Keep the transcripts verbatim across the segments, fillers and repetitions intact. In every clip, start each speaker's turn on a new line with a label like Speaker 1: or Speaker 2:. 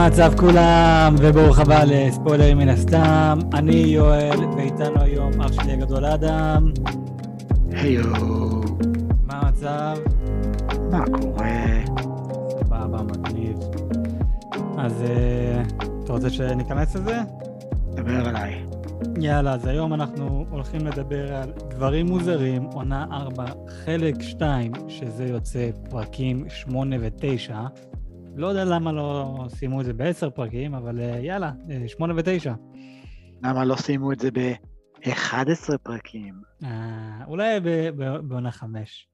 Speaker 1: מה המצב כולם, וברוך הבא לספוילרים מן הסתם. אני יואל, ואיתנו היום אח שלי הגדול אדם.
Speaker 2: היו.
Speaker 1: מה המצב?
Speaker 2: מה קורה?
Speaker 1: סבבה, מגניב. אז אתה רוצה שניכנס לזה?
Speaker 2: דבר עליי.
Speaker 1: יאללה, אז היום אנחנו הולכים לדבר על דברים מוזרים, עונה ארבע, חלק שתיים, שזה יוצא פרקים שמונה ותשע. לא יודע למה לא סיימו את זה בעשר פרקים, אבל יאללה, שמונה ותשע.
Speaker 2: למה לא סיימו את זה ב-אחד עשר פרקים?
Speaker 1: אה, אולי בעונה חמש.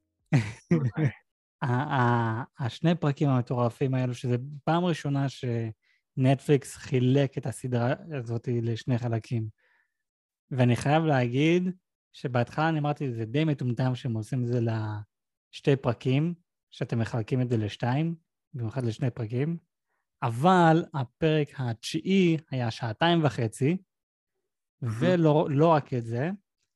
Speaker 1: השני פרקים המטורפים האלו, שזה פעם ראשונה שנטפליקס חילק את הסדרה הזאת לשני חלקים. ואני חייב להגיד שבהתחלה אני אמרתי, זה די מטומטם שהם עושים את זה לשתי פרקים, שאתם מחלקים את זה לשתיים, במיוחד לשני פרקים, אבל הפרק התשיעי היה שעתיים וחצי, ולא לא רק את זה,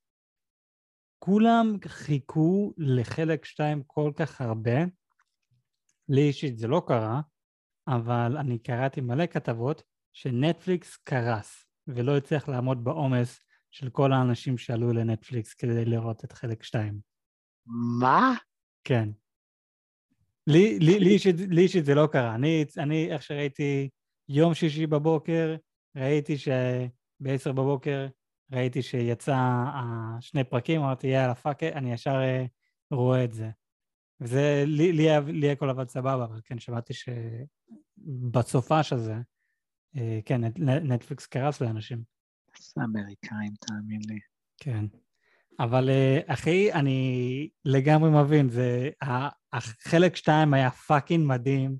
Speaker 1: כולם חיכו לחלק שתיים כל כך הרבה, לי אישית זה לא קרה, אבל אני קראתי מלא כתבות שנטפליקס קרס, ולא הצליח לעמוד בעומס של כל האנשים שעלו לנטפליקס כדי לראות את חלק שתיים.
Speaker 2: מה?
Speaker 1: כן. לי, לי, לי, אישית, לי אישית זה לא קרה. אני, אני איך שראיתי יום שישי בבוקר, ראיתי שבעשר בבוקר ראיתי שיצא שני פרקים, אמרתי יאללה פאק, אני ישר רואה את זה. וזה לי, לי, לי הכל עבד סבבה, אבל כן שמעתי שבסופש הזה, כן, נטפליקס קרס לאנשים.
Speaker 2: זה אמריקאים, תאמין לי. כן.
Speaker 1: אבל אחי, אני לגמרי מבין, זה, החלק שתיים היה פאקינג מדהים,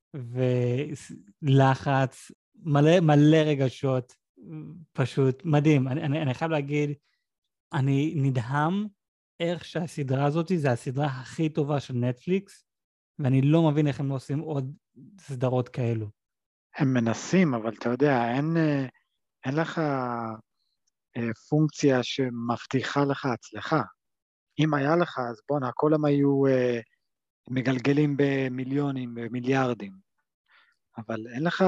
Speaker 1: ולחץ, מלא, מלא רגשות, פשוט מדהים. אני, אני, אני חייב להגיד, אני נדהם איך שהסדרה הזאת, זה הסדרה הכי טובה של נטפליקס, ואני לא מבין איך הם לא עושים עוד סדרות כאלו.
Speaker 2: הם מנסים, אבל אתה יודע, אין, אין לך פונקציה שמבטיחה לך הצלחה. אם היה לך, אז בוא, הכל הם היו מגלגלים במיליונים, במיליארדים. אבל אין לך,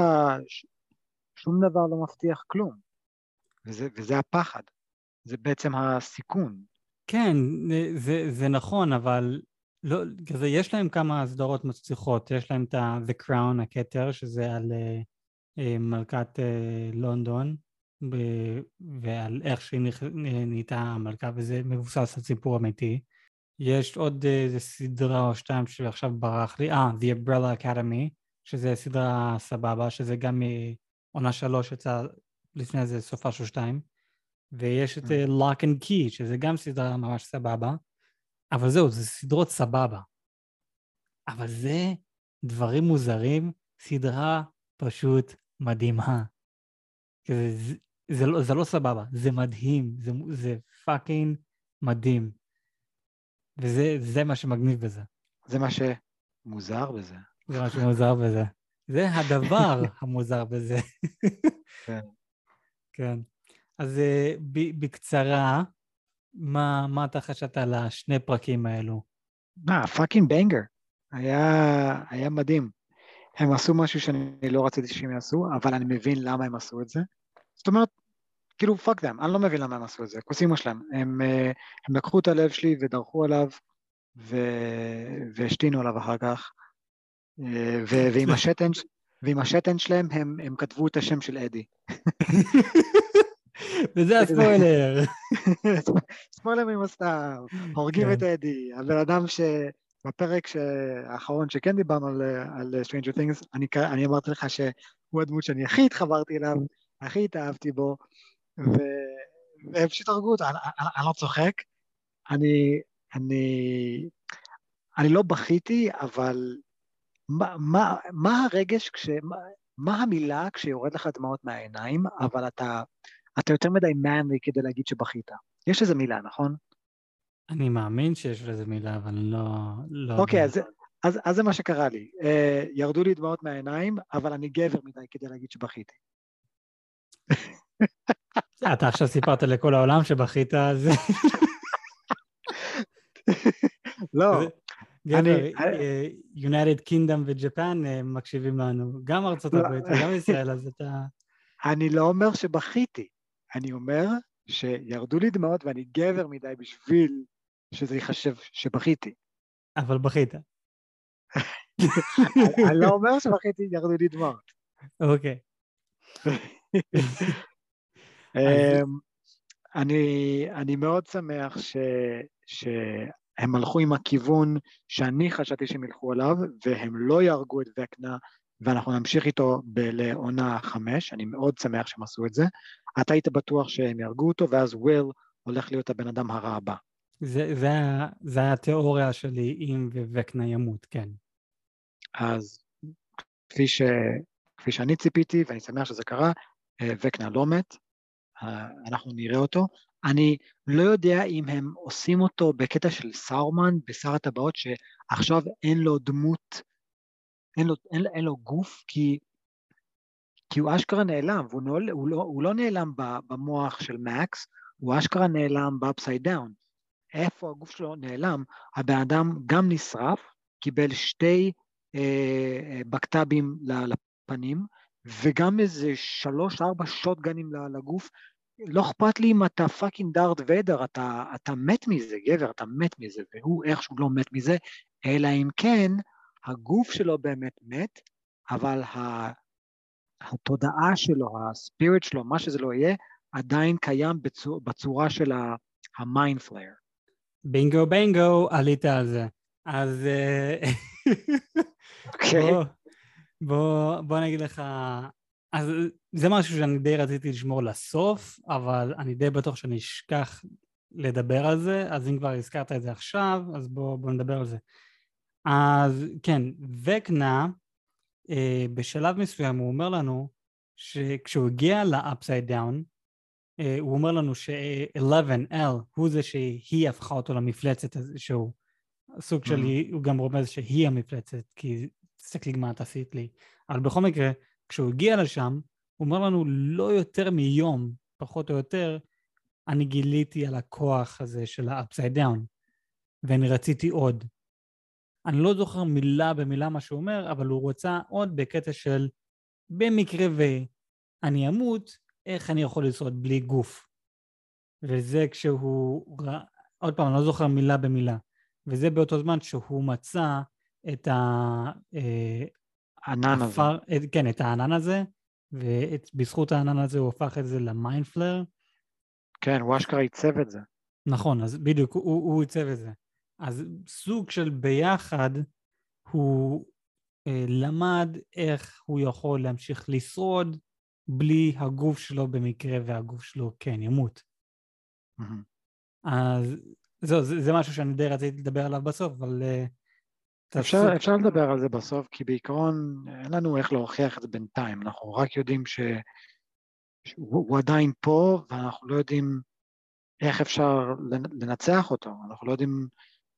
Speaker 2: שום דבר לא מבטיח כלום. וזה, וזה הפחד. זה בעצם הסיכון.
Speaker 1: כן, זה, זה נכון, אבל לא, כזה, יש להם כמה סדרות מצליחות. יש להם את The Crown, הכתר, שזה על uh, מלכת uh, לונדון, ב- ועל איך שהיא נהייתה המלכה, וזה מבוסס על סיפור אמיתי. יש עוד איזה סדרה או שתיים שעכשיו ברח לי, אה, The Umbrella Academy, שזה סדרה סבבה, שזה גם עונה שלוש יצא לפני זה סופה של שתיים, ויש את Lock and Key, שזה גם סדרה ממש סבבה, אבל זהו, זה סדרות סבבה. אבל זה דברים מוזרים, סדרה פשוט מדהימה. זה, זה, זה, לא, זה לא סבבה, זה מדהים, זה, זה פאקינג מדהים. וזה זה מה שמגניב בזה.
Speaker 2: זה מה שמוזר בזה.
Speaker 1: זה מה שמוזר בזה. זה הדבר המוזר בזה.
Speaker 2: כן.
Speaker 1: כן. אז ב, בקצרה, מה, מה אתה חשבת על השני פרקים האלו?
Speaker 2: מה, פאקינג בנגר. היה, היה מדהים. הם עשו משהו שאני לא רציתי שהם יעשו, אבל אני מבין למה הם עשו את זה. זאת אומרת, כאילו, פאק דם, אני לא מבין למה הם עשו את זה, כוסימו שלהם. הם, הם לקחו את הלב שלי ודרכו עליו, ו... והשתינו עליו אחר כך, ו... ועם השתן, ועם השתן שלהם, הם, הם כתבו את השם של אדי.
Speaker 1: וזה הספוילר.
Speaker 2: ספוילר ממסתר, הורגים את אדי, הבן אדם שבפרק האחרון שכן דיברנו על, על Stranger Things, אני, אני אמרתי לך שהוא הדמות שאני הכי התחברתי אליו, הכי התאהבתי בו, ו... והם פשוט הרגו אותו, אני, אני, אני לא צוחק, אני, אני, אני לא בכיתי, אבל מה, מה, מה הרגש כש... מה, מה המילה כשיורד לך דמעות מהעיניים, אבל אתה, אתה יותר מדי מנלי כדי להגיד שבכית. יש איזו מילה, נכון?
Speaker 1: אני מאמין שיש לזה מילה, אבל לא... לא
Speaker 2: אוקיי, אז, אז, אז זה מה שקרה לי. אה, ירדו לי דמעות מהעיניים, אבל אני גבר מדי כדי להגיד שבכיתי.
Speaker 1: אתה עכשיו סיפרת לכל העולם שבכית, אז...
Speaker 2: לא,
Speaker 1: גבר, United Kingdom וג'פן מקשיבים לנו, גם ארצות הברית וגם ישראל, אז אתה...
Speaker 2: אני לא אומר שבכיתי, אני אומר שירדו לי דמעות ואני גבר מדי בשביל שזה ייחשב שבכיתי.
Speaker 1: אבל בכית.
Speaker 2: אני לא אומר שבכיתי, ירדו לי דמעות.
Speaker 1: אוקיי.
Speaker 2: אני מאוד שמח שהם הלכו עם הכיוון שאני חשבתי שהם ילכו עליו, והם לא יהרגו את וקנה, ואנחנו נמשיך איתו לעונה חמש, אני מאוד שמח שהם עשו את זה. אתה היית בטוח שהם יהרגו אותו, ואז וויל הולך להיות הבן אדם הרע הבא.
Speaker 1: זה, זה, זה היה התיאוריה שלי, אם וקנה ימות, כן.
Speaker 2: אז כפי, ש, כפי שאני ציפיתי, ואני שמח שזה קרה, וקנה לא מת, אנחנו נראה אותו. אני לא יודע אם הם עושים אותו בקטע של סאורמן, בשר הטבעות, שעכשיו אין לו דמות, אין לו, אין, אין לו גוף, כי, כי הוא אשכרה נעלם, והוא לא, הוא לא, הוא לא נעלם במוח של מקס, הוא אשכרה נעלם באפסייד דאון. איפה הגוף שלו נעלם? הבן אדם גם נשרף, קיבל שתי אה, בקטבים לפנים, וגם איזה שלוש, ארבע שוטגנים לגוף. לא אכפת לי אם אתה פאקינג דארת ויידר, אתה, אתה מת מזה, גבר, אתה מת מזה, והוא איכשהו לא מת מזה, אלא אם כן, הגוף שלו באמת מת, אבל התודעה שלו, הספיריט שלו, מה שזה לא יהיה, עדיין קיים בצורה, בצורה של המיינד פלייר.
Speaker 1: בינגו בינגו, עלית על זה. אז
Speaker 2: אוקיי.
Speaker 1: בוא, בוא, בוא נגיד לך, אז זה משהו שאני די רציתי לשמור לסוף, אבל אני די בטוח שאני אשכח לדבר על זה, אז אם כבר הזכרת את זה עכשיו, אז בוא, בוא נדבר על זה. אז כן, וקנה, אה, בשלב מסוים הוא אומר לנו, שכשהוא הגיע ל-upside down, אה, הוא אומר לנו ש-eleven, L, הוא זה שהיא הפכה אותו למפלצת הזה, שהוא סוג
Speaker 2: Mm-hmm.
Speaker 1: שלי, הוא גם רומז שהיא המפלצת, כי תסתכלי מה את עשית לי. אבל בכל מקרה, כשהוא הגיע לשם, הוא אומר לנו לא יותר מיום, פחות או יותר, אני גיליתי על הכוח הזה של ה-upside down, ואני רציתי עוד. אני לא זוכר מילה במילה מה שהוא אומר, אבל הוא רוצה עוד בקטע של, במקרה ואני אמות, איך אני יכול לשרוד בלי גוף. וזה כשהוא, עוד פעם, אני לא זוכר מילה במילה, וזה באותו זמן שהוא מצא את
Speaker 2: הענן הזה.
Speaker 1: כן, את הענן הזה, ובזכות הענן הזה הוא הופך את זה למיינד פלייר.
Speaker 2: כן, הוא אשכרה ייצב את זה.
Speaker 1: נכון, אז בדיוק, הוא, הוא ייצב את זה. אז סוג של ביחד, הוא אה, למד איך הוא יכול להמשיך לשרוד, בלי הגוף שלו במקרה והגוף שלו כן ימות.
Speaker 2: Mm-hmm.
Speaker 1: אז זו, זה, זה משהו שאני די רציתי לדבר עליו בסוף, אבל... Uh,
Speaker 2: אפשר, תפסוק... אפשר לדבר על זה בסוף, כי בעיקרון אין לנו איך להוכיח את זה בינתיים, אנחנו רק יודעים ש... שהוא עדיין פה, ואנחנו לא יודעים איך אפשר לנצח אותו, אנחנו לא יודעים...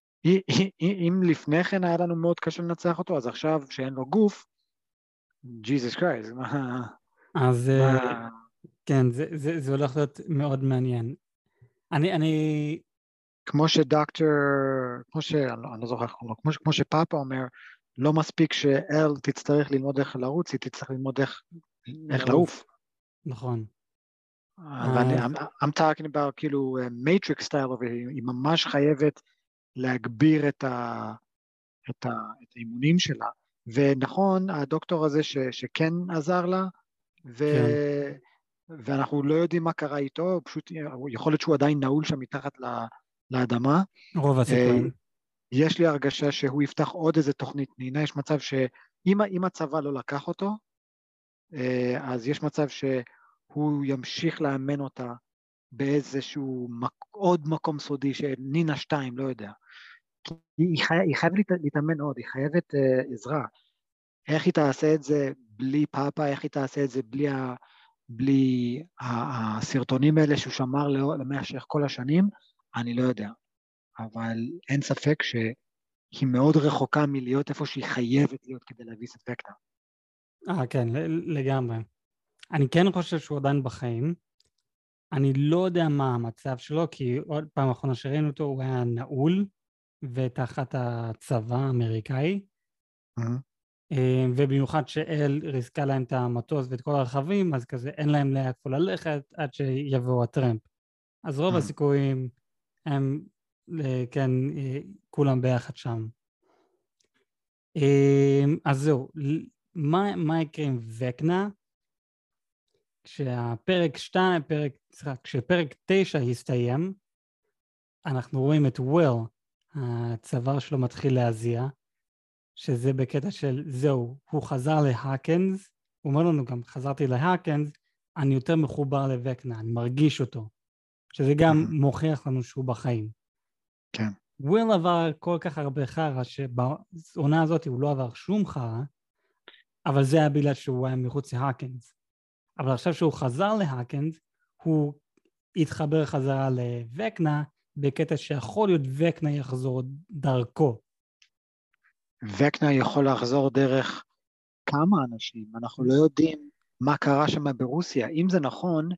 Speaker 2: אם לפני כן היה לנו מאוד קשה לנצח אותו, אז עכשיו שאין לו גוף, ג'יזוס קרייסט, מה...
Speaker 1: אז מה... כן, זה, זה, זה הולך להיות מאוד מעניין. אני, אני...
Speaker 2: כמו שדוקטור, כמו ש... אני לא זוכר, כמו, כמו שפאפה אומר, לא מספיק שאל תצטרך ללמוד איך לרוץ, היא תצטרך ללמוד איך, איך לעוף.
Speaker 1: נכון.
Speaker 2: ואני, I'm, I'm talking about כאילו matrix style, היא ממש חייבת להגביר את, ה, את, ה, את האימונים שלה. ונכון, הדוקטור הזה ש, שכן עזר לה, ו... כן. ואנחנו לא יודעים מה קרה איתו, פשוט יכול להיות שהוא עדיין נעול שם מתחת לאדמה.
Speaker 1: רוב הסיכויים.
Speaker 2: יש לי הרגשה שהוא יפתח עוד איזה תוכנית נינה, יש מצב שאם הצבא לא לקח אותו, אז יש מצב שהוא ימשיך לאמן אותה באיזשהו עוד מקום סודי, שנינה שתיים, לא יודע. היא, חי... היא חייבת להתאמן עוד, היא חייבת uh, עזרה. איך היא תעשה את זה בלי פאפה, איך היא תעשה את זה בלי, ה... בלי הסרטונים האלה שהוא שמר למשך כל השנים, אני לא יודע. אבל אין ספק שהיא מאוד רחוקה מלהיות איפה שהיא חייבת להיות כדי להביס את וקנה.
Speaker 1: אה, כן, לגמרי. אני כן חושב שהוא עדיין בחיים. אני לא יודע מה המצב שלו, כי עוד פעם אחרונה שראינו אותו, הוא היה נעול, ותחת הצבא האמריקאי,
Speaker 2: Mm-hmm.
Speaker 1: ובמיוחד שאל ריסקה להם את המטוס ואת כל הרכבים, אז כזה אין להם לאיפה ללכת עד שיבואו הטרמפ. אז רוב
Speaker 2: Mm-hmm.
Speaker 1: הסיכויים הם, כן, כולם ביחד שם. אז זהו, מה, מה יקרה עם וקנה? כשהפרק שתיים, פרק, סליחה, כשפרק תשע הסתיים, אנחנו רואים את וויל, הצוואר שלו מתחיל להזיע, שזה בקטע של זהו, הוא חזר להאקנס, הוא אומר לנו גם, חזרתי להאקנס, אני יותר מחובר לווקנה, אני מרגיש אותו, שזה גם
Speaker 2: Mm-hmm.
Speaker 1: מוכיח לנו שהוא בחיים.
Speaker 2: כן.
Speaker 1: וויל עבר כל כך הרבה חרא, שבעונה הזאת הוא לא עבר שום חרא, אבל זה היה בגלל שהוא היה מחוץ להאקנס. אבל עכשיו שהוא חזר להאקנס, הוא התחבר חזרה לווקנה, בקטע שיכול להיות וקנה יחזור דרכו.
Speaker 2: וקנה יכול לחזור דרך כמה אנשים, אנחנו לא יודעים מה קרה שם ברוסיה. אם זה נכון,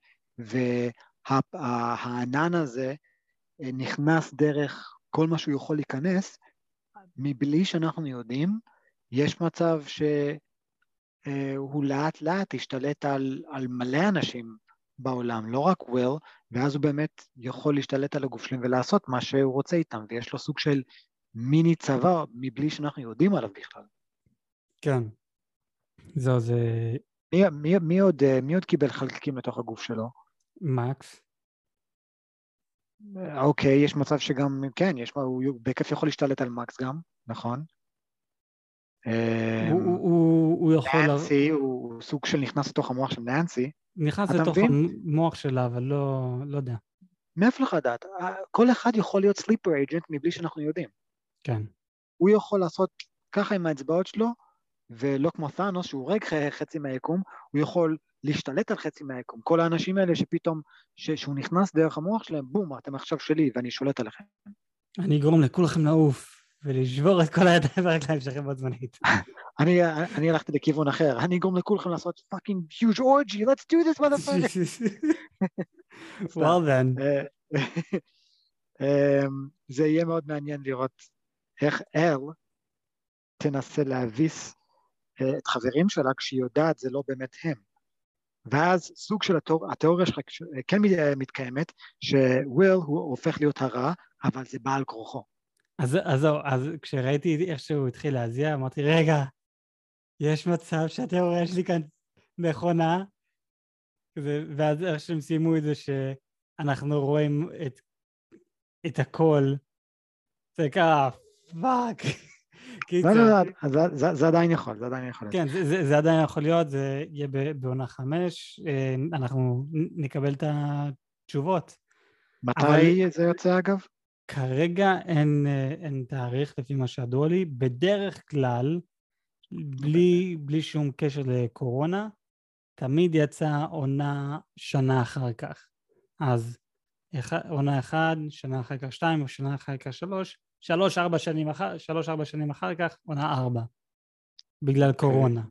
Speaker 2: והענן הזה נכנס דרך כל מה שהוא יכול להיכנס, מבלי שאנחנו יודעים, יש מצב שהוא לאט לאט ישתלט על, על מלא אנשים בעולם, לא רק וויל, ואז הוא באמת יכול להשתלט על הגוף שלהם ולעשות מה שהוא רוצה איתם, ויש לו סוג של מיני צבא, מבלי שאנחנו יודעים עליו בכלל.
Speaker 1: כן. זהו, זה...
Speaker 2: מי, מי, מי, עוד, מי עוד קיבל חלקיקים לתוך הגוף שלו?
Speaker 1: מקס.
Speaker 2: אוקיי, יש מצב שגם, כן, יש, הוא בכיף יכול להשתלט על מקס גם, נכון?
Speaker 1: הוא, הוא, הוא, הוא יכול...
Speaker 2: ננסי, הוא סוג של נכנס לתוך המוח של ננסי.
Speaker 1: נכנס לתוך המוח שלה, אבל לא, לא יודע.
Speaker 2: מאיפה לך לדעת? כל אחד יכול להיות סליפר אייג'נט מבלי שאנחנו יודעים.
Speaker 1: כן.
Speaker 2: הוא יכול לעשות ככה עם האצבעות שלו, ולא כמו ת'אנוס, שהוא הורג חצי מהיקום, הוא יכול להשתלט על חצי מהיקום. כל האנשים האלה שפתאום, שהוא נכנס דרך המוח שלהם, בום, אתם עכשיו שלי, ואני שולט עליכם.
Speaker 1: אני אגרום לכולכם לעוף, ולשבור את כל הידיים והרגליים שלכם בו זמנית.
Speaker 2: אני, אני הלכתי לכיוון אחר, אני אגרום לכולכם לעשות fucking huge orgy, let's do this motherfucker.
Speaker 1: Well then.
Speaker 2: זה יהיה מאוד מעניין לראות איך אל תנסה להביס את חברים שלה, כשהיא יודעת זה לא באמת הם. ואז סוג של התיאור, התיאוריה שלך כן מתקיימת, שוויל הוא הופך להיות הרע, אבל זה בעל כורחו.
Speaker 1: אז, אז, אז כשראיתי איך שהוא התחיל להזיע, אמרתי, רגע, יש מצב שהתיאוריה שלי כאן נכונה, ואז איך שהם סיימו את זה שאנחנו רואים את, את הכל, זה ככה, פאק.
Speaker 2: לא, לא, לא, זה עדיין יכול, זה עדיין יכול.
Speaker 1: כן, זה עדיין יכול להיות, זה יהיה בעונה חמש, אנחנו נקבל את התשובות.
Speaker 2: מתי זה יוצא אגב?
Speaker 1: כרגע אין, אין תאריך לפי מה שידוע לי, בדרך כלל, בלי, בלי שום קשר לקורונה, תמיד יצא עונה שנה אחר כך. אז עונה אחד, שנה אחר כך שתיים, או שנה אחר כך שלוש, שלוש, ארבע שנים אחר, שלוש, ארבע שנים אחר כך, עונה ארבע, בגלל קורונה.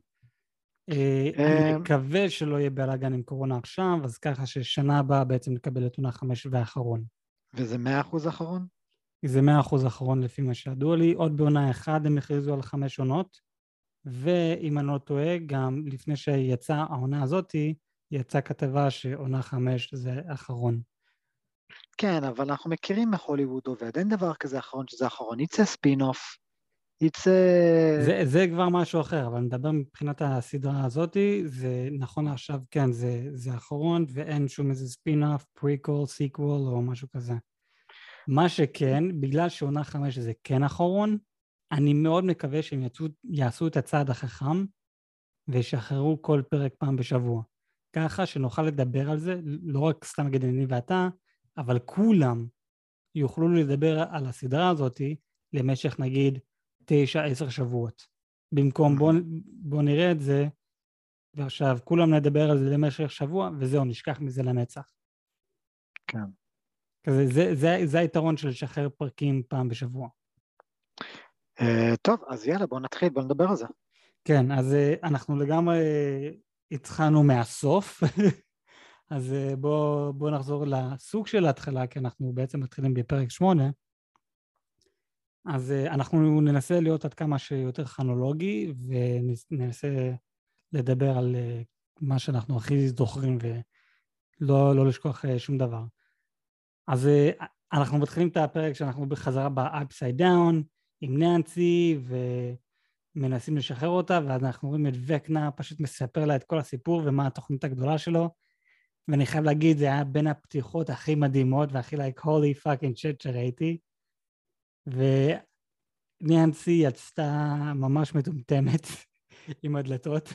Speaker 1: אני מקווה שלא יהיה בלגן עם קורונה עכשיו, אז ככה ששנה הבאה בעצם נקבל את עונה חמש ואחרון.
Speaker 2: וזה מאה אחוז אחרון?
Speaker 1: זה מאה אחוז אחרון לפי מה שידוע לי, עוד בעונה אחד הם הכריזו על חמש עונות, ואם אני לא טועה, גם לפני שיצאה העונה הזאת, יצאה כתבה שעונה חמש זה אחרון.
Speaker 2: כן, אבל אנחנו מכירים מהוליווד עובד, אין דבר כזה אחרון שזה אחרון, יצא ספין-אוף, יצא...
Speaker 1: זה, זה כבר משהו אחר, אבל נדבר מבחינת הסדרה הזאת, זה נכון עכשיו, כן, זה, זה אחרון, ואין שום איזה ספין-אוף, פריקול, סיקוול או משהו כזה. מה שכן, בגלל שעונה חמש זה כן אחרון, אני מאוד מקווה שהם יצאו, יעשו את הצעד החכם, וישחררו כל פרק פעם בשבוע. ככה שנוכל לדבר על זה, לא רק סתם נגיד אני ואתה, אבל כולם יוכלו לדבר על הסדרה הזאת למשך נגיד תשע, עשר שבועות. במקום בוא, בוא נראה את זה, ועכשיו כולם נדבר על זה למשך שבוע, וזהו, נשכח מזה לנצח.
Speaker 2: כן.
Speaker 1: כזה, זה, זה, זה היתרון של לשחרר פרקים פעם בשבוע.
Speaker 2: Uh, טוב, אז יאללה, בוא נתחיל, בוא נדבר על זה.
Speaker 1: כן, אז uh, אנחנו לגמרי התחלנו מהסוף, אז uh, בוא, בוא נחזור לסוג של ההתחלה, כי אנחנו בעצם מתחילים בפרק שמונה. אז אנחנו ננסה להיות עד כמה שיותר כרונולוגי, וננסה לדבר על מה שאנחנו הכי זוכרים, ולא לא לשכוח שום דבר. אז אנחנו מתחילים את הפרק שאנחנו בחזרה ב-Upside Down, עם ננסי, ומנסים לשחרר אותה, ואז אנחנו רואים את וקנה, פשוט מספר לה את כל הסיפור, ומה התוכנית הגדולה שלו, ואני חייב להגיד, זה היה בין הפתיחות הכי מדהימות, והכי like holy fucking shit שראיתי, וננסי יצאה ממש מטומטמת עם הדלתות.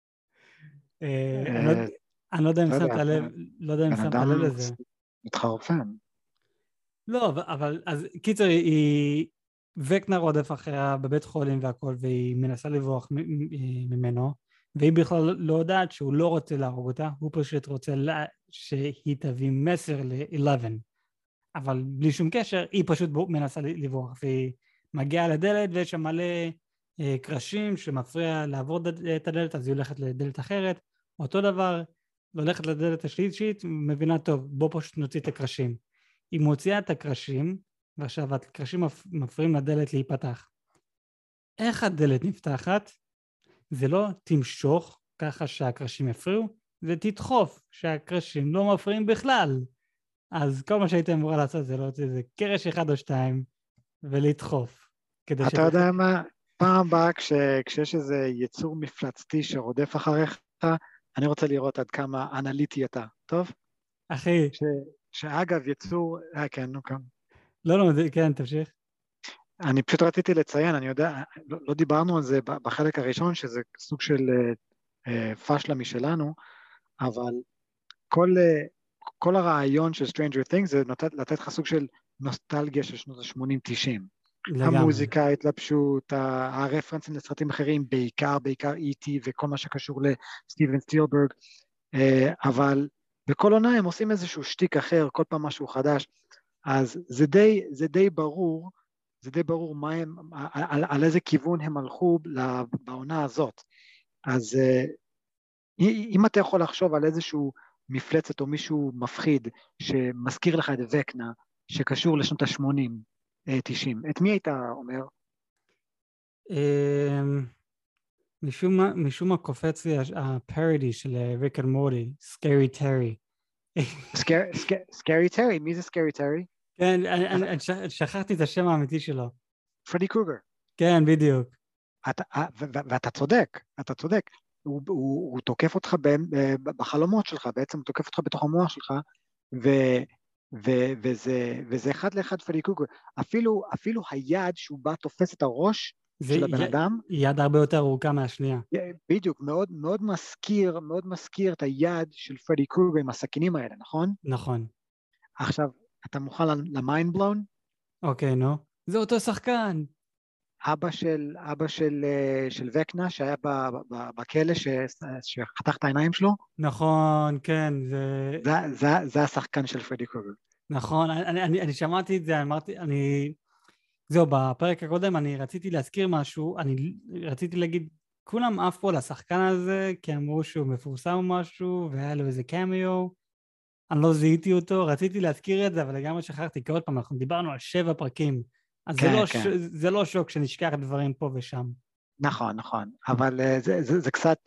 Speaker 1: אני לא יודע אם שמת לב, לא יודע אם שמת לב לזה.
Speaker 2: מתחרפן.
Speaker 1: לא, אבל, אז קיצר, היא, וקנה רודף אחריה בבית חולים והכל, והיא מנסה לברוח ממנו, והיא בכלל לא יודעת שהוא לא רוצה להרוג אותה, הוא פשוט רוצה שהיא תביא מסר ל-אחת עשרה, אבל בלי שום קשר, היא פשוט מנסה לברוח, והיא מגיעה לדלת, ויש שם מלא קרשים שמפריע לעבור את הדלת, אז היא הולכת לדלת אחרת, אותו דבר, הולכת לדלת השלישית, מבינה טוב, בוא פשוט נוציא את הקרשים. היא מוציאה את הקרשים, ועכשיו הקרשים מפריעים לדלת להיפתח. איך הדלת נפתחת? זה לא תמשוך ככה שהקרשים יפריעו, זה תדחוף שהקרשים לא מפריעים בכלל. אז כל מה שהייתם אמורה לעשות זה להוציא איזה קרש אחד או שתיים, ולדחוף.
Speaker 2: אתה יודע מה? פעם הבאה כשיש איזה יצור מפלצתי שרודף אחריך, אני רוצה לראות עד כמה אנליטי אתה, טוב?
Speaker 1: אחי.
Speaker 2: ש... שאגב יצור, אה כן, נו כאן.
Speaker 1: לא, לא, כן, תמשיך.
Speaker 2: אני פשוט רציתי לציין, אני יודע, לא, לא דיברנו על זה בחלק הראשון, שזה סוג של אה, פשלה משלנו, אבל כל, אה, כל הרעיון של Stranger Things זה לתת, לתת לך סוג של נוסטלגיה של שנות ה-שמונים תשעים. המוזיקה, ההתלבשות, הרפרנסים לסרטים אחרים, בעיקר, בעיקר אי טי וכל מה שקשור לסטיבן סטילברג, אה, אבל בכל עונה הם עושים איזשהו שטיק אחר, כל פעם משהו חדש, אז זה די, זה די ברור, זה די ברור מה הם, על, על איזה כיוון הם הלכו בעונה הזאת. אז אם אתה יכול לחשוב על איזשהו מפלצת או מישהו מפחיד שמזכיר לך את וקנה, שקשור לשנות ה-שמונים, תשעים, את מי היית אומר?
Speaker 1: משום מה קופץ לי הפרודי של ריק אנד מורטי, סקרי טרי.
Speaker 2: סקרי טרי? מי זה סקרי טרי?
Speaker 1: כן, אני שכחתי את השם האמיתי שלו.
Speaker 2: פרדי קרוגר.
Speaker 1: כן, בדיוק.
Speaker 2: ואתה צודק, אתה צודק. הוא תוקף אותך בחלומות שלך, בעצם הוא תוקף אותך בתוך המוח שלך, וזה אחד לאחד פרדי קרוגר. אפילו היד שהוא בא תופס את הראש של הבן אדם.
Speaker 1: יד הרבה יותר ארוכה מהשנייה.
Speaker 2: בדיוק, מאוד מאוד מזכיר, מאוד מזכיר את היד של פרדי קרוגר עם הסכינים האלה, נכון?
Speaker 1: נכון.
Speaker 2: עכשיו, אתה מוכן למיינד בלון?
Speaker 1: אוקיי, נו. זה אותו שחקן.
Speaker 2: אבא של, אבא של, של וקנה, שהיה בכלא, שחתך את העיניים שלו?
Speaker 1: נכון, כן. זה,
Speaker 2: זה, זה, זה השחקן של פרדי קרוגר.
Speaker 1: נכון, אני, אני, אני שמעתי את זה, אמרתי, אני... זהו, בפרק הקודם אני רציתי להזכיר משהו, אני רציתי להגיד, כולם עף פה לשחקן הזה, כי אמרו שהוא מפורסם או משהו, והיה לו איזה קאמיו, אני לא זיהיתי אותו, רציתי להזכיר את זה, אבל לגמרי שכחתי, כי עוד פעם, אנחנו דיברנו על שבע פרקים, אז כן, זה, לא כן. ש... זה לא שוק שנשכח דברים פה ושם.
Speaker 2: נכון, נכון, אבל זה, זה, זה קצת,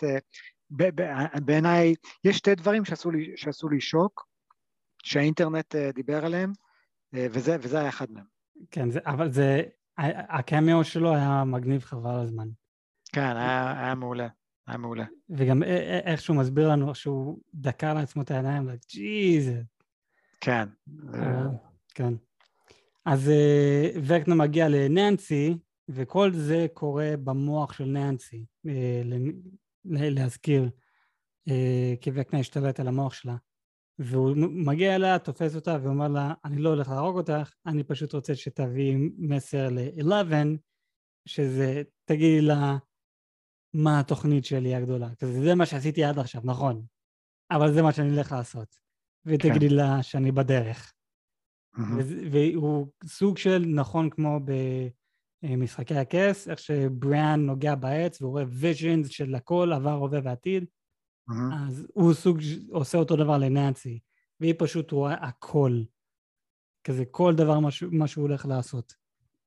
Speaker 2: בעיניי, יש שתי דברים שעשו לי, שעשו לי שוק, שהאינטרנט דיבר עליהם, וזה, וזה היה אחד מהם.
Speaker 1: כן, זה, אבל זה, הקאמיו שלו היה מגניב חבל הזמן.
Speaker 2: כן, היה, היה מעולה, היה מעולה.
Speaker 1: וגם איך שהוא מסביר לנו שהוא דקר לעצמו את העיניים, ג'יז.
Speaker 2: כן.
Speaker 1: כן. אז וקנה מגיע לננסי, וכל זה קורה במוח של ננסי, להזכיר, כי וקנה השתלט על המוח שלה. והוא מגיע אליה, תופס אותה ואומר לה, אני לא הולך להרוג אותך, אני פשוט רוצה שתביא מסר ל-אחת עשרה, שזה, תגידי לה, מה התוכנית שלי הגדולה. זה מה שעשיתי עד עכשיו, נכון. אבל זה מה שאני הולך לעשות. ותגידי כן. לה שאני בדרך. Mm-hmm. והוא סוג של, נכון כמו במשחקי הכס, איך שבריאן נוגע בעץ, והוא רואה ויז'נס של הכל, עבר, הווה ועתיד. Mm-hmm. אז הוא סוג, עושה אותו דבר לננסי, והיא פשוט רואה הכל. כזה כל דבר מה שהוא הולך לעשות.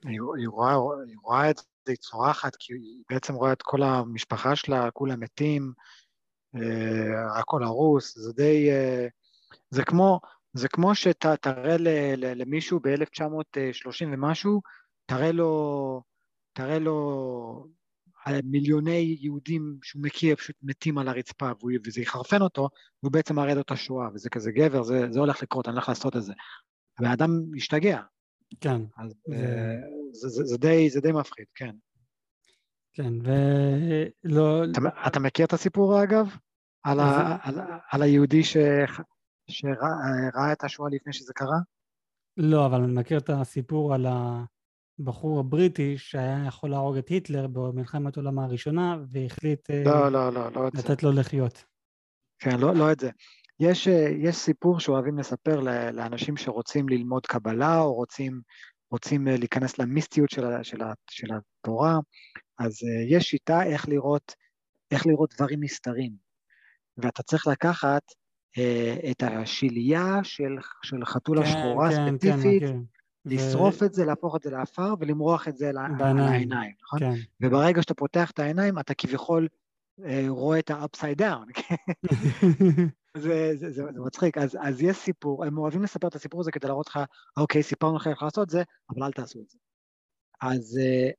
Speaker 2: היא, היא, רואה, היא רואה את זה, היא צורחת, כי היא בעצם רואה את כל המשפחה שלה, כולם מתים, אה, הכל הרוס, זה די, אה, זה כמו, זה כמו שתראה למישהו ב-אלף תשע מאות שלושים ומשהו, תראה לו, תראה לו מיליוני יהודים שהוא מכיר פשוט מתים על הרצפה, וזה יחרפן אותו, והוא בעצם מראה לו את השואה, וזה כזה גבר, זה, זה הולך לקרות, אני הולך לעשות את זה. והאדם משתגע.
Speaker 1: כן.
Speaker 2: אז
Speaker 1: זה...
Speaker 2: זה, זה, זה, די, זה די מפחיד, כן.
Speaker 1: כן, ולא...
Speaker 2: אתה, אתה מכיר את הסיפור אגב? על, ה, על, על היהודי ש, שראה את השואה לפני שזה קרה?
Speaker 1: לא, אבל אני מכיר את הסיפור על הבחור הבריטי שהיה יכול להרוג את היטלר במלחמת העולם הראשונה, והחליט
Speaker 2: לא, לא, לא, לא את זה.
Speaker 1: לתת לו לחיות.
Speaker 2: כן, לא, לא את זה. יש, יש סיפור שאוהבים לספר לאנשים שרוצים ללמוד קבלה, או רוצים, רוצים להיכנס למיסטיות של, של, של התורה, אז יש שיטה איך לראות, איך לראות דברים נסתרים. ואתה צריך לקחת אה, את השיליה של, של חתולה
Speaker 1: כן,
Speaker 2: שחורה
Speaker 1: כן, כן,
Speaker 2: ספציפית,
Speaker 1: מכיר.
Speaker 2: לשרוף
Speaker 1: ו...
Speaker 2: את זה, להפוך את זה לאפר, ולמרוח את זה על, על
Speaker 1: בעיניים,
Speaker 2: העיניים, נכון?
Speaker 1: כן.
Speaker 2: וברגע שאתה פותח את העיניים, אתה כביכול אה, רואה את ה-upside down, זה, זה, זה, זה מצחיק, אז, אז יש סיפור, הם אוהבים לספר את הסיפור הזה כדי להראות לך, אוקיי, סיפרנו לך איך לעשות את זה, אבל אל תעשו את זה. אז,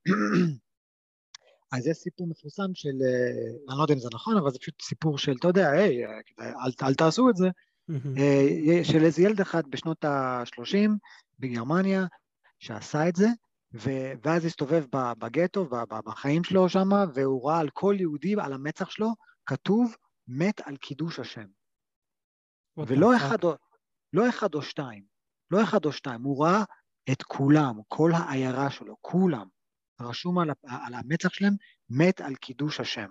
Speaker 2: אז יש סיפור מפורסם של, אני לא יודע אם זה נכון, אבל זה פשוט סיפור של, אתה יודע, היי, אל, אל תעשו את זה, של איזה ילד אחד בשנות ה-שלושים בגרמניה, שעשה את זה, ואז הסתובב בגטו, בחיים שלו שם, והוא ראה על כל יהודי, על המצח שלו, כתוב, מת על קידוש השם. ולא אחד, לא אחד או שתיים, לא אחד או שתיים, הוא ראה את כולם, כל העיירה שלו, כולם, רשום על, על המצח שלהם, מת על קידוש השם.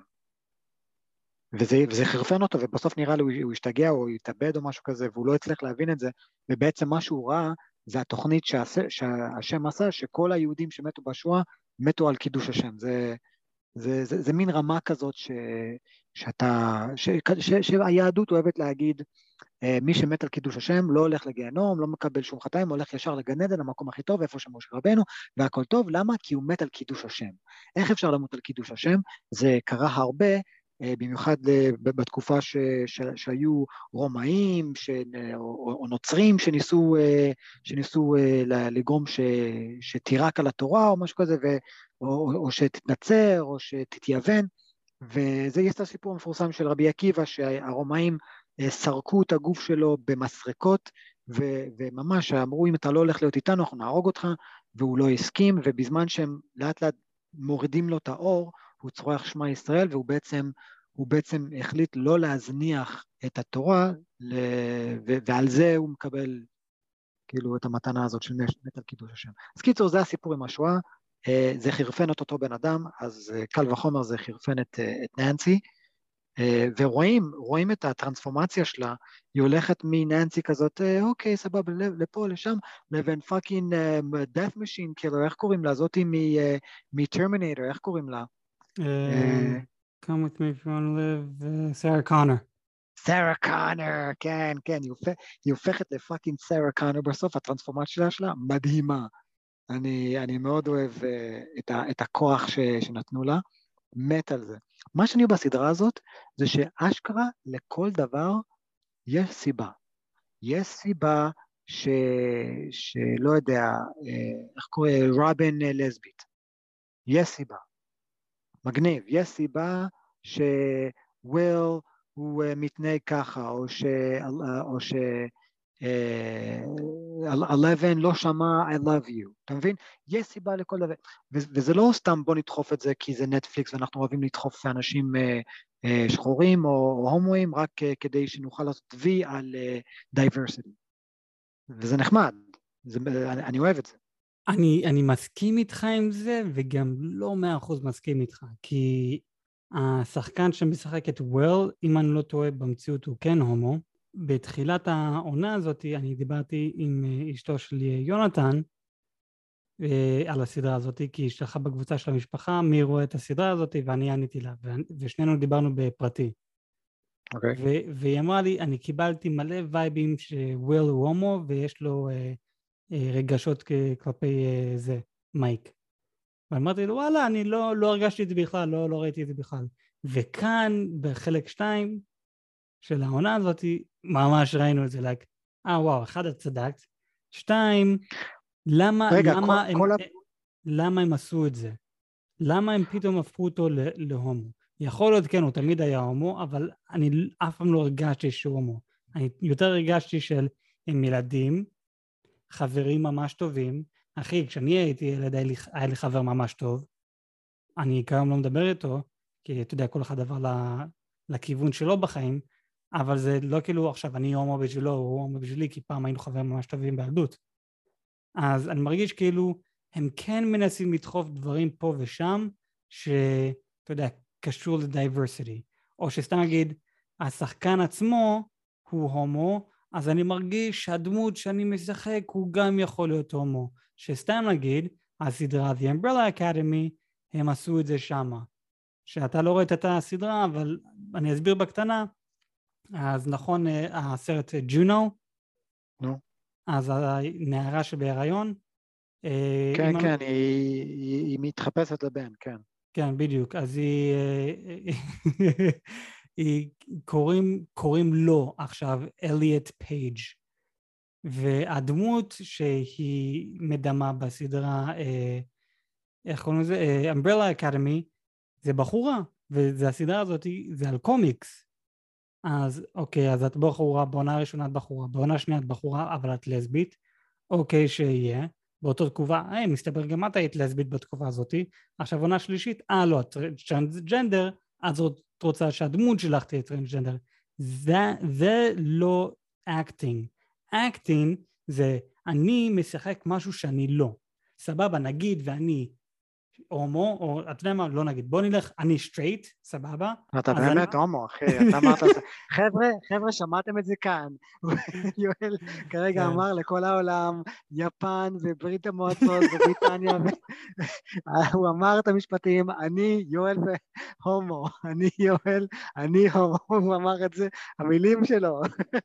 Speaker 2: וזה, וזה חרפן אותו, ובסוף נראה לי הוא ישתגע או יתאבד או משהו כזה, והוא לא הצליח להבין את זה, ובעצם מה שהוא ראה, זה התוכנית שהש, שהשם עשה, שכל היהודים שמתו בשואה, מתו על קידוש השם. זה, זה, זה, זה מין רמה כזאת ש, שאתה, ש, ש, שהיהדות אוהבת להגיד, מי שמת על קידוש השם לא הולך לגיהנום, לא מקבל שום חטאים, הולך ישר לגן עדן, המקום הכי טוב, איפה שמשה רבנו, והכל טוב. למה? כי הוא מת על קידוש השם. איך אפשר למות על קידוש השם? זה קרה הרבה, במיוחד בתקופה ש, ש, שהיו רומאים ש, או, או נוצרים שניסו, שניסו לגרום ש, שתירק על התורה או משהו כזה, ו, או, או שתתנצר או שתתייוון, וזה יש את הסיפור המפורסם של רבי עקיבא, שהרומאים סרקו את הגוף שלו במסרקות, ו- וממש אמרו, אם אתה לא הולך להיות איתנו, אנחנו נהרוג אותך, והוא לא הסכים, ובזמן שהם לאט לאט מורידים לו את האור, הוא צורח שמע ישראל, והוא בעצם, הוא בעצם החליט לא להזניח את התורה, ל- ו- ועל זה הוא מקבל כאילו את המתנה הזאת של מת על קידוש השם. אז קיצור, זה הסיפור עם השואה, זה חרפן את אותו בן אדם, אז קל וחומר זה חרפן את, את ננסי, ורואים, רואים את הטרנספורמציה שלה, היא הולכת מננסי כזאת, אוקיי, סבבה, לפה, לשם, לבין פאקינג death machine killer, איך קוראים לה? זאתי מ-Terminator, איך קוראים לה?
Speaker 1: Come with me if you want to live, Sarah Connor.
Speaker 2: Sarah Connor, כן, כן, היא הופכת לפאקינג Sarah Connor בסוף, הטרנספורמציה שלה מדהימה. אני, אני מאוד אוהב את, ה, את הכוח ש, שנתנו לה, מת על זה. מה שאני אוהב בסדרה הזאת, זה שאשכרה לכל דבר יש סיבה. יש סיבה ש, שלא יודע, איך קורא, רובין לסבית. יש סיבה. מגניב, יש סיבה שוויל הוא מתנהג ככה, או ש... או ש אלבן לא שמע I love you, אתה מבין? יש סיבה לכל דבר, וזה לא סתם בוא נדחוף את זה כי זה נטפליקס ואנחנו אוהבים לדחוף אנשים שחורים או הומואים רק כדי שנוכל לעשות וי על diversity, וזה נחמד, אני אוהב את זה.
Speaker 1: אני, אני מסכים איתך עם זה, וגם לא מאה אחוז מסכים איתך, כי השחקן שמשחק את וויל, אם אני לא טועה במציאות הוא כן הומו, בתחילת העונה הזאת אני דיברתי עם אשתו של יונתן על הסדרה הזאת, כי היא שלחה בקבוצה של המשפחה מי רואה את הסדרה הזאת, ואני עניתי לה, ושנינו דיברנו בפרטי.
Speaker 2: Okay.
Speaker 1: ו- והיא אמרה לי, אני קיבלתי מלא וייבים שוויל הוא הומו, ויש לו אה, אה, רגשות כלפי אה, זה. מייק. ואמרתי לו, וואלה, אני לא, לא הרגשתי את זה בכלל, לא, לא ראיתי את זה בכלל. וכאן, בחלק שתיים של העונה הזאת, ממש ראינו את זה, like, אה, וואו, אחד את צדקת, שתיים, למה,
Speaker 2: רגע,
Speaker 1: למה,
Speaker 2: כל,
Speaker 1: הם,
Speaker 2: כל ה...
Speaker 1: למה הם עשו את זה? למה הם פתאום הפכו אותו להומו? יכול להיות, כן, הוא תמיד היה הומו, אבל אני אף פעם לא הרגשתי שהוא הומו. אני יותר הרגשתי של הם ילדים, חברים ממש טובים. אחי, כשאני הייתי ילד, היה לי חבר ממש טוב. אני כיום לא מדבר איתו, כי אתה יודע, כל אחד עבר לכיוון שלו בחיים, אבל זה לא כאילו עכשיו אני הומו בשבילו, הוא הומו בשבילי, כי פעם היינו חברים ממש טובים בילדות. אז אני מרגיש כאילו הם כן מנסים לדחוף דברים פה ושם, שאתה יודע, קשור לדייברסיטי. או שסתם נגיד, השחקן עצמו הוא הומו, אז אני מרגיש שהדמות שאני משחק הוא גם יכול להיות הומו. שסתם נגיד, הסדרה The Umbrella Academy, הם עשו את זה שמה. שאתה לא רואה את הסדרה, אבל אני אסביר בקטנה. אז נכון, הסרט ג'ונו,
Speaker 2: נו.
Speaker 1: אז הנערה שבהיריון,
Speaker 2: כן, כן, היא, היא, היא מתחפשת לבן, כן.
Speaker 1: כן, בדיוק. אז היא, היא קוראים, קוראים לו עכשיו אליוט פייג', והדמות שהיא מדמה בסדרה, איך קוראים לזה? Umbrella Academy, זה בחורה, וזה הסדרה הזאת, זה על קומיקס. אז אוקיי, אז את בחורה, בעונה ראשונה את בחורה, בעונה שנייה את בחורה, אבל את לסבית, אוקיי שיהיה. באותו תקופה, היי, מסתבר גם את היית לסבית בתקופה הזאת, עכשיו עונה שלישית, אה לא, טרנסג'נדר, אז את רוצה שהדמות שלך תהיה טרנסג'נדר. זה, זה לא אקטינג. אקטינג זה אני משחק משהו שאני לא. סבבה, נגיד ואני הומו, או אתה יודע מה, לא נגיד, בוא נלך, אני סטרייט, סבבה.
Speaker 2: אתה באמת הומו, אחי, אתה אמרת, חבר'ה, חבר'ה, שמעתם את זה כאן. יואל כרגע אמר לכל העולם, יפן וברית המועצות ובריטניה, הוא אמר את המשפטים, אני יואל והומו, אני יואל, אני הומו, הוא אמר את זה, המילים שלו.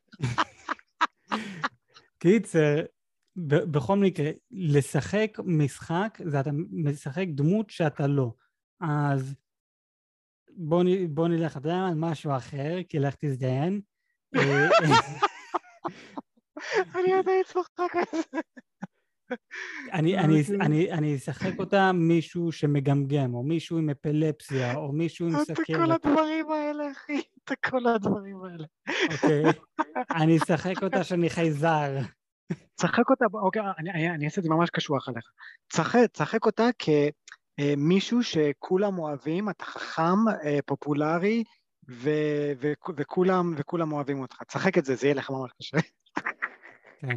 Speaker 1: קיצר, בכל מקרה, לשחק משחק, זה אתה משחק דמות שאתה לא. אז בוא, בוא נלך, אתה יודע, על משהו אחר, כי לך תזדיין.
Speaker 2: אני עדיין צוחק על זה.
Speaker 1: אני, אני, אני, אני אשחק אותה מישהו שמגמגם, או מישהו עם אפילפסיה, או מישהו עם סכרת.
Speaker 2: את כל הדברים האלה, אחי, את כל הדברים האלה.
Speaker 1: אוקיי, אני אשחק אותה שאני חייזר.
Speaker 2: צחק אותה, אוקיי, אני, אני אעשה את זה ממש קשוח עליך. צחק, צחק אותה כמישהו שכולם אוהבים, אתה חכם, פופולרי, ו, ו, וכולם, וכולם אוהבים אותך. צחק את זה, זה יהיה לך ממש קשה.
Speaker 1: כן.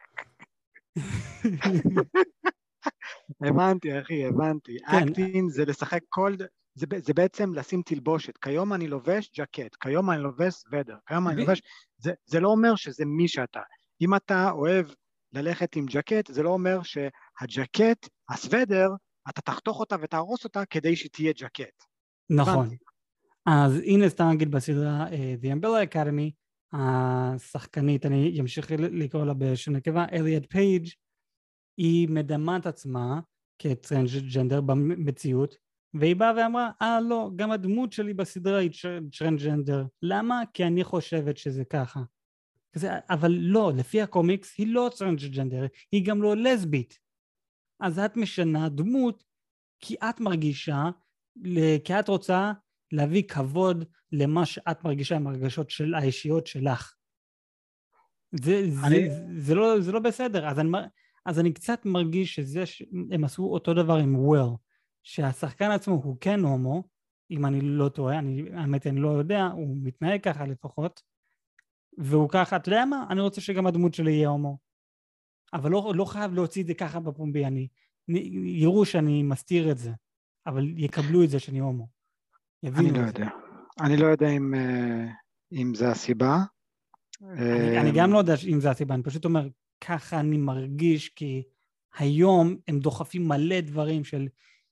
Speaker 2: הבנתי, אחי, הבנתי. אקטינג זה לשחק כל... זה, זה בעצם לשים תלבושת. כיום אני לובש ג'קט, כיום אני לובש סוודר, כיום אני לובש... זה, זה לא אומר שזה מי שאתה. אם אתה אוהב ללכת עם ג'קט, זה לא אומר שהג'קט, הסוודר, אתה תחתוך אותה ותהרוס אותה כדי שתהיה ג'קט.
Speaker 1: נכון.
Speaker 2: הבנתי.
Speaker 1: אז הנה סתם נגיד בסדרה uh, The Umbrella Academy, השחקנית, אני אמשיך לקרוא לה בשם נקבה, אליוט פייג', היא מדמה את עצמה כטרנסג'נדר במציאות, והיא באה ואמרה, אה לא, גם הדמות שלי בסדרה היא טרנסג'נדר. למה? כי אני חושבת שזה ככה. כזה, אבל לא, לפי הקומיקס היא לא טרנסג'נדר, היא גם לא לסבית. אז את משנה דמות כי את מרגישה, כי את רוצה להביא כבוד למה שאת מרגישה עם הרגשות של האישיות שלך. זה, אני... זה, זה, לא, זה לא בסדר. אז אני, אז אני קצת מרגיש שזה שהם עשו אותו דבר עם וויל, שהשחקן עצמו הוא כן הומו, אם אני לא טועה, אני, האמת אני לא יודע, הוא מתנהג ככה לפחות, והוא ככה, אתה יודע מה? אני רוצה שגם הדמות שלי יהיה הומו. אבל לא, לא חייב להוציא את זה ככה בפומבי, אני, יראו שאני מסתיר את זה, אבל יקבלו את זה שאני הומו.
Speaker 2: אני לא יודע. אני לא יודע אם, אם זה הסיבה.
Speaker 1: אני, אני גם לא יודע אם זה הסיבה, אני פשוט אומר, ככה אני מרגיש, כי היום הם דוחפים מלא דברים של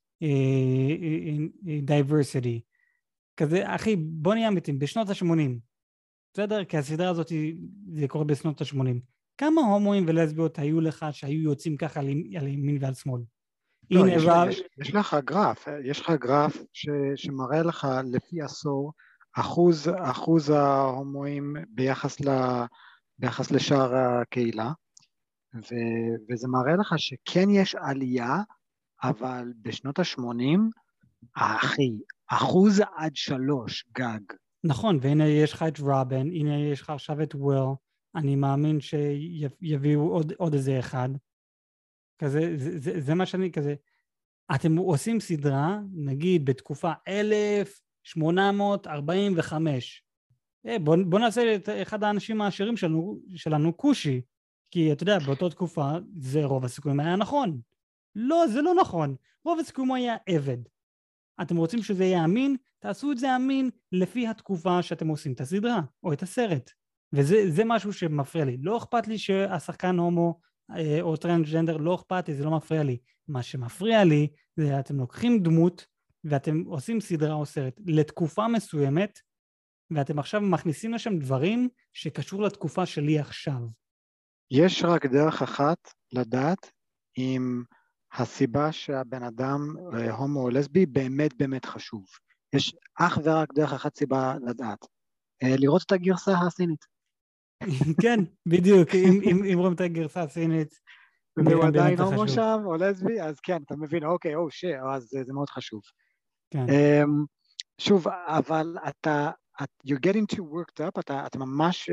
Speaker 1: diversity. כזה, אחי, בוא נהיה אמיתים, בשנות ה-שמונים, בסדר? כי הסדרה הזאת, זה קורה בשנות ה-שמונים. כמה הומואים ולסביות היו לך שהיו יוצאים ככה על ימין ועל שמאל?
Speaker 2: לא,
Speaker 1: הנה
Speaker 2: יש,
Speaker 1: רב...
Speaker 2: יש, יש לך גרף, יש לך גרף ש, שמראה לך לפי עשור אחוז, אחוז ההומואים ביחס, ל, ביחס לשאר הקהילה, ו, וזה מראה לך שכן יש עלייה, אבל בשנות ה-שמונים, אחי, אחוז עד שלוש גג.
Speaker 1: נכון, והנה יש לך את רובן, הנה יש לך עכשיו את וויל, אני מאמין שיביאו עוד, עוד איזה אחד. כזה, זה, זה, זה מה שאני כזה, אתם עושים סדרה, נגיד בתקופה אלף שמונה מאות ארבעים וחמש. אה, בוא, בוא נעשה את אחד האנשים העשירים שלנו, שלנו קושי, כי אתה יודע, באותה תקופה זה רוב הסיכויים היה נכון. לא, זה לא נכון. רוב הסיכויים היה עבד. אתם רוצים שזה יהיה אמין? תעשו את זה אמין לפי התקופה שאתם עושים את הסדרה, או את הסרט. וזה זה משהו שמפריע לי. לא אכפת לי שהשחקן הומו אה, או טרנסג'נדר, לא אכפת לי, זה לא מפריע לי. מה שמפריע לי זה אתם לוקחים דמות ואתם עושים סדרה או סרט לתקופה מסוימת, ואתם עכשיו מכניסים לשם דברים שקשור לתקופה שלי עכשיו.
Speaker 2: יש רק דרך אחת לדעת אם הסיבה שהבן אדם הומו או לסבי באמת באמת חשוב. יש אך ורק דרך אחת סיבה לדעת. לראות את הגרסה הסינית.
Speaker 1: כן, בדיוק, אם, אם, אם רואים את הגרסה הסינית,
Speaker 2: והוא עדיין הומו שם או לסבי, אז כן, אתה מבין, אוקיי, או ש, אז זה מאוד חשוב.
Speaker 1: כן.
Speaker 2: שוב, אבל אתה, you're getting too worked up, אתה, אתה ממש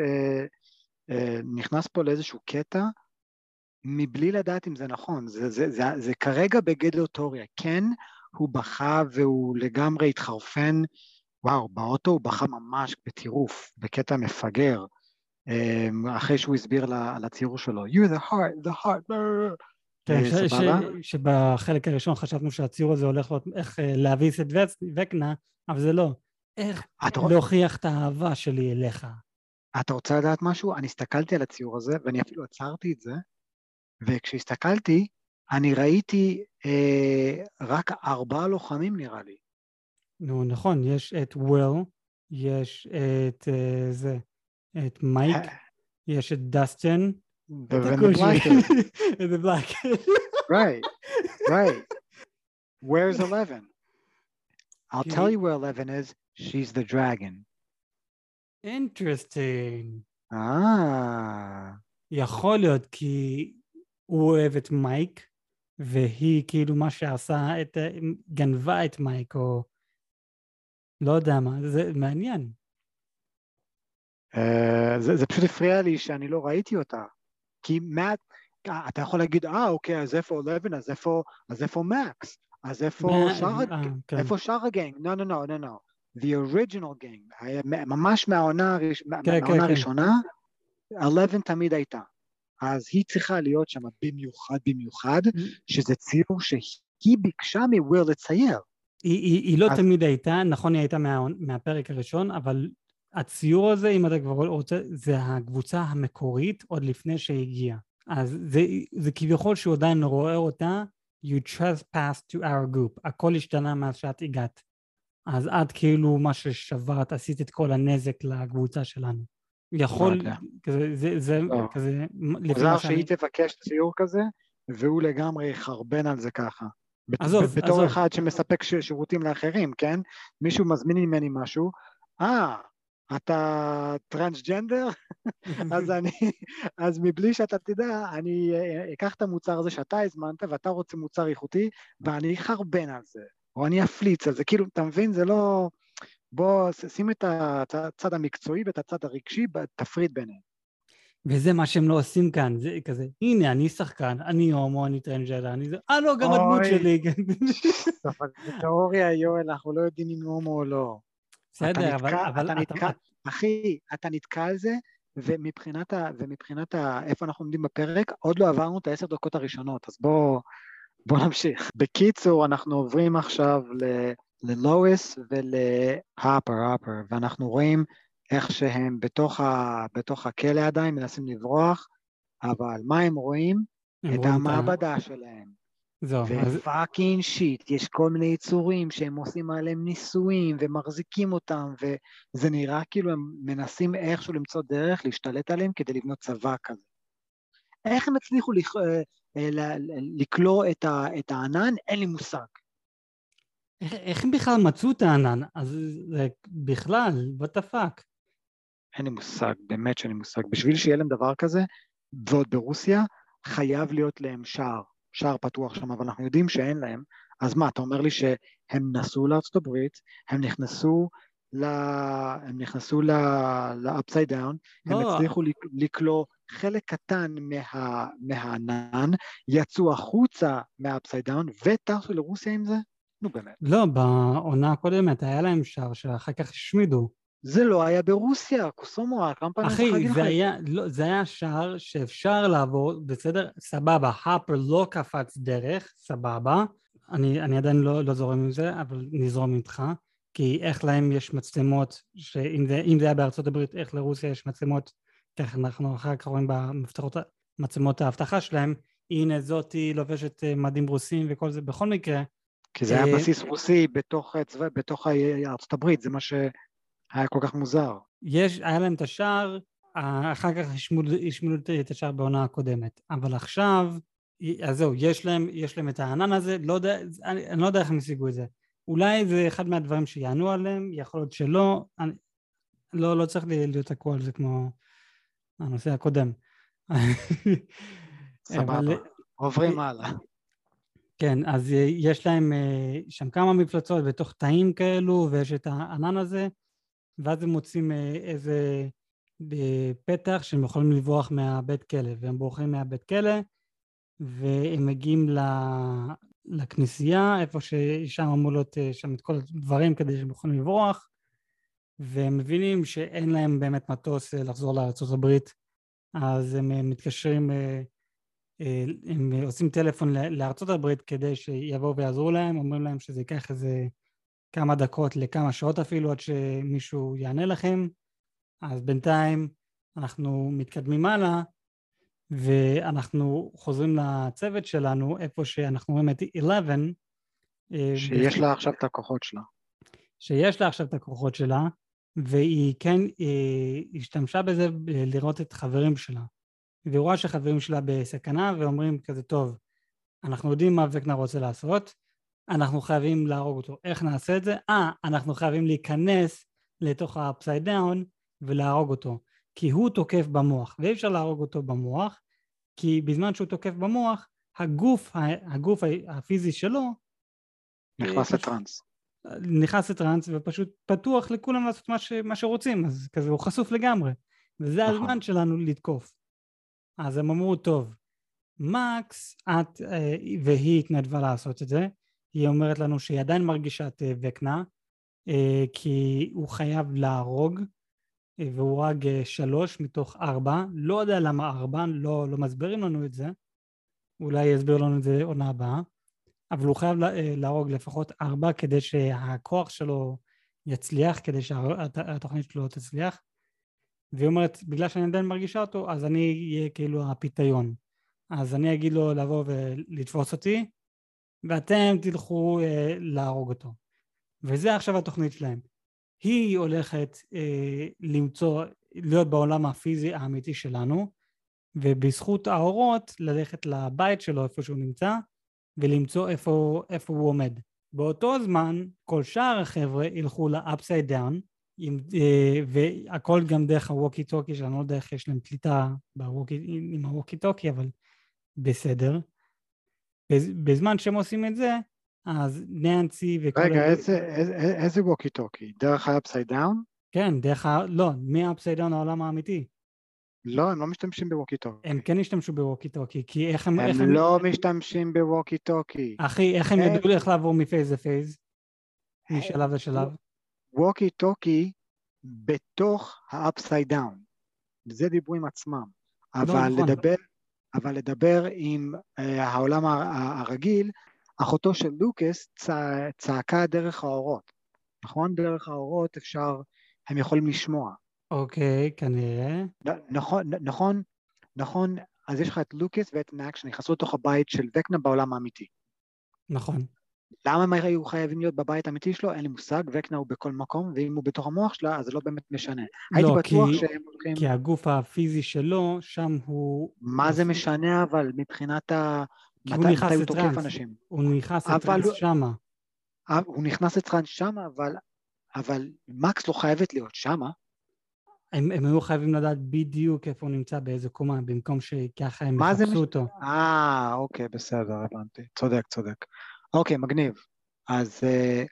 Speaker 2: נכנס פה לאיזשהו קטע, מבלי לדעת אם זה נכון, זה, זה, זה, זה כרגע בגדר תיאוריה, כן, הוא בכה והוא לגמרי התחרפן, וואו, באוטו הוא בכה ממש בטירוף, בקטע מפגר, אחרי שהוא הסביר על הציור שלו, you're the heart, the heart,
Speaker 1: כן, ש, ש, שבחלק הראשון חשבנו שהציור הזה הולך להיות איך להביס את וקנה, אבל זה לא, איך להוכיח את האהבה שלי אליך.
Speaker 2: אתה רוצה לדעת משהו? אני הסתכלתי על הציור הזה, ואני אפילו עצרתי את זה, וכשהסתכלתי, אני ראיתי אה, רק ארבעה לוחמים נראה לי.
Speaker 1: נו, נכון, יש את וויל, יש את uh, זה, את מייק, יש את דסטין,
Speaker 2: את הקושי.
Speaker 1: The black.
Speaker 2: Right, right. Where's Eleven? I'll tell you where Eleven is. She's the dragon.
Speaker 1: Interesting.
Speaker 2: אה.
Speaker 1: יכול להיות, כי הוא אוהב את מייק, והיא כאילו מה שעשה, את, גנבה את מייק, או לא יודע מה, זה מעניין.
Speaker 2: Uh, זה, זה פשוט הפריע לי שאני לא ראיתי אותה. כי מאט, אתה יכול להגיד, אה, אוקיי, אז איפה אלבן, אז איפה, אז איפה מקס, אז איפה שאר, איפה שאר הגנג? No, no, no, no, no. The original gang, ממש מהעונה הראשונה, אלבן תמיד הייתה. אז היא צריכה להיות שם במיוחד במיוחד, שזה ציור שהיא ביקשה מוויל לצייר.
Speaker 1: היא לא תמיד הייתה, נכון, היא הייתה מהפרק הראשון, אבל הציור הזה, אם אתה כבר רוצה, זה הקבוצה המקורית עוד לפני שהגיעה. אז זה, זה כביכול שהוא עדיין רואה אותה, you trespassed to our group, הכל השתנה מאז שאת הגעת. אז את כאילו מה ששברת, עשית את כל הנזק לקבוצה שלנו. יכול, כזה, זה, זה, כזה,
Speaker 2: מוזר שהיא תבקש ציור כזה, והוא לגמרי יחרבן על זה ככה. בתור אחד שמספק שירותים לאחרים, כן? מישהו מזמין ממני משהו, אה, אתה טרנסג'נדר? אז אני, אז מבלי שאתה תדע, אני אקח את המוצר הזה שאתה הזמנת, ואתה רוצה מוצר איכותי, ואני אחרבן על זה, או אני אפליץ על זה, כאילו, אתה מבין, זה לא, בוא, שים את הצד המקצועי ואת הצד הרגשי, תפריד ביניהם.
Speaker 1: וזה מה שהם לא עושים כאן, זה כזה, הנה, אני שחקן, אני הומו, אני טרנסג'נדר, אני זה, אה, לא, גם הדמות שלי.
Speaker 2: אבל בתיאוריה, יואל, אנחנו לא יודעים אם הומו או לא.
Speaker 1: בסדר, אבל...
Speaker 2: אחי, אתה נתקע על זה, ומבחינת, ה, ומבחינת ה, איפה אנחנו עומדים בפרק, עוד לא עברנו את העשר דקות הראשונות, אז בוא, בוא נמשיך. בקיצור, אנחנו עוברים עכשיו ללואיס ולהאפר, האפר, ואנחנו רואים איך שהם בתוך, ה, בתוך הכלא עדיין מנסים לברוח, אבל מה הם רואים? הם את המעבדה ה... שלהם. ופאקינג שיט, יש כל מיני יצורים שהם עושים עליהם ניסויים ומחזיקים אותם, וזה נראה כאילו הם מנסים איכשהו למצוא דרך להשתלט עליהם כדי לבנות צבא כזה. איך הם הצליחו לקלוא את הענן? אין לי מושג.
Speaker 1: איך, איך הם בכלל מצאו את הענן? אז זה בכלל, what the fuck?
Speaker 2: אין לי מושג, באמת שאין לי מושג. בשביל שיהיה להם דבר כזה, ועוד ברוסיה, חייב להיות להם שער, שער פתוח שם, אבל אנחנו יודעים שאין להם. אז מה, אתה אומר לי שהם נסעו לארצות הברית, הם נכנסו ל... הם נכנסו ל-upside down, הם
Speaker 1: לא,
Speaker 2: הצליחו לקלוא חלק קטן מה... מהענן, יצאו החוצה מה-upside down, וטסו לרוסיה עם זה? נו באמת.
Speaker 1: לא, בעונה הקודמת היה להם שער שאחר כך השמידו.
Speaker 2: זה לא היה ברוסיה, קוסומו, כמה פעמים צריך
Speaker 1: אחי,
Speaker 2: להגיד לך
Speaker 1: זה
Speaker 2: את זה?
Speaker 1: היה, לא, זה היה שער שאפשר לעבור, בסדר, סבבה, הפר לא קפץ דרך, סבבה, אני, אני עדיין לא, לא זורם עם זה, אבל נזרום איתך, כי איך להם יש מצלמות, שאם זה, אם זה היה בארצות הברית, איך לרוסיה יש מצלמות, כך אנחנו אחר כך רואים במפתחות, מצלמות ההבטחה שלהם, הנה זאתי לובשת מדים רוסים וכל זה, בכל מקרה.
Speaker 2: כי זה היה בסיס רוסי בתוך, בתוך ארצות הברית, זה מה שהיה כל כך מוזר.
Speaker 1: יש, היה להם את השער, אחר כך השמידו את השער בעונה הקודמת, אבל עכשיו, אז זהו, יש להם, יש להם את הענן הזה, לא יודע, אני, אני לא יודע איך הם השיגו את זה. אולי זה אחד מהדברים שיענו עליהם, יכול להיות שלא, אני, לא, לא צריך להיות תקוע על זה כמו הנושא הקודם.
Speaker 2: סבבה, עוברים הלאה.
Speaker 1: כן, אז יש להם שם כמה מפלצות בתוך תאים כאלו, ויש את הענן הזה, ואז הם מוצאים איזה פתח שהם יכולים לברוח מהבית כלא, והם בורחים מהבית כלא, והם מגיעים לכנסייה, איפה ששם אמור להיות שם את כל הדברים כדי שהם יכולים לברוח, והם מבינים שאין להם באמת מטוס לחזור לארצות הברית, אז הם מתקשרים, הם עושים טלפון לארצות הברית כדי שיבואו ויעזרו להם, אומרים להם שזה ייקח איזה כמה דקות לכמה שעות אפילו עד שמישהו יענה לכם, אז בינתיים אנחנו מתקדמים הלאה, ואנחנו חוזרים לצוות שלנו, איפה שאנחנו רואים את אחת עשרה.
Speaker 2: שיש לה עכשיו את הכוחות שלה.
Speaker 1: שיש לה עכשיו את הכוחות שלה, והיא כן היא השתמשה בזה לראות את חברים שלה. והיא רואה שחברים שלה בסכנה, ואומרים כזה, טוב, אנחנו יודעים מה וקנר רוצה לעשות, אנחנו חייבים להרוג אותו. איך נעשה את זה? אה, אנחנו חייבים להיכנס לתוך ה-upside down ולהרוג אותו. כי הוא תוקף במוח, ואי אפשר להרוג אותו במוח, כי בזמן שהוא תוקף במוח, הגוף, הגוף הפיזי שלו,
Speaker 2: נכנס לטרנס.
Speaker 1: נכנס לטרנס ופשוט פתוח לכולם לעשות מה, ש, מה שרוצים, אז כזה הוא חשוף לגמרי. וזה נכון. הזמן שלנו לתקוף. אז הם אמרו, טוב, מקס, את והיא התנדבה לעשות את זה, היא אומרת לנו שהיא עדיין מרגישה את וקנה, כי הוא חייב להרוג, והוא הרג שלוש מתוך ארבע, לא יודע למה ארבע, לא, לא מסבירים לנו את זה, אולי יסביר לנו את זה עונה הבאה, אבל הוא חייב להרוג לפחות ארבע, כדי שהכוח שלו יצליח, כדי שהתוכנית שלו תצליח, והיא אומרת, בגלל שאני עדיין מרגישה אותו, אז אני אהיה כאילו הפיתיון, אז אני אגיד לו לבוא ולתפוס אותי, ואתם תלכו אה, להרוג אותו. וזה עכשיו התוכנית שלהם. היא הולכת אה, למצוא, להיות בעולם הפיזי האמיתי שלנו, ובזכות האורות ללכת לבית שלו איפה שהוא נמצא, ולמצוא איפה, איפה הוא עומד. באותו זמן, כל שאר החבר'ה ילכו ל-upside down, עם, אה, והכל גם דרך הווקי טוקי, שאני לא יודע איך יש להם קליטה בווקי, עם הווקי טוקי, אבל בסדר. בזמן שהם עושים את זה, אז ננסי וכל...
Speaker 2: רגע, איזה, איזה, איזה ווקי טוקי? דרך ה-upside down?
Speaker 1: כן, דרך ה... לא, מה-upside down העולם האמיתי.
Speaker 2: לא, הם לא משתמשים בווקי טוקי.
Speaker 1: הם כן השתמשו בווקי טוקי, כי איך הם...
Speaker 2: הם
Speaker 1: איך
Speaker 2: לא
Speaker 1: הם...
Speaker 2: משתמשים בווקי טוקי.
Speaker 1: אחי, איך הם ידעו איך לעבור מפייז לפייז? משלב לשלב?
Speaker 2: ווקי טוקי בתוך ה-upside down. זה דיברו עם עצמם. אבל לדבר... אבל לדבר עם uh, העולם הרגיל, אחותו של לוקאס צע, צעקה דרך האורות. נכון? דרך האורות אפשר, הם יכולים לשמוע.
Speaker 1: אוקיי, okay, כנראה.
Speaker 2: נכון, נכון, נכון, אז יש לך את לוקאס ואת נאק שנכנסו לתוך הבית של וקנה בעולם האמיתי.
Speaker 1: נכון.
Speaker 2: למה הם היו חייבים להיות בבית האמיתי שלו? אין לי מושג, וקנה הוא בכל מקום, ואם הוא בתוך המוח שלה, אז זה לא באמת משנה. הייתי
Speaker 1: לא,
Speaker 2: בטוח
Speaker 1: כי,
Speaker 2: שהם הולכים...
Speaker 1: כי הגוף הפיזי שלו, שם הוא...
Speaker 2: מה
Speaker 1: הוא
Speaker 2: זה
Speaker 1: עושה-
Speaker 2: משנה, אבל מבחינת ה...
Speaker 1: כי הוא
Speaker 2: מתי,
Speaker 1: נכנס
Speaker 2: מתי הוא תוקף
Speaker 1: לטרנס,
Speaker 2: אנשים?
Speaker 1: הוא נכנס
Speaker 2: אבל
Speaker 1: לטרנס
Speaker 2: הוא-
Speaker 1: שמה.
Speaker 2: הוא נכנס לטרנס שמה, אבל, אבל מקס לא חייבת להיות שמה.
Speaker 1: הם, הם היו חייבים לדעת בדיוק איפה הוא נמצא, באיזה קומה, במקום שככה הם
Speaker 2: מה זה
Speaker 1: יחפשו
Speaker 2: מש...
Speaker 1: אותו.
Speaker 2: אה, אוקיי, בסדר, הבנתי. צודק, צודק. אוקיי, מגניב. אז, אה,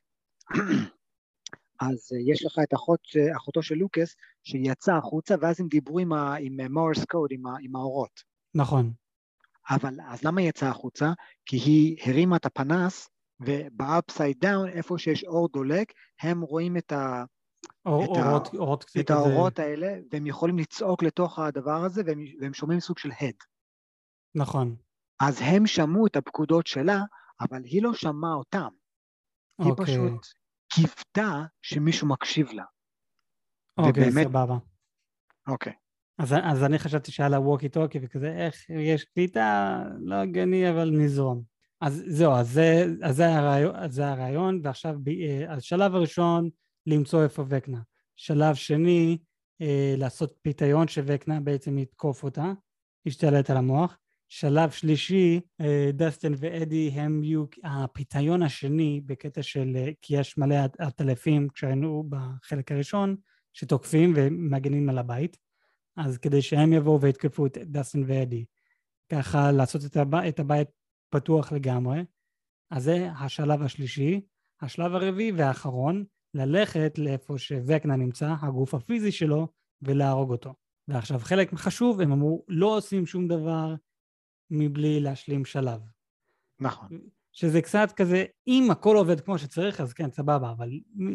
Speaker 2: אז אה, יש לך את אחות, אחותו של לוקאס, שיצאה החוצה, ואז הם דיברו עם, ה, עם מורס קוד, עם, ה, עם האורות.
Speaker 1: נכון.
Speaker 2: אבל אז למה היא יצאה החוצה? כי היא הרימה את הפנס, ובאפסייד דאון, איפה שיש אור דולק, הם רואים את, ה,
Speaker 1: אור,
Speaker 2: את,
Speaker 1: אורות,
Speaker 2: ה,
Speaker 1: אורות
Speaker 2: את
Speaker 1: כזה...
Speaker 2: האורות האלה, והם יכולים לצעוק לתוך הדבר הזה, והם, והם שומעים סוג של הד.
Speaker 1: נכון.
Speaker 2: אז הם שמעו את הפקודות שלה, אבל היא לא שמעה אותם. היא
Speaker 1: אוקיי.
Speaker 2: פשוט קיוותה שמישהו מקשיב לה.
Speaker 1: אוקיי,
Speaker 2: ובאמת...
Speaker 1: סבבה.
Speaker 2: אוקיי.
Speaker 1: אז, אז אני חשבתי שהיה לה ווקי טוקי וכזה, איך יש קליטה, לא הגיוני, אבל נזרום. אז זהו, אז זה, אז זה, הרעיון, אז זה הרעיון, ועכשיו, אז שלב הראשון, למצוא איפה וקנה. שלב שני, אה, לעשות פיתיון שווקנה בעצם יתקוף אותה, ישתלט על המוח. שלב שלישי, אה, דסטין ואדי הם יהיו הפיתיון השני בקטע של, כי יש מלא עטלפים כשהיינו בחלק הראשון, שתוקפים ומגנים על הבית. אז כדי שהם יבואו ויתקפו את דסטין ואדי, ככה לעשות את, הב... את הבית פתוח לגמרי. אז זה השלב השלישי. השלב הרביעי והאחרון, ללכת לאיפה שווקנה נמצא, הגוף הפיזי שלו, ולהרוג אותו. ועכשיו חלק חשוב, הם אמרו, לא עושים שום דבר מבלי להשלים שלב.
Speaker 2: נכון. שזה
Speaker 1: קצת כזה, אם הכל עובד כמו שצריך, אז כן, סבבה, אבל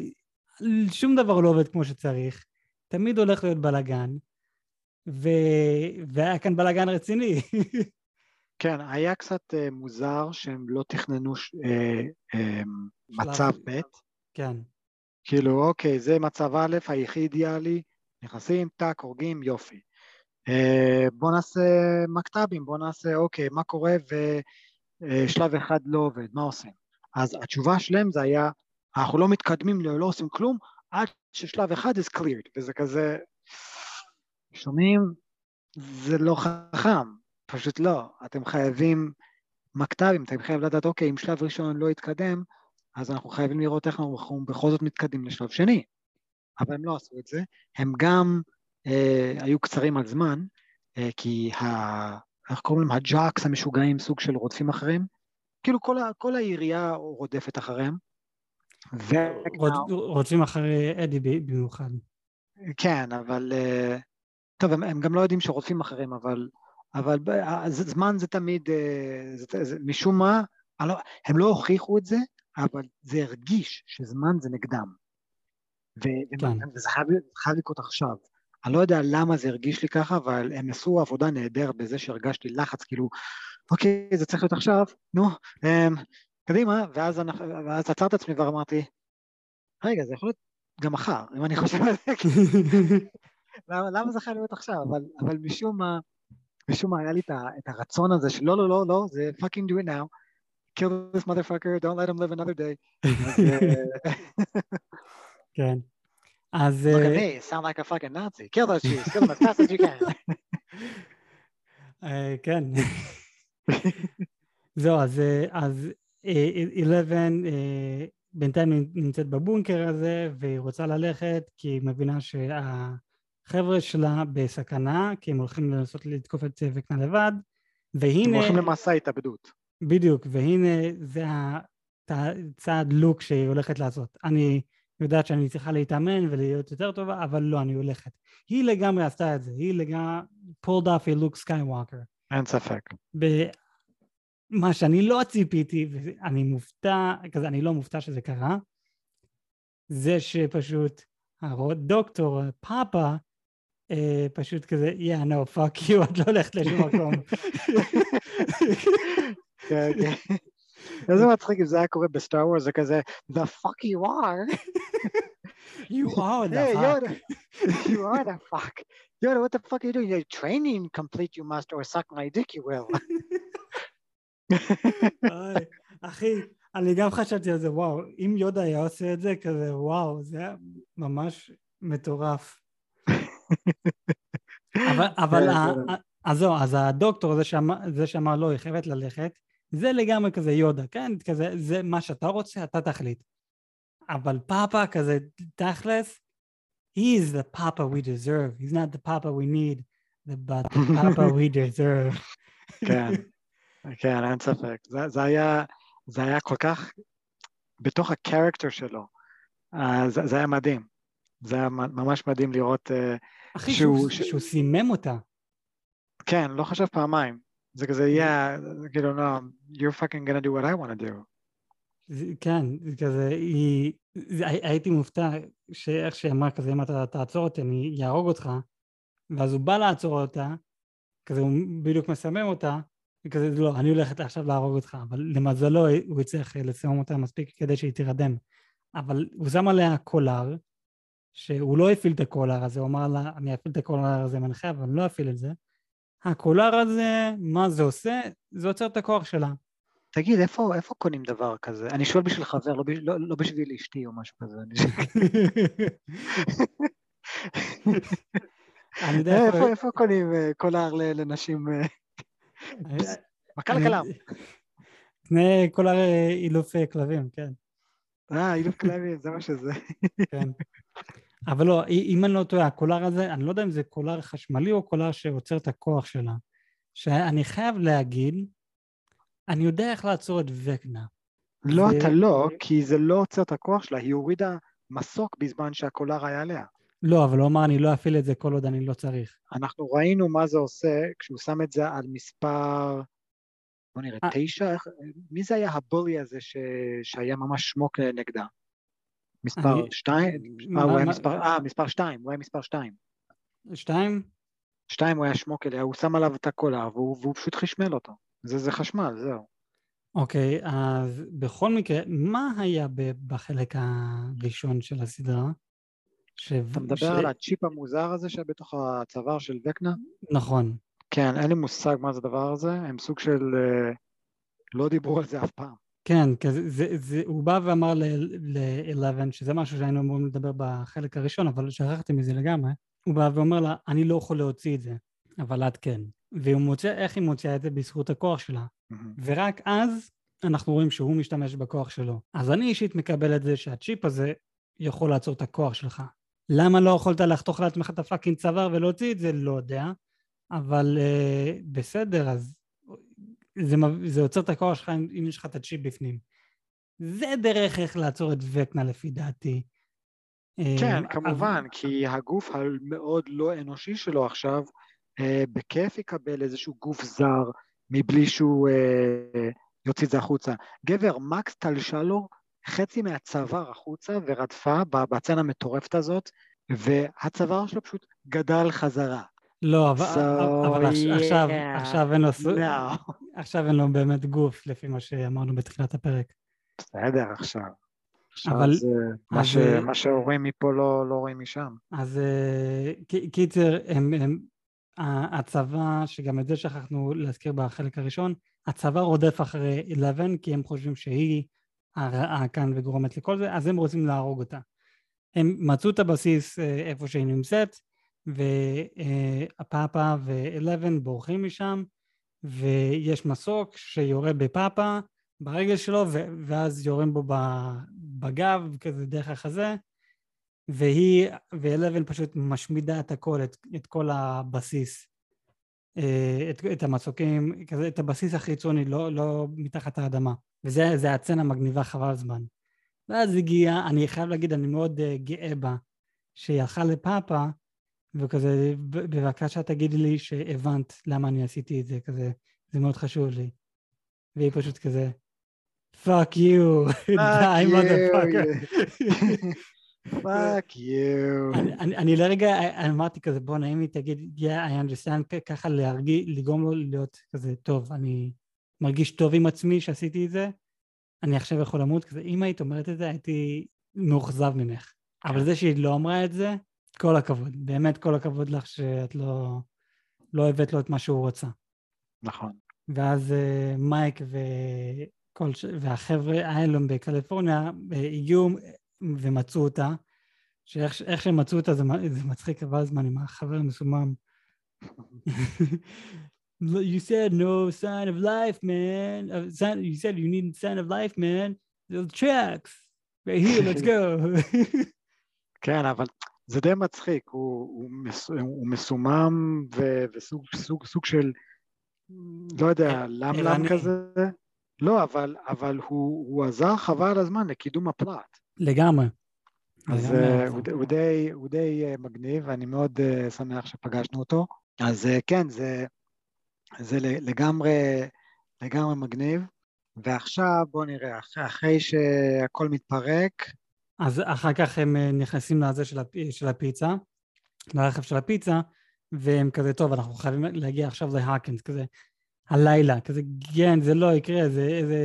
Speaker 1: שום דבר לא עובד כמו שצריך, תמיד הולך להיות בלגן, ו... והיה כאן בלגן רציני.
Speaker 2: כן, היה קצת uh, מוזר שהם לא תכננו ש... uh, uh, מצב ב'.
Speaker 1: כן.
Speaker 2: כאילו, אוקיי, זה מצב א', היחיד אידיאלי, נכנסים, טק, הורגים, יופי. Uh, בוא נעשה מקטבים, בוא נעשה, אוקיי, מה קורה ושלב uh, אחד לא עובד, מה עושים? אז התשובה שלהם זה היה, אנחנו לא מתקדמים, לא, לא עושים כלום, עד ששלב אחד is cleared, וזה כזה... שומעים, זה לא חכם, פשוט לא, אתם חייבים מקטבים, אתם חייבים לדעת, אוקיי, אם שלב ראשון לא יתקדם, אז אנחנו חייבים לראות איך אנחנו בכל זאת מתקדים לשלב שני, אבל הם לא עשו את זה, הם גם אה, היו קצרים על זמן, אה, כי ה... איך קוראים להם? הג'אקס המשוגעים, סוג של רודפים אחריהם, כאילו כל, ה... כל העירייה רודפת אחריהם, ו...
Speaker 1: רודפים אחרי אדי במיוחד. כן,
Speaker 2: אבל... אה, טוב, הם, הם גם לא יודעים שרודפים אחרים, אבל, אבל זמן זה תמיד, זה, זה, משום מה, לא, הם לא הוכיחו את זה, אבל זה הרגיש שזמן זה נגדם. ו, כן. וזה חייב, חייב לקרות עכשיו. אני לא יודע למה זה הרגיש לי ככה, אבל הם עשו עבודה נהדרת בזה שהרגשתי לחץ, כאילו, אוקיי, זה צריך להיות עכשיו, נו, הם, קדימה, ואז, ואז עצרת עצמי ואמרתי, רגע, זה יכול להיות גם מחר, אם אני חושב על זה, למה, למה זה חייב להיות עכשיו? אבל, אבל משום מה, משום מה היה לי את הרצון הזה שלא, לא, לא, לא, זה fucking do it now, kill this motherfucker, don't let him live another day.
Speaker 1: כן. אז...
Speaker 2: Look at me, sound like a fucking Nazi. Kill those Jews, kill them as fast as you can.
Speaker 1: כן. זהו, אז אחת עשרה בינתיים נמצאת בבונקר הזה, והיא רוצה ללכת כי היא מבינה שה... חבר'ה שלה בסכנה, כי הם הולכים לנסות לתקוף את וקנה לבד, והנה...
Speaker 2: הם הולכים למסע התאבדות.
Speaker 1: בדיוק, והנה זה הצעד לוק שהיא הולכת לעשות. אני יודעת שאני צריכה להתאמן ולהיות יותר טובה, אבל לא, אני הולכת. היא לגמרי עשתה את זה, היא לגמרי pulled off a לוק סקייווקר.
Speaker 2: אין ספק.
Speaker 1: מה שאני לא ציפיתי, ואני מופתע, כזה, אני לא מופתע שזה קרה, זה שפשוט הדוקטור, פאפה, Uh, פשוט כזה, yeah, no, fuck you, את לא הולכת לשום מקום.
Speaker 2: כן, כן. איזה מצחיק אם זה היה קורה בסטאר וורס, זה כזה, the fuck you are.
Speaker 1: You are the
Speaker 2: hey,
Speaker 1: fuck.
Speaker 2: Yoda, you are the fuck. Yoda, what the fuck are you doing? You're training complete, you must, or suck my dick, you will.
Speaker 1: אחי, אני אני גם חשבתי על זה, וואו, אם יודה היה עושה את זה, כזה, וואו, זה היה ממש מטורף. אבל, אבל, אז זהו, אז הדוקטור, זה שאמר לא, היא חייבת ללכת, זה לגמרי כזה יודה, כן? כזה, זה מה שאתה רוצה, אתה תחליט. אבל פאפה כזה, תכלס, he is the papa we deserve. He's not the papa we need, but the papa we deserve.
Speaker 2: כן, כן, אין ספק. זה, זה היה, זה היה כל כך בתוך הקרקטר שלו. זה, זה היה מדהים. זה היה ממש מדהים לראות
Speaker 1: אחי, שהוא, שהוא, שהוא סימם אותה.
Speaker 2: כן, לא חשב פעמיים. זה כזה, yeah, כאילו, no, you're fucking gonna do what I want to do.
Speaker 1: כן, זה כזה, היא, זה, הייתי מופתע שאיך שאמרה כזה, אם אתה תעצור אותי, אני יהרוג אותך, ואז הוא בא לעצור אותה, כזה הוא בדיוק מסמם אותה, וכזה, לא, אני הולכת עכשיו להרוג אותך, אבל למזלו הוא יצטרך לסמם אותה מספיק כדי שהיא תירדם. אבל הוא שם עליה קולר, שהוא לא הפעיל את הקולר הזה, הוא אמר לה, אני אפעיל את הקולר הזה מנחה, אבל אני לא אפעיל את זה. הקולר הזה, מה זה עושה? זה עוצר את הכוח שלה.
Speaker 2: תגיד, איפה, איפה קונים דבר כזה? אני שואל בשביל חבר, לא, לא, לא בשביל אשתי או משהו כזה. אני יודע איפה... איפה קונים קולר לנשים? מקל כלם.
Speaker 1: תנה קולר אילוף כלבים, כן.
Speaker 2: אה, אילוף כלבים, זה מה שזה.
Speaker 1: כן. אבל לא, אם אני לא טועה, הקולר הזה, אני לא יודע אם זה קולר חשמלי או קולר שעוצר את הכוח שלה. שאני חייב להגיד, אני יודע איך לעצור את וקנה.
Speaker 2: לא, אתה לא, כי זה לא עוצר את הכוח שלה, היא הורידה מסוק בזמן שהקולר היה עליה.
Speaker 1: לא, אבל הוא אמר, אני לא אפעיל את זה כל עוד אני לא צריך.
Speaker 2: אנחנו ראינו מה זה עושה כשהוא שם את זה על מספר, בוא נראה, תשע? מי זה היה הבולי הזה שהיה ממש שמוק נגדה? מספר שתיים? אה, הוא היה מספר, אה, מספר שתיים, הוא היה מספר שתיים.
Speaker 1: שתיים?
Speaker 2: שתיים הוא היה שמוק אליה, הוא שם עליו את הקולר, והוא פשוט חשמל אותו. זה, זה חשמל, זהו.
Speaker 1: אוקיי, אז בכל מקרה, מה היה בחלק הראשון של הסדרה?
Speaker 2: אתה מדבר על הצ'יפ המוזר הזה שבתוך הצוואר של וקנה?
Speaker 1: נכון.
Speaker 2: כן, אין לי מושג מה זה הדבר הזה, הם סוג של, לא דיברו על זה אף פעם.
Speaker 1: כן, הוא בא ואמר ל-אלבן, שזה משהו שהיינו אמורים לדבר בחלק הראשון, אבל שכחתי מזה לגמרי, הוא בא ואומר לה, אני לא יכול להוציא את זה, אבל את כן. והוא מוצא, איך היא מוציאה את זה? בזכות הכוח שלה. ורק אז אנחנו רואים שהוא משתמש בכוח שלו. אז אני אישית מקבל את זה שהצ'יפ הזה יכול לעצור את הכוח שלך. למה לא יכולת לחתוך לעצמך את הפאקינג צוואר ולהוציא את זה? לא יודע. אבל uh, בסדר, אז זה, זה עוצר את הכוח שלך אם יש לך את הצ'יפ בפנים. זה דרך איך לעצור את וקנה לפי דעתי.
Speaker 2: כן, uh, כמובן, אבל... כי הגוף המאוד לא אנושי שלו עכשיו, uh, בכיף יקבל איזשהו גוף זר, מבלי שהוא uh, יוציא את זה החוצה. גבר, מקס תלשה לו חצי מהצוואר החוצה ורדפה בצנה המטורפת הזאת, והצוואר שלו פשוט גדל חזרה.
Speaker 1: לא, אבל, so, אבל yeah. עכשיו, עכשיו אין לו, no. עכשיו אין לו באמת גוף, לפי מה שאמרנו בתחילת הפרק.
Speaker 2: בסדר, עכשיו. עכשיו
Speaker 1: אבל,
Speaker 2: זה, מה, אז, ש, מה שרואים מפה לא, לא רואים משם.
Speaker 1: אז קיצר, הם, הם, הצבא, שגם את זה שכחנו להזכיר בחלק הראשון, הצבא רודף אחרי אלבן, כי הם חושבים שהיא הרעה כאן וגורמת לכל זה, אז הם רוצים להרוג אותה. הם מצאו את הבסיס איפה שהיא נמצאת, והפאפה ואלבן בורחים משם, ויש מסוק שיורה בפאפה ברגל שלו, ואז יורים בו בגב, כזה דרך החזה, והיא ואלבן פשוט משמידה את הכל, את, את כל הבסיס, את, את המסוקים, כזה, את הבסיס החיצוני, לא, לא מתחת האדמה. וזה הצצנה מגניבה חבל זמן. ואז הגיעה, אני חייב להגיד, אני מאוד uh, גאה בה, שהיא הלכה לפאפה, וכזה, בבקשה תגידי לי שהבנת למה אני עשיתי את זה, כזה, זה מאוד חשוב לי. והיא פשוט כזה, fuck you, die motherfucker.
Speaker 2: fuck you.
Speaker 1: אני, אני, אני לרגע אמרתי כזה, בוא נעים לי, תגיד, yeah, I understand, ככה להרגיש, לגרום לו להיות כזה, טוב, אני מרגיש טוב עם עצמי שעשיתי את זה, אני עכשיו יכול למות, כזה, אם היית אומרת את זה, הייתי מאוכזב ממך. אבל זה שהיא לא אמרה את זה, כל הכבוד, באמת כל הכבוד לך שאת לא, לא הבאת לו את מה שהוא רוצה.
Speaker 2: נכון.
Speaker 1: ואז מייק כל ש... והחבר'ה האלו בקליפורניה הגיעו ומצאו אותה, שאיך איך שהם מצאו אותה זה, זה מצחיק עבר הזמן עם החבר המסומם. You said no sign of life, man. Uh, sign, you said you need sign of life, man. The tracks. Right here, let's go.
Speaker 2: כן, אבל זה די מצחיק, הוא, הוא, מס, הוא מסומם ו, וסוג סוג, סוג של, לא יודע, למלם כזה. לא, אבל, אבל הוא, הוא עזר חבל על הזמן לקידום הפלט.
Speaker 1: לגמרי.
Speaker 2: אז uh, הוא, הוא, די, הוא די uh, מגניב, ואני מאוד uh, שמח שפגשנו אותו. אז uh, כן, זה, זה לגמרי, לגמרי מגניב. ועכשיו בוא נראה, אחרי, אחרי שהכל מתפרק,
Speaker 1: אז אחר כך הם נכנסים לזה של, הפ... של הפיצה, לרכב של הפיצה, והם כזה, טוב, אנחנו חייבים להגיע עכשיו להאקינס, כזה, הלילה, כזה, כן, זה לא יקרה, זה איזה,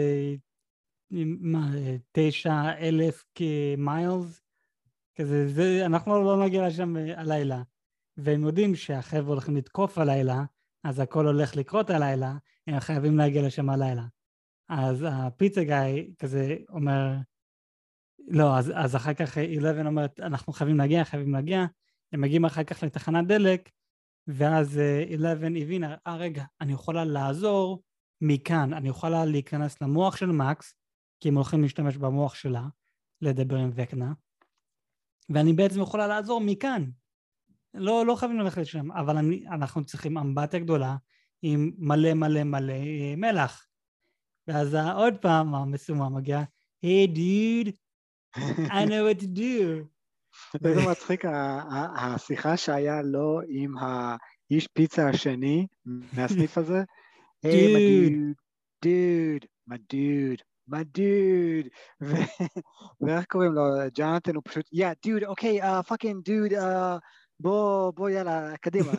Speaker 1: מה, תשע אלף מיילס, כזה, זה, אנחנו לא נגיע לשם הלילה, והם יודעים שהחבר'ה הולכים לתקוף הלילה, אז הכל הולך לקרות הלילה, הם חייבים להגיע לשם הלילה. אז הפיצה גאי כזה אומר, לא, אז, אז אחר כך אלבן אומרת, אנחנו חייבים להגיע, חייבים להגיע, הם מגיעים אחר כך לתחנת דלק, ואז אלבן הבינה, אה רגע, אני יכולה לעזור מכאן, אני יכולה להיכנס למוח של מקס, כי הם הולכים להשתמש במוח שלה, לדבר עם וקנה, ואני בעצם יכולה לעזור מכאן, לא, לא חייבים ללכת לשם, אבל אני, אנחנו צריכים אמבטיה גדולה, עם מלא מלא מלא מלח, ואז עוד פעם המסומם מגיע, hey dude, I know what to do.
Speaker 2: זה מצחיק, השיחה שהיה לו עם האיש פיצה השני מהסניף הזה, hey my dude, dude, my dude, my dude, ואיך קוראים לו, ג'ונתן הוא פשוט, yeah dude, okay, uh, fucking dude, uh, בוא, בוא יאללה, קדימה.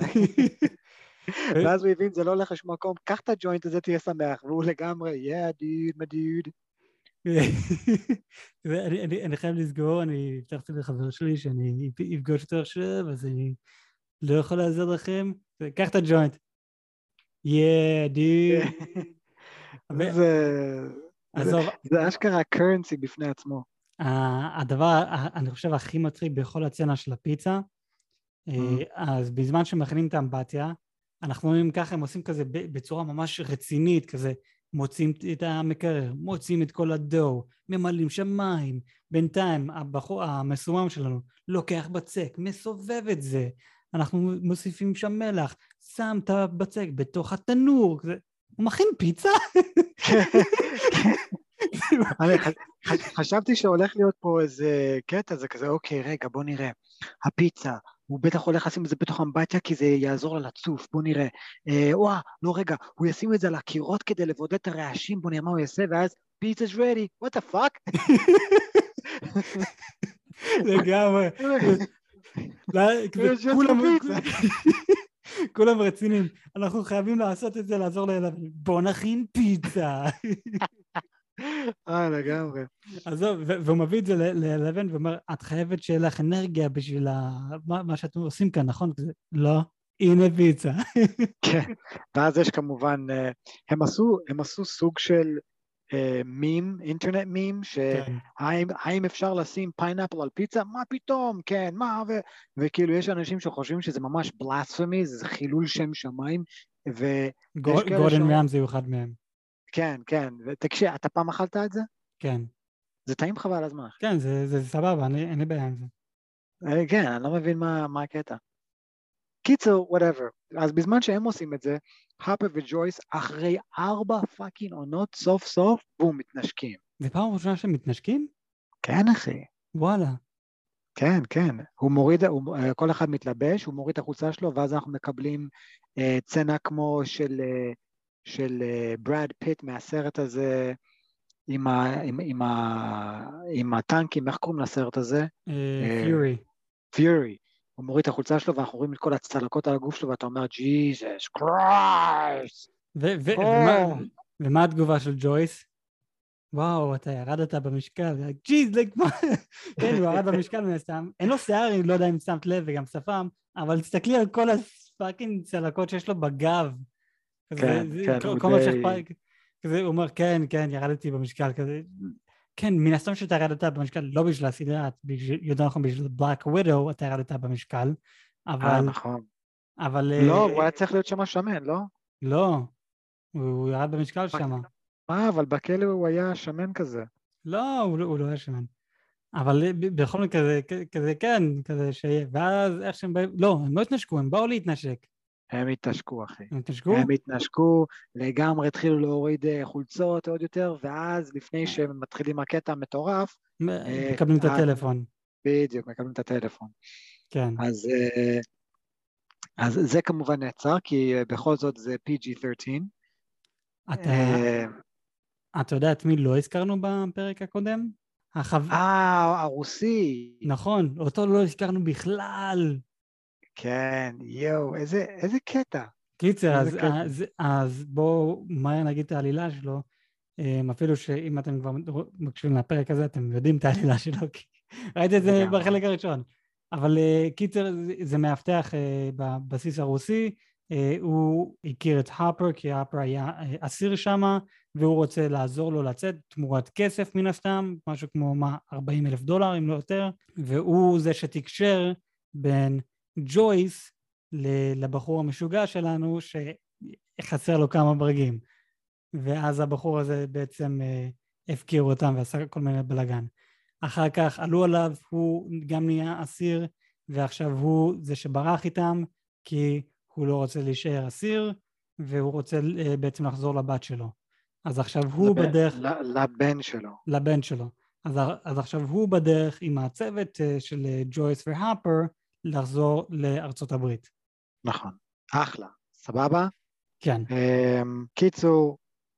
Speaker 2: ואז הוא הבין, זה לא הולך לשום מקום, קח את הג'וינט הזה, תהיה שמח, והוא לגמרי, yeah dude, my dude.
Speaker 1: אני, אני, אני חייב לסגור, אני הבטחתי לחבר שלי שאני אפגוש אותו עכשיו, אז אני לא יכול לעזור לכם, קח את הג'וינט. Yeah, dude.
Speaker 2: זה אשכרה קרנסי בפני עצמו.
Speaker 1: הדבר, אני חושב, הכי מצחיק בכל הצנה של הפיצה, אז בזמן שמכינים את האמבטיה, אנחנו רואים ככה, הם עושים כזה בצורה ממש רצינית, כזה, מוצאים את המקרר, מוצאים את כל הדו, ממלאים שם מים, בינתיים הבחור, המסומם שלנו, לוקח בצק, מסובב את זה, אנחנו מוסיפים שם מלח, שם את הבצק בתוך התנור, כזה, הוא מכין פיצה?
Speaker 2: חשבתי שהולך להיות פה איזה קטע, זה כזה, אוקיי, רגע, בוא נראה, הפיצה, הוא בטח הולך לשים את זה בתוך אמבטיה, כי זה יעזור לה לצוף, בוא נראה, וואה, לא רגע, הוא ישים את זה על הקירות כדי לבודד את הרעשים, בוא נראה מה הוא יעשה, ואז, pizza's ready, what the fuck?
Speaker 1: לגמרי. כולם רצינים, אנחנו חייבים לעשות את זה, לעזור לאלבן, בוא נכין פיצה.
Speaker 2: אה, לגמרי.
Speaker 1: עזוב, והוא מביא את זה לאלבן ואומר, את חייבת שיהיה לך אנרגיה בשביל מה שאתם עושים כאן, נכון? לא, הנה פיצה.
Speaker 2: כן, ואז יש כמובן, הם עשו סוג של מים, אינטרנט מים, שהאם אפשר לשים פיינאפל על פיצה? מה פתאום? כן, מה? וכאילו יש אנשים שחושבים שזה ממש בלספמי, זה חילול שם שמיים,
Speaker 1: גורדן רמזי הוא אחד מהם.
Speaker 2: כן, כן, ותקשיב, אתה פעם אכלת את זה?
Speaker 1: כן.
Speaker 2: זה טעים חבל הזמן.
Speaker 1: כן, זה סבבה, אין לי בעיה עם זה.
Speaker 2: כן, אני לא מבין מה הקטע. קיצור, whatever. אז בזמן שהם עושים את זה, הפר וג'ויס, אחרי ארבע פאקינג עונות, סוף סוף, בום, מתנשקים.
Speaker 1: זה פעם ראשונה שהם מתנשקים?
Speaker 2: כן, אחי.
Speaker 1: וואלה.
Speaker 2: כן, כן. הוא מוריד, הוא, כל אחד מתלבש, הוא מוריד את החולצה שלו, ואז אנחנו מקבלים אה, צנה כמו של, אה, של אה, ברד פיט מהסרט הזה, עם, ה, עם, עם, ה, עם הטנקים, איך קוראים לסרט הזה?
Speaker 1: פיורי.
Speaker 2: פיורי. הוא מוריד את החולצה שלו, ואנחנו רואים את כל הצלקות על הגוף שלו, ואתה אומר, ג'יזוס קרייסט.
Speaker 1: ומה התגובה של ג'ויס? וואו, אתה ירדת במשקל, ג'יז, מה? כן, הוא ירד במשקל מהסתם, אין לו שיער, אני לא יודע אם שמת לב וגם שפם, אבל תסתכלי על כל הפאקינג צלקות שיש לו בגב.
Speaker 2: כן, כן.
Speaker 1: כל מה שאכפת, כזה, הוא אומר, כן, כן, ירדתי במשקל, כזה, כן, מן הסתם שאתה ירדת במשקל, לא בשביל הסדרה, יותר נכון בשביל בלק ווידו, אתה ירדת במשקל, אבל...
Speaker 2: אה, נכון.
Speaker 1: אבל...
Speaker 2: לא, הוא היה צריך להיות שם שמן, לא?
Speaker 1: לא, הוא ירד במשקל שם.
Speaker 2: אה, אבל בכלא הוא היה שמן כזה.
Speaker 1: לא, הוא לא, הוא לא היה שמן. אבל בכל מקרה, כזה, כזה, כן, כזה שיהיה. ואז איך שהם באים... לא, הם לא התנשקו, הם באו להתנשק.
Speaker 2: הם התנשקו, אחי.
Speaker 1: הם התנשקו?
Speaker 2: הם התנשקו, לגמרי התחילו להוריד חולצות עוד יותר, ואז לפני שהם מתחילים הקטע המטורף,
Speaker 1: מקבלים את הטלפון.
Speaker 2: בדיוק, מקבלים את הטלפון.
Speaker 1: כן.
Speaker 2: אז, אז זה כמובן נעצר, כי בכל זאת זה פי ג'י שלוש עשרה.
Speaker 1: אתה, אתה יודע את מי לא הזכרנו בפרק הקודם?
Speaker 2: אה, הרוסי.
Speaker 1: נכון, אותו לא הזכרנו בכלל.
Speaker 2: כן, יואו, איזה, איזה קטע.
Speaker 1: קיצר, אז, אז, אז בואו מהר נגיד את העלילה שלו, אפילו שאם אתם כבר מקשיבים לפרק הזה, אתם יודעים את העלילה שלו, כי ראיתי את זה בחלק הראשון. אבל קיצר, זה מאבטח בבסיס הרוסי, הוא הכיר את הפר, כי הפר היה אסיר שם, והוא רוצה לעזור לו לצאת תמורת כסף מן הסתם, משהו כמו מה, ארבעים אלף דולר, אם לא יותר, והוא זה שתקשר בין ג'ויס לבחור המשוגע שלנו, שחסר לו כמה ברגים. ואז הבחור הזה בעצם הפקיר אותם ועשה כל מיני בלגן. אחר כך עלו עליו, הוא גם נהיה אסיר, ועכשיו הוא זה שברח איתם, כי הוא לא רוצה להישאר אסיר, והוא רוצה בעצם לחזור לבת שלו. אז עכשיו הוא
Speaker 2: לבן,
Speaker 1: בדרך...
Speaker 2: לבן שלו.
Speaker 1: לבן שלו. אז, אז עכשיו הוא בדרך עם הצוות של ג'ויס והפר, לחזור לארצות הברית. נכון.
Speaker 2: אחלה. סבבה?
Speaker 1: כן.
Speaker 2: קיצור,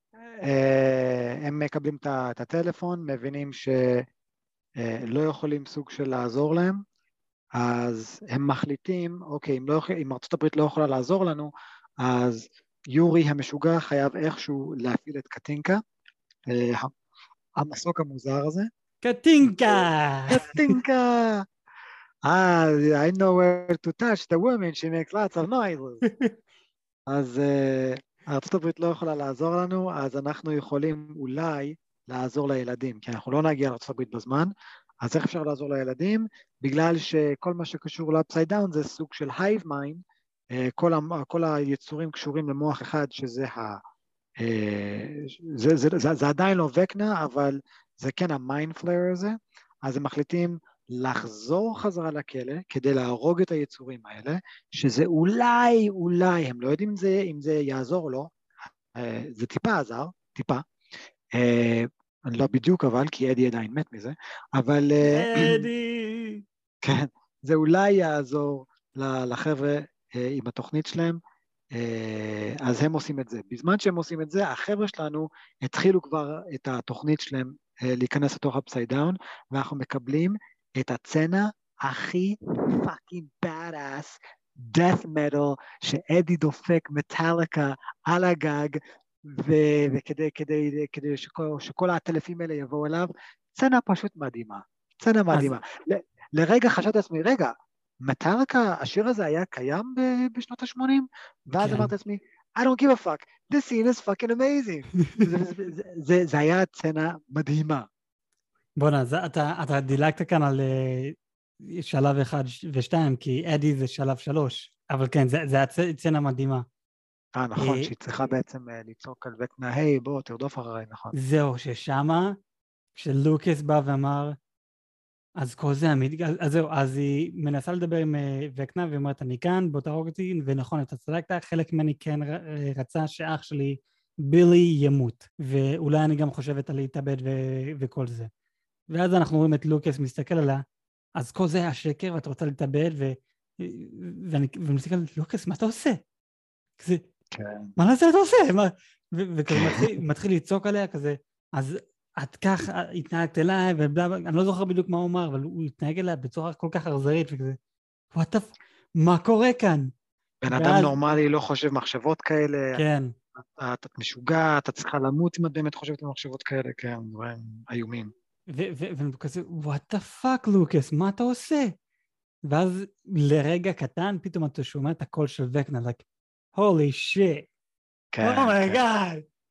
Speaker 2: הם מקבלים את הטלפון, מבינים שלא יכולים סוג של לעזור להם, אז הם מחליטים, אוקיי, אם, לא, אם ארצות הברית לא יכולה לעזור לנו, אז יורי המשוגע חייב איכשהו להפעיל את קטינקה, המסוק המוזר הזה.
Speaker 1: קטינקה!
Speaker 2: קטינקה! Ah, I know where to touch the woman, she makes lots of noises. אז uh, ארצות הברית לא יכולה לעזור לנו, אז אנחנו יכולים אולי לעזור לילדים, כי אנחנו לא נגיע לארצות הברית בזמן, אז איך אפשר לעזור לילדים? בגלל שכל מה שקשור ל-upside down זה סוג של hive mind, uh, כל, ה- כל היצורים קשורים למוח אחד, שזה ה... Uh, זה, זה, זה, זה עדיין לא וקנה, אבל זה כן ה-mind flare הזה, אז הם מחליטים לחזור חזרה לכלא כדי להרוג את היצורים האלה, שזה אולי, אולי, הם לא יודעים אם זה, אם זה יעזור או לא, זה טיפה עזר, טיפה, אני לא בדיוק אבל, כי אדי עדיין מת מזה, אבל...
Speaker 1: אדי!
Speaker 2: כן, זה אולי יעזור לחבר'ה עם התוכנית שלהם, אז הם עושים את זה. בזמן שהם עושים את זה, החבר'ה שלנו התחילו כבר את התוכנית שלהם להיכנס לתוך upside down, ואנחנו מקבלים את הצנה הכי פאקינג badass, death metal, שאדי דופק מטליקה על הגג, ו- וכדי כדי, כדי שכל, שכל הטלפים האלה יבואו אליו, צנה פשוט מדהימה, צנה מדהימה. אז... ל- לרגע חשבתי לעצמי, רגע, מטליקה, השיר הזה היה קיים ב- בשנות ה-שמונים? ואז כן. אמרתי לעצמי, I don't give a fuck, this scene is fucking amazing. זה, זה, זה, זה, זה היה צנה מדהימה.
Speaker 1: בונה, אתה, אתה דילגת כאן על uh, שלב אחד ושתיים, כי אדי זה שלב שלוש, אבל כן, זה, זה הצנה מדהימה.
Speaker 2: אה, נכון, שהיא צריכה בעצם לצעוק על וקנה, היי, בוא, תרדוף אחריי, נכון.
Speaker 1: זהו, ששמה, כשלוקאס בא ואמר, אז כל זה, אז זהו, אז היא מנסה לדבר עם וקנה, והיא אומרת, אני כאן, בוא תהרוג אותי, ונכון, אתה צדקת, חלק ממני כן רצה שאח שלי, בילי, ימות, ואולי אני גם חושבת על להתאבד ו- וכל זה. ואז אנחנו רואים את לוקאס מסתכל עליה, אז כל זה היה שקר, ואתה רוצה להתאבד, ו... ואני מסתכל, לוקאס, מה אתה עושה? כזה,
Speaker 2: כן.
Speaker 1: מה לזה אתה עושה? מה... ו- וכזה מתחיל, מתחיל לצעוק עליה, כזה, אז את כך התנהגת אליי, ובלה, אני לא זוכר בדיוק מה הוא אמר, אבל הוא התנהג אליה בצורה כל כך אכזרית, וכזה, what the f... מה קורה כאן?
Speaker 2: בן אדם נורמלי לא חושב מחשבות כאלה,
Speaker 1: כן.
Speaker 2: את משוגע, אתה צריכה למות אם את באמת חושבת על מחשבות כאלה, כן, דברים איומים.
Speaker 1: וכזה, what the fuck, לוקאס, מה אתה עושה? ואז לרגע קטן, פתאום אתה שומע את הקול של וקנה, like, holy shit, oh my god,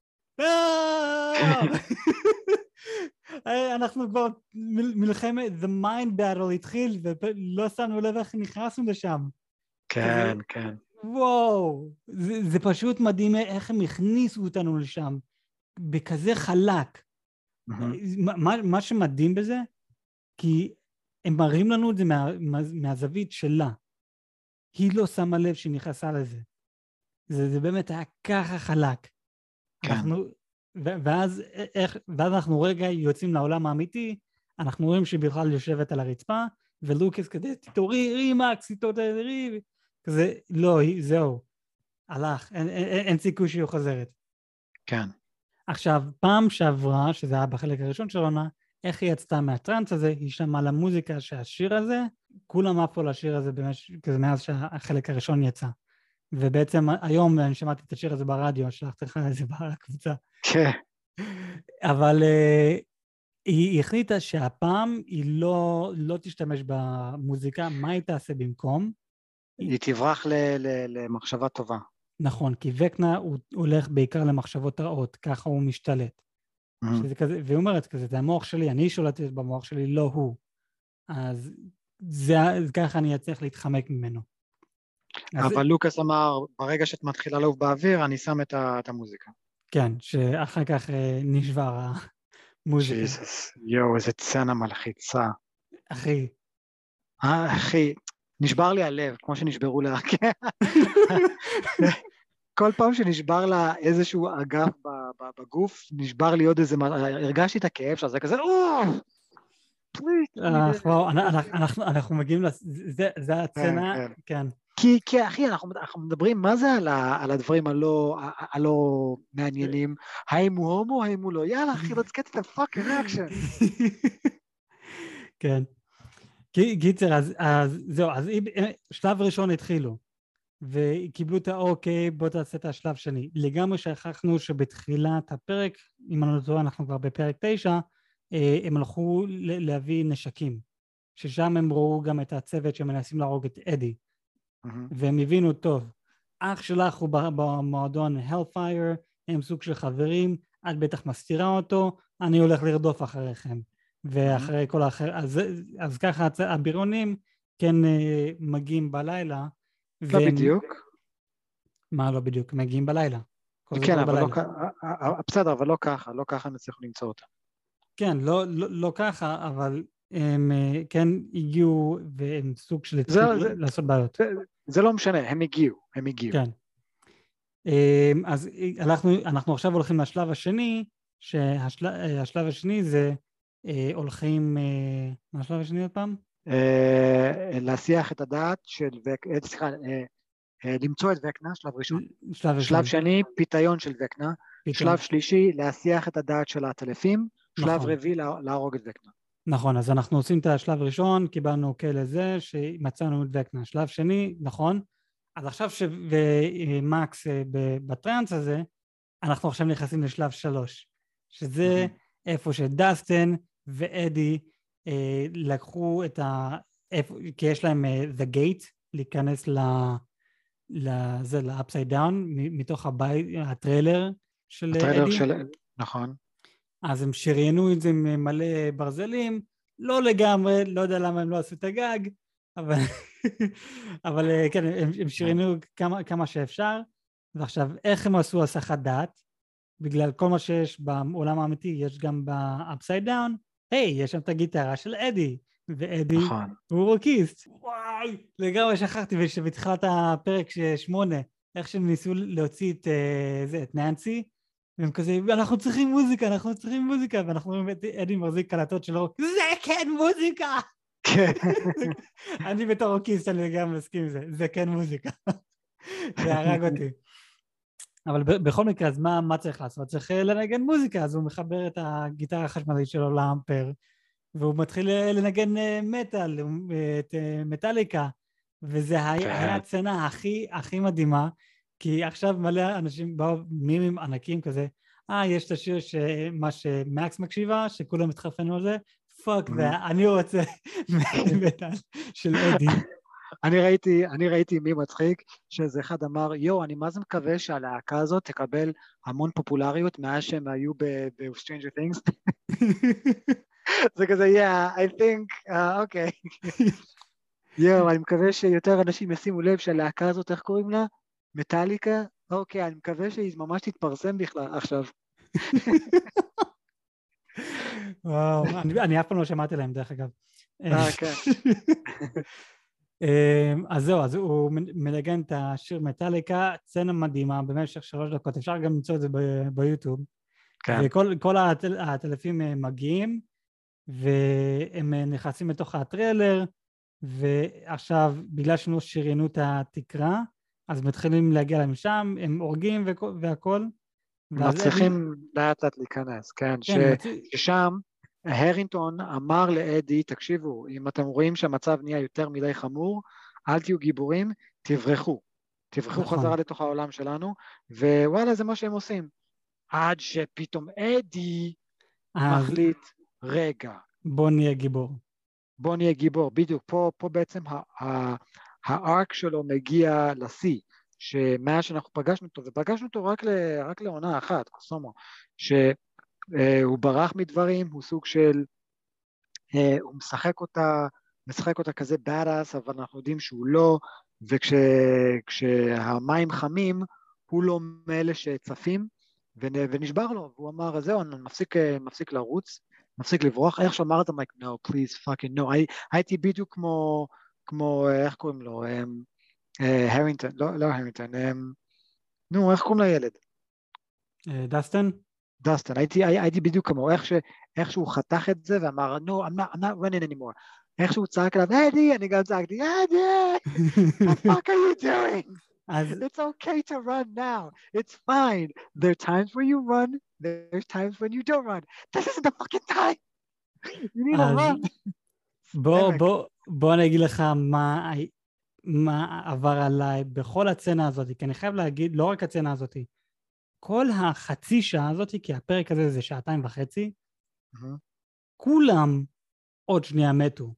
Speaker 1: אנחנו כבר מלחמת, the mind battle התחיל, ולא שמנו לב איך נכנסנו לשם.
Speaker 2: כן, כן.
Speaker 1: וואו, זה, זה פשוט מדהים איך הם הכניסו אותנו לשם, בכזה חלק. Mm-hmm. מה, מה שמדהים בזה, כי הם מראים לנו את זה מה, מה, מהזווית שלה. היא לא שמה לב שהיא נכנסה לזה. זה, זה באמת היה ככה חלק.
Speaker 2: כן.
Speaker 1: אנחנו, ואז, איך, ואז אנחנו רגע יוצאים לעולם האמיתי, אנחנו רואים שהיא בכלל יושבת על הרצפה, ולוקאס כזה, תתעוררי, מקס, תתעוררי, כזה, לא, זהו, הלך, אין, אין, אין סיכוי שהיא חוזרת.
Speaker 2: כן.
Speaker 1: עכשיו, פעם שעברה, שזה היה בחלק הראשון של עונה, איך היא יצאה מהטרנס הזה, היא שמעה למוזיקה שהשיר הזה, כולם עפו לשיר הזה במש... כזה מאז שהחלק הראשון יצא. ובעצם היום אני שמעתי את השיר הזה ברדיו, שלחתי לך את זה בקבוצה.
Speaker 2: כן.
Speaker 1: אבל uh, היא החליטה שהפעם היא לא, לא תשתמש במוזיקה, מה היא תעשה במקום?
Speaker 2: היא תברח ל- ל- למחשבה טובה.
Speaker 1: נכון, כי וקנה הוא הולך בעיקר למחשבות רעות, ככה הוא משתלט.
Speaker 2: Mm-hmm.
Speaker 1: שזה כזה, והיא אומרת כזה, זה המוח שלי, אני שולטת במוח שלי, לא הוא. אז זה, ככה אני אצליח להתחמק ממנו.
Speaker 2: אבל
Speaker 1: אז,
Speaker 2: לוקאס אמר, ברגע שאת מתחילה לעוף באוויר, אני שם את, ה- את המוזיקה.
Speaker 1: כן, שאחר כך נשבר המוזיקה.
Speaker 2: ג'יזוס, יואו, איזה צנה מלחיצה.
Speaker 1: אחי.
Speaker 2: אה, אחי, נשבר לי הלב, כמו שנשברו לה. כל פעם שנשבר לה איזשהו אגף בגוף, נשבר לי עוד איזה, הרגשתי את הכאב שלה, זה כזה, אוף!
Speaker 1: אנחנו מגיעים, זה הצנה, כן.
Speaker 2: כי, כי אחי, אנחנו, אנחנו מדברים, מה זה על, ה, על הדברים הלא, הלא מעניינים? האם הוא הומו, האם הוא לא? יאללה, אחי, let's get the fucking action.
Speaker 1: כן. קיצר, אז, אז זהו, אז שלב ראשון התחילו, וקיבלו את האוקיי, בוא תעשה את השלב שני. לגמרי שכחנו שבתחילת הפרק, אם אני לא טועה, אנחנו כבר בפרק תשע, הם הלכו להביא נשקים, ששם הם ראו גם את הצוות שמנסים להרוג את אדי. והם הבינו טוב, אח שלך הוא במועדון Hellfire, הם סוג של חברים, את בטח מסתירה אותו, אני הולך לרדוף אחריכם, ואחרי כל האחר, אז, אז ככה הבירונים כן מגיעים בלילה.
Speaker 2: לא והם... בדיוק.
Speaker 1: מה לא בדיוק? מגיעים בלילה.
Speaker 2: כן, אבל בלילה. לא, בסדר, אבל לא ככה, לא ככה נצליח למצוא אותם.
Speaker 1: כן, לא, לא, לא ככה, אבל הם כן הגיעו והם סוג של התחילו לעשות בעיות.
Speaker 2: זה, זה לא משנה, הם הגיעו, הם הגיעו.
Speaker 1: כן. אז אנחנו, אנחנו עכשיו הולכים לשלב השני, שהשלב השני זה הולכים, מה השלב השני עוד פעם?
Speaker 2: להסיח את הדעת של, סליחה, למצוא את וקנה, שלב ראשון.
Speaker 1: שלב,
Speaker 2: שלב שני, פיתיון של וקנה. שלב שלישי, להסיח את הדעת של הטלפים. שלב רביעי, להרוג את וקנה.
Speaker 1: נכון, אז אנחנו עושים את השלב ראשון, קיבלנו אוקיי לזה, שמצאנו את וקנה. שלב שני, נכון. אז עכשיו שמקס בטרנס הזה, אנחנו עכשיו נכנסים לשלב שלוש, שזה איפה שדסטין ואדי לקחו את ה... כי יש להם the gate, להיכנס לזה, ל-upside down, מתוך הבית, הטריילר של אדי.
Speaker 2: הטריילר של... נכון.
Speaker 1: אז הם שריינו את זה עם מלא ברזלים, לא לגמרי, לא יודע למה הם לא עשו את הגג, אבל, אבל כן, הם, הם שריינו כמה, כמה שאפשר, ועכשיו, איך הם עשו הסחת דעת? בגלל כל מה שיש בעולם האמיתי, יש גם ב-upside down, היי, יש שם את הגיטרה של אדי, ואדי
Speaker 2: נכון.
Speaker 1: הוא רוקיסט. וואי, לגמרי שכחתי, ושבתחילת הפרק שמונה, איך שהם ניסו להוציא את, זה, את ננסי, והם כזה, אנחנו צריכים מוזיקה, אנחנו צריכים מוזיקה, ואנחנו רואים את אדי מחזיק קלטות שלו, זה כן מוזיקה! אני בתור רוקיסט, אני גם מסכים עם זה, זה כן מוזיקה. זה הרג אותי. אבל בכל מקרה, אז מה, מה צריך לעשות? צריך לנגן מוזיקה, אז הוא מחבר את הגיטרה החשמלית שלו לאמפר, והוא מתחיל לנגן מטל, את מטליקה, וזה היה הצנה הכי, הכי מדהימה, כי עכשיו מלא אנשים באו מימים ענקים כזה, אה, יש את השיר שמה שמקס מקשיבה, שכולם התחרפנו על זה, פאק, ואני רוצה מטל של אדי.
Speaker 2: אני ראיתי, אני ראיתי מי מצחיק, שזה אחד אמר, יו, אני מה זה מקווה שהלהקה הזאת תקבל המון פופולריות מאז שהם היו ב-Stranger Things. זה כזה, yeah, I think, אוקיי. יו, אני מקווה שיותר אנשים ישימו לב שהלהקה הזאת, איך קוראים לה? מטאליקה? אוקיי, אני מקווה שהיא ממש תתפרסם בכלל עכשיו.
Speaker 1: וואו, אני, אני אף פעם לא שמעתי להם דרך אגב.
Speaker 2: אה, כן.
Speaker 1: אז זהו, אז הוא מנגן את השיר מטאליקה, סצנה מדהימה במשך שלוש דקות, אפשר גם למצוא את זה ב- ביוטיוב.
Speaker 2: כן.
Speaker 1: וכל כל הטל, הטלפים מגיעים, והם נכנסים לתוך הטריילר, ועכשיו בגלל שהם לא שריינו את התקרה, אז מתחילים להגיע להם שם, הם הורגים והכל.
Speaker 2: מצליחים לאט לאט להיכנס, כן,
Speaker 1: כן
Speaker 2: ש...
Speaker 1: מצ...
Speaker 2: ששם הרינגטון אמר לאדי, תקשיבו, אם אתם רואים שהמצב נהיה יותר מדי חמור, אל תהיו גיבורים, תברחו, תברחו
Speaker 1: נכון.
Speaker 2: חזרה לתוך העולם שלנו, ווואלה זה מה שהם עושים, עד שפתאום אדי
Speaker 1: אז...
Speaker 2: מחליט, רגע,
Speaker 1: בוא נהיה גיבור.
Speaker 2: בוא נהיה גיבור, בדיוק, פה, פה בעצם הארק שלו מגיע לשיא, שמאז שאנחנו פגשנו אותו, ופגשנו אותו רק, ל, רק לעונה אחת, קוסומו, שהוא ברח מדברים, הוא סוג של, הוא משחק אותה, משחק אותה כזה badass, אבל אנחנו יודעים שהוא לא, וכשהמים חמים, הוא לא מאלה שצפים, ונשבר לו, והוא אמר, זהו, אני מפסיק, מפסיק לרוץ, מפסיק לברוח, איך שאמר את זה, like, no, please, fucking no, הייתי בדיוק כמו, כמו, איך קוראים לו, הרינגטון, לא, לא הרינגטון, נו, איך קוראים לילד?
Speaker 1: דסטן?
Speaker 2: דסטן, הייתי, הייתי בדיוק כמו, איך, ש, איך שהוא חתך את זה ואמר, no, I'm not, I'm not running anymore, איך שהוא צעק עליו, אדי, אני גם צעקתי, אדי, what the fuck are you doing? It's okay to run now, it's fine, there are times where you run, there's times when you don't run, this isn't the fucking time, you need to run.
Speaker 1: בוא, בוא, בוא אני אגיד לך מה, מה עבר עליי בכל הצצנה הזאת, כי אני חייב להגיד, לא רק הצצנה הזאת, כל החצי שעה הזאת, כי הפרק הזה זה שעתיים וחצי, mm-hmm. כולם עוד שנייה מתו.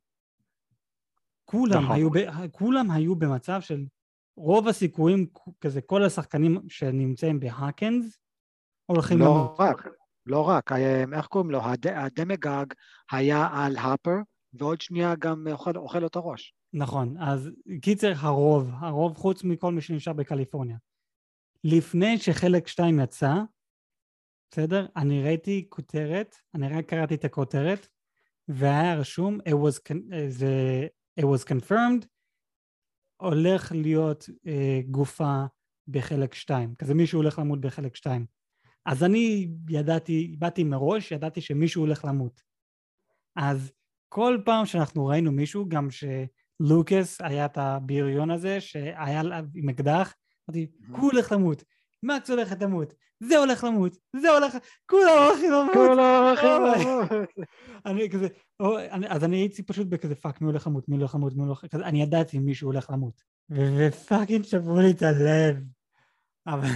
Speaker 1: כולם היו, ב, כולם היו במצב של רוב הסיכויים, כזה כל השחקנים שנמצאים בהאקנס, הולכים
Speaker 2: לא
Speaker 1: למות.
Speaker 2: רק, לא רק, איך קוראים לו, הד, הדמגג היה על הפר, ועוד שנייה גם אוכל, אוכל לו את הראש.
Speaker 1: נכון, אז קיצר הרוב, הרוב חוץ מכל מי שנשאר בקליפורניה. לפני שחלק שתיים יצא, בסדר? אני ראיתי כותרת, אני רק קראתי את הכותרת, והיה רשום, it was, זה, it was confirmed, הולך להיות uh, גופה בחלק שתיים, כזה מישהו הולך למות בחלק שתיים. אז אני ידעתי, באתי מראש, ידעתי שמישהו הולך למות. אז כל פעם שאנחנו ראינו מישהו, גם שלוקאס היה את הבריון הזה, שהיה עם אקדח, אמרתי, כול הולך למות, מקס הולכת למות, זה הולך למות, זה הולך, כולם הולכים למות.
Speaker 2: כולם הולכים למות.
Speaker 1: אני כזה, אז אני הייתי פשוט בכזה, פאק, מי הולך למות, מי הולך למות, מי הולך, כזה, אני ידעתי מישהו הולך למות. ופאקינג שברו לי את הלב. אבל...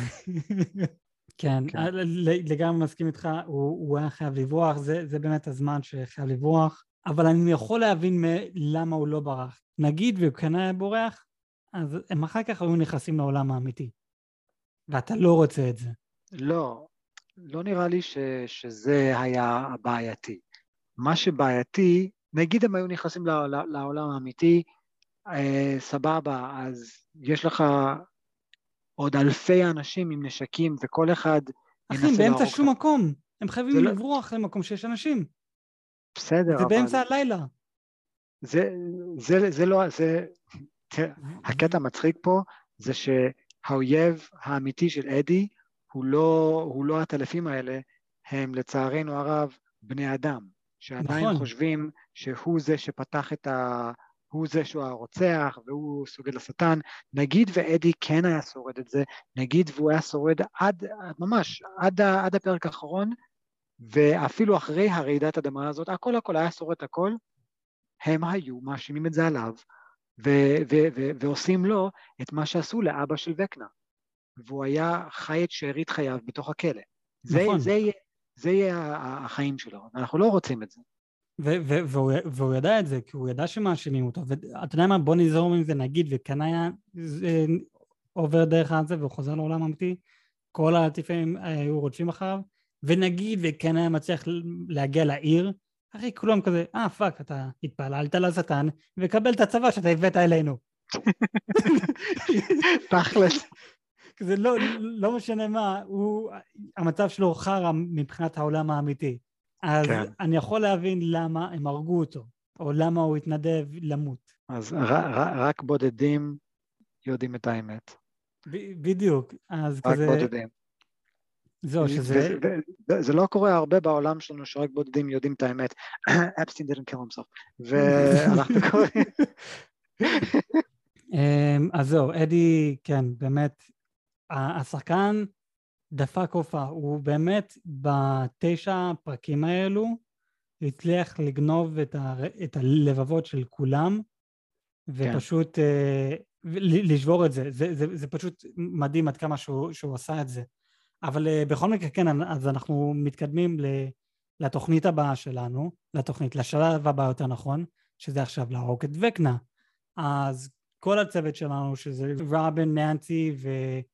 Speaker 1: כן, לגמרי מסכים איתך, הוא היה חייב לברוח, זה באמת הזמן שחייב לברוח, אבל אני יכול להבין למה הוא לא ברח. נגיד והוא כן היה בורח, אז הם אחר כך היו נכנסים לעולם האמיתי, ואתה לא רוצה את זה.
Speaker 2: לא, לא נראה לי ש, שזה היה הבעייתי. מה שבעייתי, נגיד הם היו נכנסים לעולם האמיתי, אה, סבבה, אז יש לך עוד אלפי אנשים עם נשקים, וכל אחד
Speaker 1: ינסה להרוג. אחי, באמצע שום מקום, הם חייבים לברוח לא... למקום שיש אנשים.
Speaker 2: בסדר,
Speaker 1: זה
Speaker 2: אבל...
Speaker 1: באמצע הלילה.
Speaker 2: זה, זה, זה לא, זה... הקטע המצחיק פה, זה שהאויב האמיתי של אדי, הוא לא, הוא לא הטלפים האלה, הם לצערנו הרב בני אדם, שעדיין נכון. חושבים שהוא זה שפתח את ה... הוא זה שהוא הרוצח, והוא סוגד לשטן, נגיד ואדי כן היה שורד את זה, נגיד והוא היה שורד עד, ממש, עד, עד הפרק האחרון, ואפילו אחרי הרעידת אדמה הזאת, הכל הכל היה שורד הכל, הם היו מאשימים את זה עליו, ו- ו- ו- ועושים לו את מה שעשו לאבא של וקנה, והוא היה חי את שארית חייו בתוך הכלא. נכון. זה, זה, זה יהיה החיים שלו, אנחנו לא רוצים את זה.
Speaker 1: והוא ידע את זה, כי הוא ידע שמאשימים אותו, ואתה יודע מה, בוא נזרום עם זה, נגיד, וקנאיה עובר דרך הזה, והוא חוזר לעולם אמיתי, כל העטיפים היו רודפים אחריו, ונגיד, וקנאיה מצליח להגיע לעיר, אחי, כולם כזה, אה, פאק, אתה התפעלת לשטן, וקבל את הצבא שאתה הבאת אלינו.
Speaker 2: תכלס.
Speaker 1: זה לא, לא משנה מה, הוא, המצב שלו חרא מבחינת העולם האמיתי. אז כן. אני יכול להבין למה הם הרגו אותו, או למה הוא התנדב למות.
Speaker 2: אז ר, ר, רק בודדים יודעים את האמת.
Speaker 1: ב, בדיוק, אז
Speaker 2: רק
Speaker 1: כזה...
Speaker 2: רק בודדים.
Speaker 1: זהו, שזה...
Speaker 2: זה, זה, זה לא קורה הרבה בעולם שלנו שרק בודדים יודעים את האמת. אפסטין didn't kill himself. ואנחנו קוראים...
Speaker 1: אז זהו, אדי, כן, באמת, השחקן דפק הופעה, הוא באמת בתשע פרקים האלו, הצליח לגנוב את, ה, את הלבבות של כולם, ופשוט כן. אה, לשבור את זה. זה, זה, זה פשוט מדהים עד כמה שהוא, שהוא עשה את זה. אבל אה, בכל מקרה, כן, אז אנחנו מתקדמים לתוכנית הבאה שלנו, לתוכנית, לשלב הבא יותר נכון, שזה עכשיו להרוג את וקנה. אז כל הצוות שלנו, שזה רובין, ננסי ו...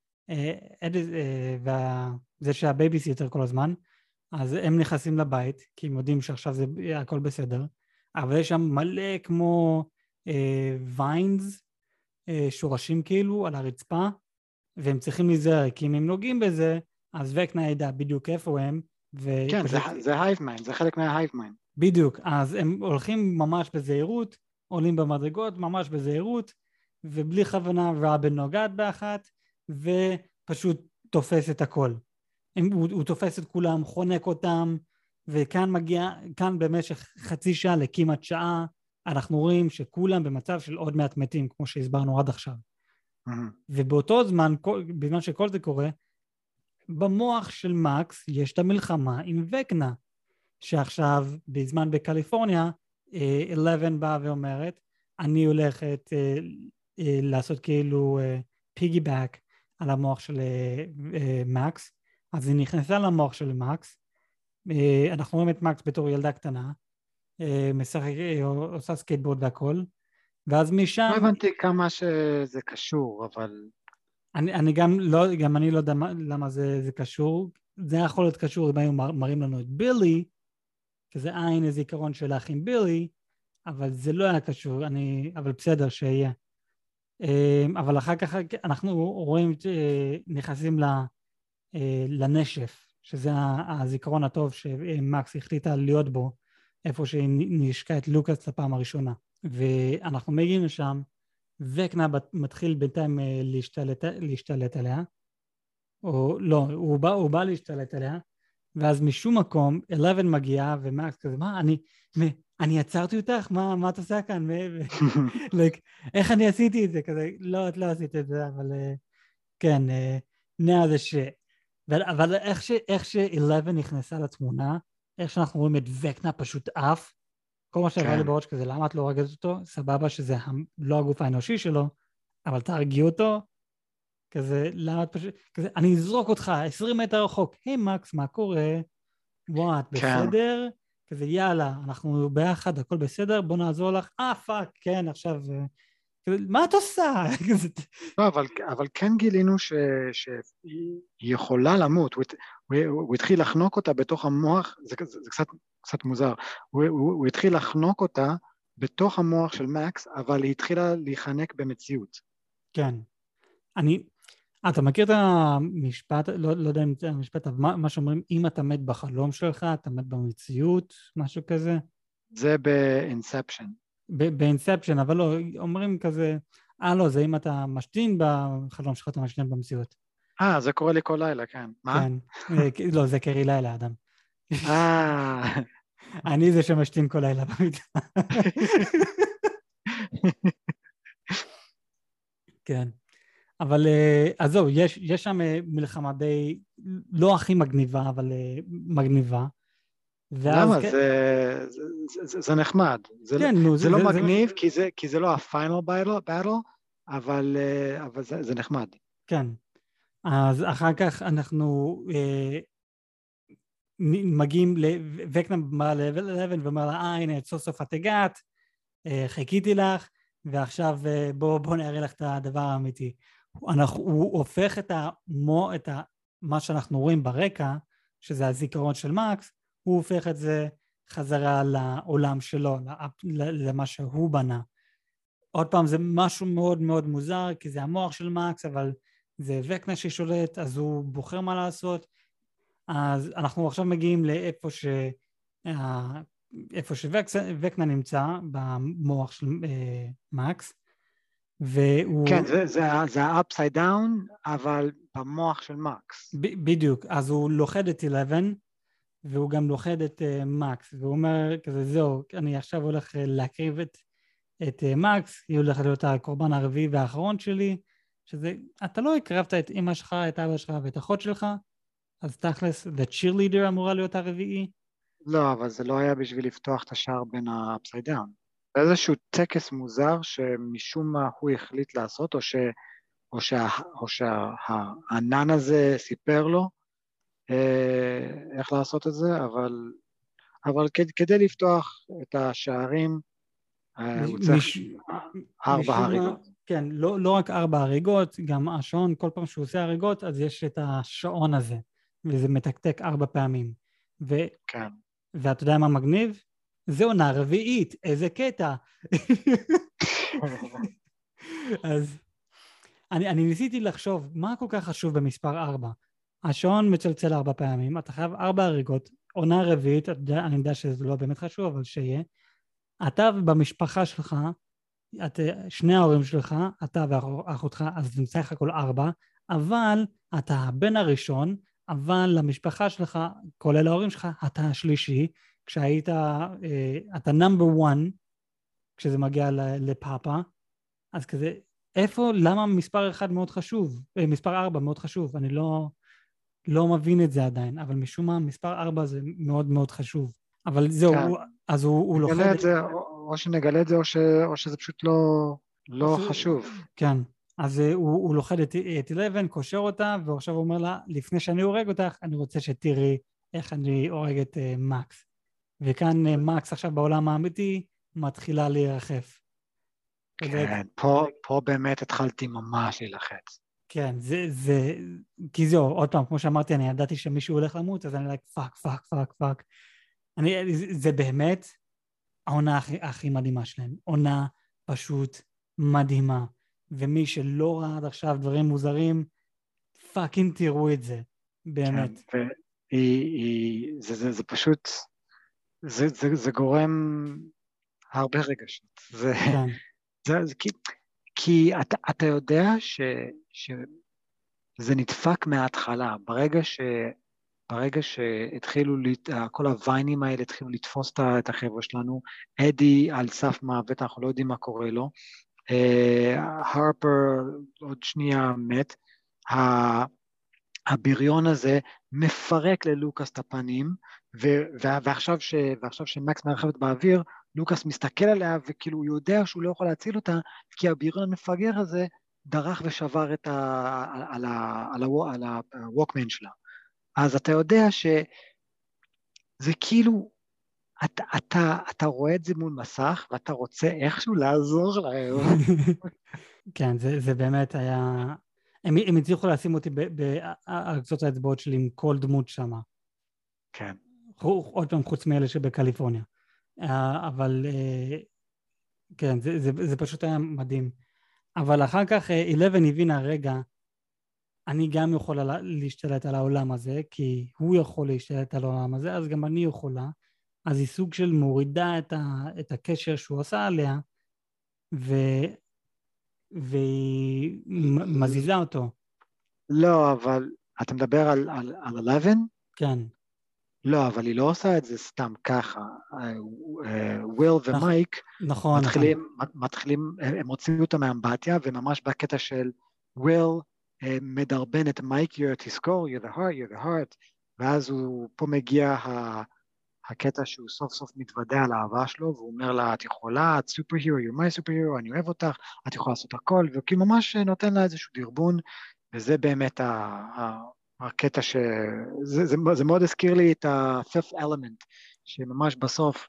Speaker 1: וזה שהבייביסיטר כל הזמן, אז הם נכנסים לבית, כי הם יודעים שעכשיו זה הכל בסדר, אבל יש שם מלא כמו ויינס, שורשים כאילו על הרצפה, והם צריכים להיזהר, כי אם הם נוגעים בזה, אז וקנה ידע בדיוק איפה הם.
Speaker 2: כן, זה הייב מיינד, זה חלק מההייב מיינד.
Speaker 1: בדיוק, אז הם הולכים ממש בזהירות, עולים במדרגות ממש בזהירות, ובלי כוונה רובין נוגעת באחת, ופשוט תופס את הכל. הוא, הוא תופס את כולם, חונק אותם, וכאן מגיע, כאן במשך חצי שעה לכמעט שעה, אנחנו רואים שכולם במצב של עוד מעט מתים, כמו שהסברנו עד עכשיו. Mm-hmm. ובאותו זמן, כל, בזמן שכל זה קורה, במוח של מקס יש את המלחמה עם וקנה, שעכשיו בזמן בקליפורניה, אלבן באה ואומרת, אני הולכת אה, אה, לעשות כאילו אה, פיגי-בק על המוח של אה, אה, מקס, אז היא נכנסה למוח של מקס, אה, אנחנו רואים את מקס בתור ילדה קטנה, אה, משחק, אה, עושה סקייטבורד והכל, ואז משם...
Speaker 2: לא הבנתי כמה שזה קשור, אבל...
Speaker 1: אני, אני גם לא, גם אני לא יודע למה זה, זה קשור, זה יכול להיות קשור, אם היו מראים לנו את בילי, שזה עין הזיכרון שלך עם בילי, אבל זה לא היה קשור, אני, אבל בסדר שיהיה. אבל אחר כך אנחנו רואים, נכנסים לנשף, שזה הזיכרון הטוב שמקס החליטה להיות בו, איפה שהיא נשקה את לוקאס לפעם הראשונה. ואנחנו מגיעים לשם, וקנה מתחיל בינתיים להשתלט, להשתלט עליה, או לא, הוא בא, הוא בא להשתלט עליה, ואז משום מקום, אלבן מגיע, ומקס כזה, מה, אני, אני עצרתי אותך? מה, מה את עושה כאן? like, איך אני עשיתי את זה? כזה, לא, את לא עשית את זה, אבל כן, now the shit. אבל איך ש, איך שאלבן נכנסה לתמונה, איך שאנחנו רואים את וקנה פשוט אף, כל מה שעבר לי בראש כזה, למה את לא הורגת אותו? סבבה שזה לא הגוף האנושי שלו, אבל תהרגי אותו, כזה, למה את פשוט, כזה, אני אזרוק אותך עשרים מטר רחוק, היי מקס, מה קורה? בוא, את בסדר? כזה, יאללה, אנחנו ביחד, הכל בסדר, בוא נעזור לך, אה, פאק, כן, עכשיו, כזה, מה את עושה?
Speaker 2: לא, אבל, אבל כן גילינו ש, שהיא יכולה למות, הוא, הוא, הוא התחיל לחנוק אותה בתוך המוח, זה, זה, זה קצת, קצת מוזר, הוא, הוא, הוא התחיל לחנוק אותה בתוך המוח של מקס, אבל היא התחילה להיחנק במציאות.
Speaker 1: כן, אני... אתה מכיר את המשפט, לא, לא יודע אם זה המשפט, אבל מה, מה שאומרים, אם אתה מת בחלום שלך, אתה מת במציאות, משהו כזה?
Speaker 2: זה באינספשן.
Speaker 1: באינספשן, אבל לא, אומרים כזה, אה לא, זה אם אתה משתין בחלום שלך, אתה משתין במציאות.
Speaker 2: אה, זה קורה לי כל לילה, כן. מה?
Speaker 1: כן, לא, זה קרי לילה, אדם.
Speaker 2: אה.
Speaker 1: אני זה שמשתין כל לילה במיטה. כן. אבל אז זהו, יש, יש שם מלחמה די, לא הכי מגניבה, אבל מגניבה.
Speaker 2: למה? זה, זה, זה, זה נחמד. זה, כן, נו, זה, זה לא זה, מגניב, זה... כי, זה, כי זה לא הפיינל באטל, אבל, אבל זה, זה נחמד.
Speaker 1: כן. אז אחר כך אנחנו אה, מגיעים, וקנה בא ל-level אחת עשר ואומר לה, אה, הנה, סוף סוף את הגעת, חיכיתי לך, ועכשיו בוא, בוא נראה לך את הדבר האמיתי. אנחנו, הוא הופך את, המו, את ה, מה שאנחנו רואים ברקע, שזה הזיכרון של מקס, הוא הופך את זה חזרה לעולם שלו, למה שהוא בנה. עוד פעם, זה משהו מאוד מאוד מוזר, כי זה המוח של מקס, אבל זה וקנה ששולט, אז הוא בוחר מה לעשות. אז אנחנו עכשיו מגיעים לאיפה ש... איפה שווקנה נמצא, במוח של מקס, והוא...
Speaker 2: כן, זה, זה, זה ה-upside down, אבל במוח של מקס.
Speaker 1: ב- בדיוק, אז הוא לוחד את אחת עשר, והוא גם לוחד את מקס, והוא אומר כזה, זהו, אני עכשיו הולך להקריב את, את מקס, היא הולכת להיות הקורבן הרביעי והאחרון שלי, שזה, אתה לא הקרבת את אמא שלך, את אבא שלך ואת אחות שלך, אז תכלס, the cheerleader אמורה להיות הרביעי.
Speaker 2: לא, אבל זה לא היה בשביל לפתוח את השער בין ה-upside down. זה איזשהו טקס מוזר שמשום מה הוא החליט לעשות, או, ש, או, שה, או שהענן הזה סיפר לו אה, איך לעשות את זה, אבל, אבל כדי, כדי לפתוח את השערים, אה, הוא צריך מש, ארבע הריגות.
Speaker 1: כן, לא, לא רק ארבע הריגות, גם השעון, כל פעם שהוא עושה הריגות, אז יש את השעון הזה, וזה מתקתק ארבע פעמים. ו...
Speaker 2: כן.
Speaker 1: ואתה יודע מה מגניב? זה עונה רביעית, איזה קטע. אז אני, אני ניסיתי לחשוב, מה כל כך חשוב במספר ארבע? השעון מצלצל ארבע פעמים, אתה חייב ארבע הריגות, עונה רביעית, אני יודע שזה לא באמת חשוב, אבל שיהיה. אתה במשפחה שלך, את, שני ההורים שלך, אתה ואחותך, אז נמצא לך כל ארבע, אבל אתה הבן הראשון, אבל למשפחה שלך, כולל ההורים שלך, אתה השלישי, כשהיית, אתה number one, כשזה מגיע לפאפה, אז כזה, איפה, למה מספר אחד מאוד חשוב, מספר ארבע מאוד חשוב, אני לא, לא מבין את זה עדיין, אבל משום מה, מספר ארבע זה מאוד מאוד חשוב, אבל זהו, כן. הוא, אז הוא, הוא לוחד...
Speaker 2: את זה, או, או שנגלה את זה, או, ש, או שזה פשוט לא, לא ש... חשוב.
Speaker 1: כן. אז הוא, הוא לוחד את, את אחת עשר, קושר אותה, ועכשיו הוא אומר לה, לפני שאני הורג אותך, אני רוצה שתראי איך אני הורג את uh, מקס. וכאן uh, מקס עכשיו בעולם האמיתי, מתחילה להירחף.
Speaker 2: כן, זה... פה, פה באמת התחלתי ממש להילחץ.
Speaker 1: כן, זה, זה, כי זהו, עוד פעם, כמו שאמרתי, אני ידעתי שמישהו הולך למות, אז אני like, פאק, פאק, פאק, פאק. אני, זה, זה באמת העונה הכי, הכי מדהימה שלהם. עונה פשוט מדהימה. ומי שלא ראה עד עכשיו דברים מוזרים, פאקינג תראו את זה, באמת.
Speaker 2: כן, והיא, היא, זה, זה, זה פשוט, זה, זה, זה גורם הרבה רגשות. זה,
Speaker 1: כן.
Speaker 2: זה, זה, כי, כי אתה, אתה יודע ש, שזה נדפק מההתחלה, ברגע ש, ברגע שהתחילו, כל הוויינים האלה התחילו לתפוס את החבר'ה שלנו, אדי על סף מוות, אנחנו לא יודעים מה קורה לו, הרפר עוד שנייה מת, הבריון הזה מפרק ללוקאס את הפנים, ועכשיו שמקס מרחבת באוויר, לוקאס מסתכל עליה וכאילו הוא יודע שהוא לא יכול להציל אותה, כי הבריון המפגר הזה דרך ושבר את ה, על, ה, על, ה, על הווקמן שלה. אז אתה יודע שזה כאילו, אתה, אתה, אתה רואה את זה מול מסך, ואתה רוצה איכשהו לעזור להם.
Speaker 1: כן, זה, זה באמת היה... הם, הם הצליחו לשים אותי בארצות האצבעות שלי עם כל דמות שמה.
Speaker 2: כן.
Speaker 1: עוד פעם חוץ מאלה שבקליפורניה. אבל כן, זה, זה, זה פשוט היה מדהים. אבל אחר כך אחת עשר הבינה, רגע, אני גם יכולה להשתלט על העולם הזה, כי הוא יכול להשתלט על העולם הזה, אז גם אני יכולה. אז היא סוג של מורידה את, ה, את הקשר שהוא עשה עליה, ו... והיא מזיזה אותו.
Speaker 2: לא, אבל אתה מדבר על, על, על אחת עשר?
Speaker 1: כן.
Speaker 2: לא, אבל היא לא עושה את זה סתם ככה. וויל ומייק
Speaker 1: נכון,
Speaker 2: מתחילים, מתחילים, הם הוציאו אותה מאמבטיה, וממש בקטע של וויל מדרבן את מייק, you're to score, you're the heart, you're the heart, ואז הוא פה מגיע הקטע שהוא סוף סוף מתוודע על האהבה שלו, והוא אומר לה, את יכולה, את סופר-הירו, you're my super-hero, אני אוהב אותך, את יכולה לעשות הכל, וכי ממש נותן לה איזשהו דרבון, וזה באמת ה... הקטע ש... זה, זה, זה מאוד הזכיר לי את ה-fifth element, שממש בסוף,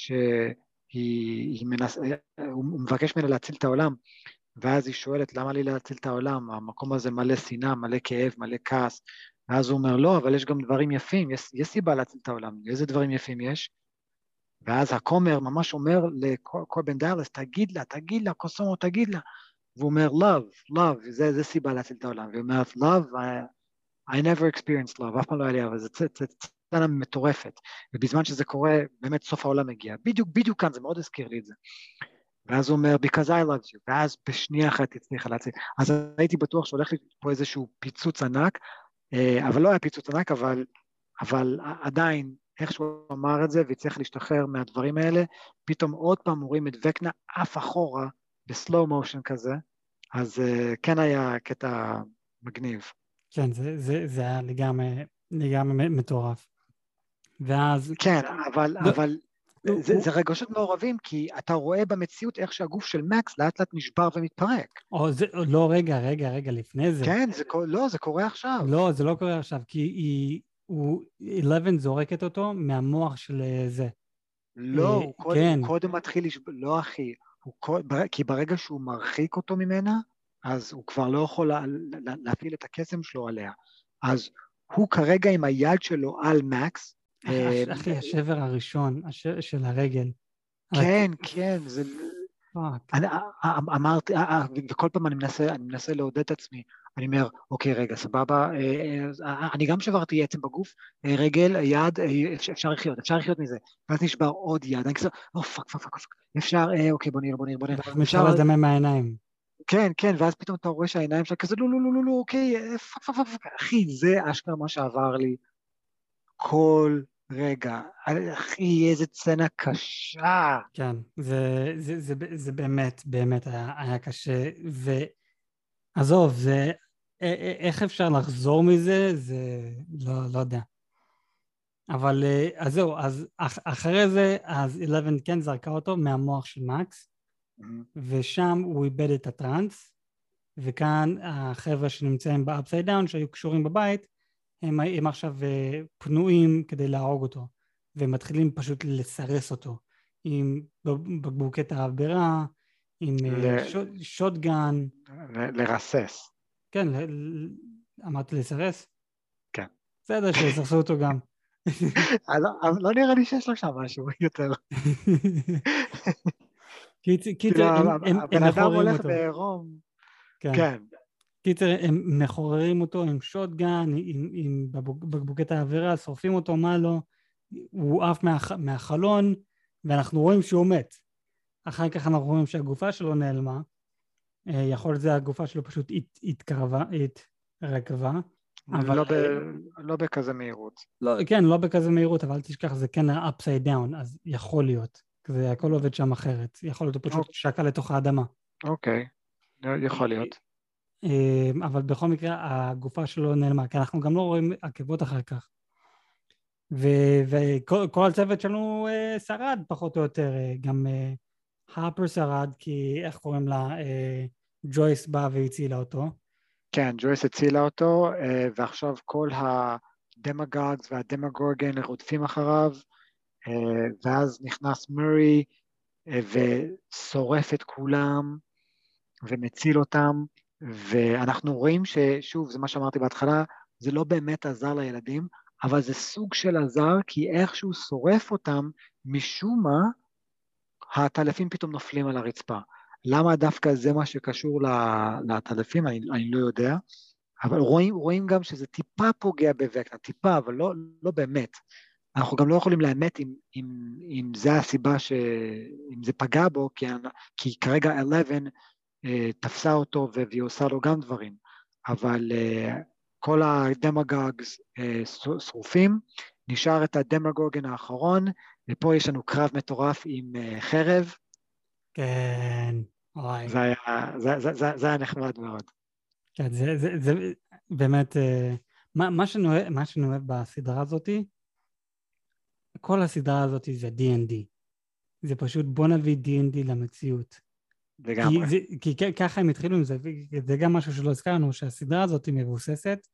Speaker 2: שהיא מנס... הוא מבקש ממנה להציל את העולם, ואז היא שואלת, למה לי להציל את העולם? המקום הזה מלא שנאה, מלא כאב, מלא כעס, ואז הוא אומר, לא, אבל יש גם דברים יפים, יש, יש סיבה להציל את העולם, איזה דברים יפים יש? ואז הכומר ממש אומר לקורבן דאלאס, תגיד לה, תגיד לה, קוסומו, תגיד לה, והוא אומר, love, love, זה, זה סיבה להציל את העולם, והוא אומר, love, I, I never experienced love, אף פעם לא היה לי, אבל זה צטנה מטורפת, ובזמן שזה קורה, באמת סוף העולם מגיע, בדיוק, בדיוק כאן, זה מאוד הזכיר לי את זה, ואז הוא אומר, because I love you, ואז בשנייה אחת הצליחה להציל, אז הייתי בטוח שהולך לי פה איזשהו פיצוץ ענק, אבל לא היה פיצוץ ענק, אבל, אבל עדיין, איך שהוא אמר את זה, והצליח להשתחרר מהדברים האלה, פתאום עוד פעם רואים את וקנה אף אחורה, בסלואו מושן כזה, אז כן היה קטע מגניב.
Speaker 1: כן, זה, זה, זה היה לגמרי, לגמרי מטורף. ואז...
Speaker 2: כן, אבל,
Speaker 1: לא,
Speaker 2: אבל
Speaker 1: הוא,
Speaker 2: זה,
Speaker 1: הוא...
Speaker 2: זה רגשות מעורבים, כי אתה רואה במציאות איך שהגוף של מקס לאט לאט נשבר ומתפרק.
Speaker 1: או זה, לא, רגע, רגע, רגע, לפני זה.
Speaker 2: כן, זה, לא, זה קורה עכשיו.
Speaker 1: לא, זה לא קורה עכשיו, כי היא, הוא, אלבן זורקת אותו מהמוח של זה.
Speaker 2: לא, הוא,
Speaker 1: כן.
Speaker 2: קודם, הוא קודם מתחיל לשבר, לא אחי, הוא קודם, כי ברגע שהוא מרחיק אותו ממנה, אז הוא כבר לא יכול לה, לה, להפעיל את הקסם שלו עליה. אז הוא כרגע עם היד שלו על מקס.
Speaker 1: אחי, השבר הראשון של הרגל.
Speaker 2: כן, כן, זה... אני אמרתי, וכל פעם אני מנסה, אני מנסה לעודד את עצמי, אני אומר, אוקיי, רגע, סבבה, אני גם שברתי עצם בגוף, רגל, יד, אפשר לחיות, אפשר לחיות מזה, ואז נשבר עוד יד, אני כזה, או, פאק, פאק, פאק, אפשר, אוקיי, בוא נראה, בוא נראה, בוא נראה.
Speaker 1: אפשר לדמם מהעיניים.
Speaker 2: כן, כן, ואז פתאום אתה רואה שהעיניים שלה כזה, לא, לא, לא, לא, לא, אוקיי, פאק, פאק, פאק, אחי, זה אשכרה מה שעבר לי כל רגע, אחי, איזה צנה קשה.
Speaker 1: כן, זה, זה, זה, זה באמת, באמת היה, היה קשה, ועזוב, זה, איך אפשר לחזור מזה, זה לא, לא יודע. אבל, אז זהו, אז אחרי זה, אז אלבן כן זרקה אותו מהמוח של מקס, mm-hmm. ושם הוא איבד את הטרנס, וכאן החבר'ה שנמצאים באפסייד דאון, שהיו קשורים בבית, הם, הם עכשיו פנויים כדי להרוג אותו, והם מתחילים פשוט לסרס אותו, עם בקבוקי תעברה, עם ל... שוט, שוטגן.
Speaker 2: ל... לרסס.
Speaker 1: כן, ל... אמרתי לסרס?
Speaker 2: כן.
Speaker 1: בסדר, שיסרסו אותו גם.
Speaker 2: לא, לא נראה לי שיש לו שם משהו יותר.
Speaker 1: קיצר, הם מחוררים אותו.
Speaker 2: בעירום.
Speaker 1: כן. כן. קיצר, הם מחוררים אותו עם שוטגן, עם, עם בקבוקי תעברה, שורפים אותו, מה לא, הוא עף מהח, מהחלון, ואנחנו רואים שהוא מת. אחר כך אנחנו רואים שהגופה שלו נעלמה, יכול להיות זה הגופה שלו פשוט התקרבה, התרכבה.
Speaker 2: אבל... לא, ב, לא בכזה מהירות.
Speaker 1: לא, כן, לא בכזה מהירות, אבל תשכח, זה כן upside down, אז יכול להיות. זה הכל עובד שם אחרת. יכול להיות, הוא פשוט שקע לתוך האדמה.
Speaker 2: אוקיי, יכול להיות.
Speaker 1: אבל בכל מקרה הגופה שלו נעלמה, כי אנחנו גם לא רואים עקבות אחר כך. וכל הצוות שלנו שרד פחות או יותר, גם הרפר שרד, כי איך קוראים לה, ג'ויס באה והצילה אותו.
Speaker 2: כן, ג'ויס הצילה אותו, ועכשיו כל הדמגוגס והדמגורגן רודפים אחריו, ואז נכנס מורי ושורף את כולם ומציל אותם, ואנחנו רואים ששוב, זה מה שאמרתי בהתחלה, זה לא באמת עזר לילדים, אבל זה סוג של עזר, כי איכשהו שורף אותם, משום מה, הטלפים פתאום נופלים על הרצפה. למה דווקא זה מה שקשור לטלפים, אני, אני לא יודע, אבל רואים, רואים גם שזה טיפה פוגע בווקנה, טיפה, אבל לא, לא באמת. אנחנו גם לא יכולים לאמת אם, אם, אם זה הסיבה ש... אם זה פגע בו, כי, כי כרגע אלבן uh, תפסה אותו והיא עושה לו גם דברים, אבל uh, כל הדמגוגס uh, שרופים, נשאר את הדמגוגן האחרון, ופה יש לנו קרב מטורף עם uh, חרב.
Speaker 1: כן,
Speaker 2: וואי. זה היה, זה, זה, זה, זה היה נחמד מאוד.
Speaker 1: כן, זה, זה, זה באמת, uh, מה, מה שאני אוהב, מה שאני אוהב בסדרה הזאת, כל הסדרה הזאת זה די אנד די. זה פשוט בוא נביא די אנד די למציאות.
Speaker 2: לגמרי.
Speaker 1: כי, זה, כי ככה הם התחילו עם זה, וזה גם משהו שלא הזכרנו, שהסדרה הזאת היא מבוססת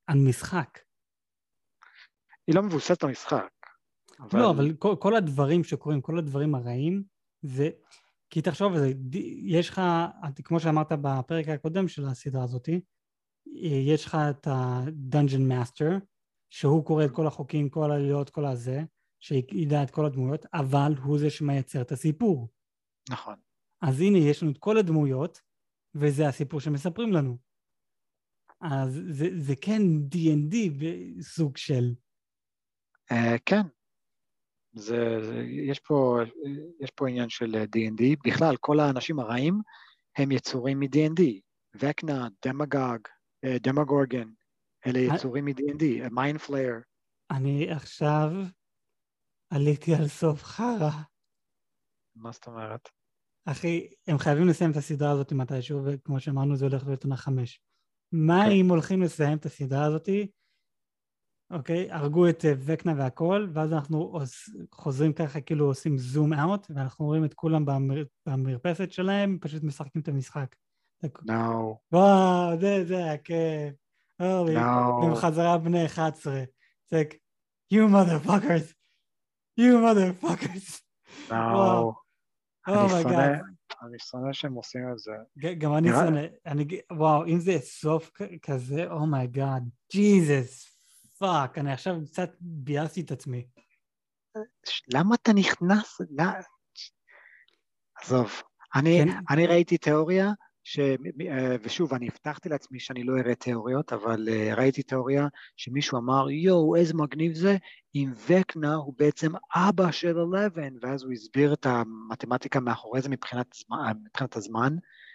Speaker 1: על משחק.
Speaker 2: היא לא מבוססת על משחק. אבל...
Speaker 1: לא, אבל כל, כל הדברים שקורים, כל הדברים הרעים, זה... כי תחשוב על זה, יש לך, כמו שאמרת בפרק הקודם של הסדרה הזאת, יש לך את ה-Dungeon Master, שהוא קורא את כל החוקים, כל העליות, כל הזה, שידע את כל הדמויות, אבל הוא זה שמייצר את הסיפור.
Speaker 2: נכון.
Speaker 1: אז הנה, יש לנו את כל הדמויות, וזה הסיפור שמספרים לנו. אז זה, זה כן די אנד די בסוג של...
Speaker 2: Uh, כן. זה, זה, יש פה, יש פה עניין של די אנד די. בכלל, כל האנשים הרעים הם יצורים מ-די אנד די. וקנה, דמגוג, דמגורגן, אלה יצורים מ-די אנד די, מיינד פלייר.
Speaker 1: אני עכשיו עליתי על סוף חרה.
Speaker 2: מה זאת אומרת?
Speaker 1: אחי, הם חייבים לסיים את הסדרה הזאת מתישהו, וכמו שאמרנו, זה הולך להיות עונה חמש. מה
Speaker 2: Okay.
Speaker 1: אם הולכים לסיים את הסדרה הזאת? אוקיי, הרגו את וקנה והכל, ואז אנחנו חוזרים ככה, כאילו עושים זום אאוט, ואנחנו רואים את כולם במר... במרפסת שלהם, פשוט משחקים את המשחק.
Speaker 2: No.
Speaker 1: וואו, זה, זה היה כיף. אורלי,
Speaker 2: No.
Speaker 1: והם חזרה בני אחת עשרה. זה like, you motherfuckers. You motherfuckers.
Speaker 2: No.
Speaker 1: וואו.
Speaker 2: אני
Speaker 1: Oh my
Speaker 2: שונא,
Speaker 1: God.
Speaker 2: אני שונא שהם עושים את זה.
Speaker 1: גם אני
Speaker 2: נראה...
Speaker 1: שונא, אני, וואו, אם זה סוף כזה, oh my God. Jesus. פאק, אני עכשיו קצת ביאסתי את עצמי.
Speaker 2: למה אתה נכנס? לא... עזוב, אני,
Speaker 1: כן.
Speaker 2: אני ראיתי תיאוריה, ש... ושוב, אני הבטחתי לעצמי שאני לא אראה תיאוריות, אבל ראיתי תיאוריה שמישהו אמר, יואו, איזה מגניב זה, אם וקנה הוא בעצם אבא של אלבן, ואז הוא הסביר את המתמטיקה מאחורי זה מבחינת, מבחינת הזמן,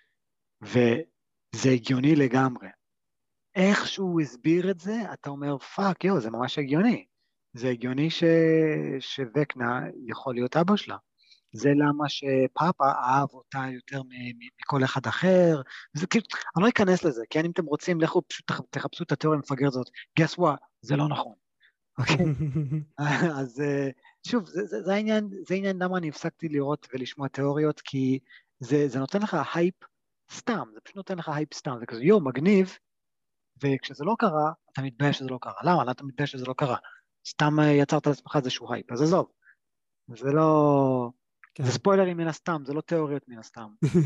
Speaker 2: וזה הגיוני לגמרי. איך שהוא הסביר את זה, אתה אומר, פאק, יו, זה ממש הגיוני. זה הגיוני ש... שווקנה יכול להיות אבא שלה. זה למה שפאפה אהב אותה יותר מכל אחד אחר. זה כאילו, אני לא אכנס לזה, כן? אם אתם רוצים, לכו פשוט תחפשו את התיאוריה המפגרת הזאת. guess what? זה לא נכון. אוקיי? אז שוב, זה, זה, זה העניין, זה העניין למה אני הפסקתי לראות ולשמוע תיאוריות, כי זה, זה נותן לך הייפ סתם, זה פשוט נותן לך הייפ סתם, זה כזה, יו, מגניב, וכשזה לא קרה, אתה מתבייש שזה לא קרה. למה? למה אתה מתבייש שזה לא קרה? סתם יצרת לעצמך איזשהו הייפ, אז עזוב. זה לא... כן. זה ספוילרים מן הסתם, זה לא תיאוריות מן הסתם.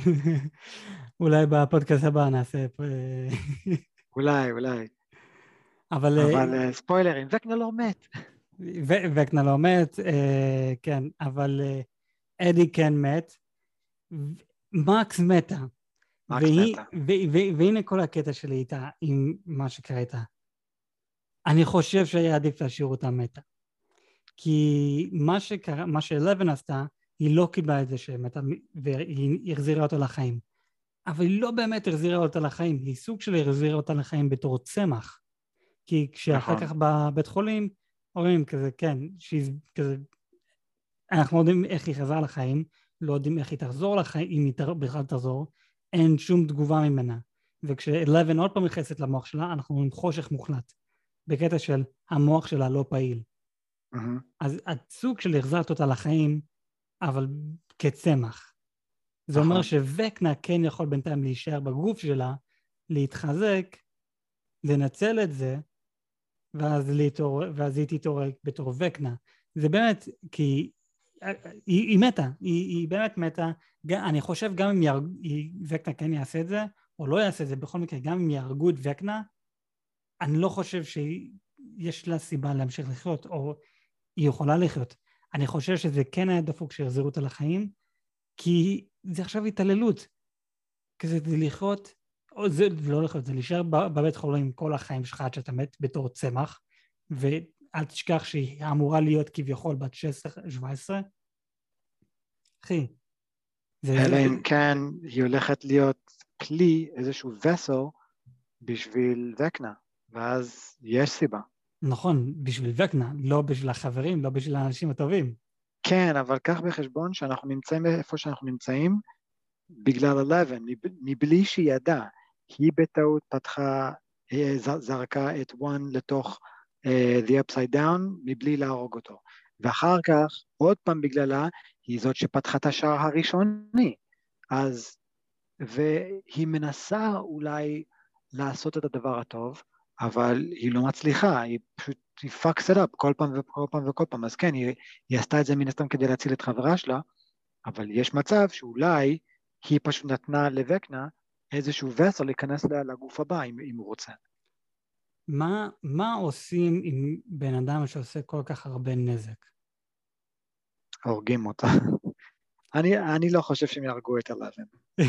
Speaker 1: אולי בפודקאסט הבא נעשה...
Speaker 2: אולי, אולי.
Speaker 1: אבל...
Speaker 2: אבל ספוילרים, וקנה לא מת.
Speaker 1: וקנה לא מת, כן, אבל אדי כן מת. מקס מתה. והיא, ו- ו- והנה כל הקטע שלי איתה, עם מה שקרה איתה. אני חושב שהיה עדיף להשאיר אותה מתה. כי מה שקרה, מה שאלבן עשתה, היא לא קיבלה את זה שמתה, והיא החזירה אותה לחיים. אבל היא לא באמת החזירה אותה לחיים, היא סוג של החזירה אותה לחיים בתור צמח. כי כשאחר כך בבית חולים, אומרים כזה, כן, שהיא כזה, אנחנו לא יודעים איך היא חזרה לחיים, לא יודעים איך היא תחזור לחיים, אם היא בכלל תחזור, אין שום תגובה ממנה. וכשאלבן עוד פעם נכנסת למוח שלה, אנחנו רואים חושך מוחלט, בקטע של המוח שלה לא פעיל. Mm-hmm. אז הסוג של החזרת אותה לחיים, אבל כצמח. זה אומר שווקנה כן יכול בינתיים להישאר בגוף שלה, להתחזק, לנצל את זה, ואז, להתעור... ואז היא תתעורר בתור וקנה. זה באמת, כי היא, היא מתה, היא, היא באמת מתה. אני חושב גם אם יהרג... וקנה כן יעשה את זה, או לא יעשה את זה, בכל מקרה, גם אם יהרגו את וקנה, אני לא חושב שיש לה סיבה להמשיך לחיות, או היא יכולה לחיות. אני חושב שזה כן היה דפוק שיחזירו אותה לחיים, כי זה עכשיו התעללות. כזה זה לחיות, או זה לא לחיות, זה להישאר בבית חולים כל החיים שלך עד שאתה מת בתור צמח, ואל תשכח שהיא אמורה להיות כביכול בת שש עשרה שבע עשרה. אחי.
Speaker 2: אלא אם כן היא הולכת להיות כלי, איזשהו וסל, בשביל וקנה, ואז יש סיבה.
Speaker 1: נכון, בשביל וקנה, לא בשביל החברים, לא בשביל האנשים הטובים.
Speaker 2: כן, אבל קח בחשבון שאנחנו נמצאים איפה שאנחנו נמצאים, בגלל אלבן, מבלי שהיא ידעה, היא בטעות פתחה, זרקה את וואן לתוך uh, the upside down, מבלי להרוג אותו. ואחר כך, עוד פעם בגללה, היא זאת שפתחה את השער הראשוני. אז, והיא מנסה אולי לעשות את הדבר הטוב, אבל היא לא מצליחה, היא פשוט, היא fucks it up כל פעם וכל פעם וכל פעם, אז כן, היא, היא עשתה את זה מן הסתם כדי להציל את חברה שלה, אבל יש מצב שאולי היא פשוט נתנה לווקנה איזשהו וסל להיכנס לגוף הבא, אם, אם הוא רוצה.
Speaker 1: מה, מה עושים עם בן אדם שעושה כל כך הרבה נזק?
Speaker 2: הורגים אותה. אני, אני לא חושב שהם יהרגו את אלבן.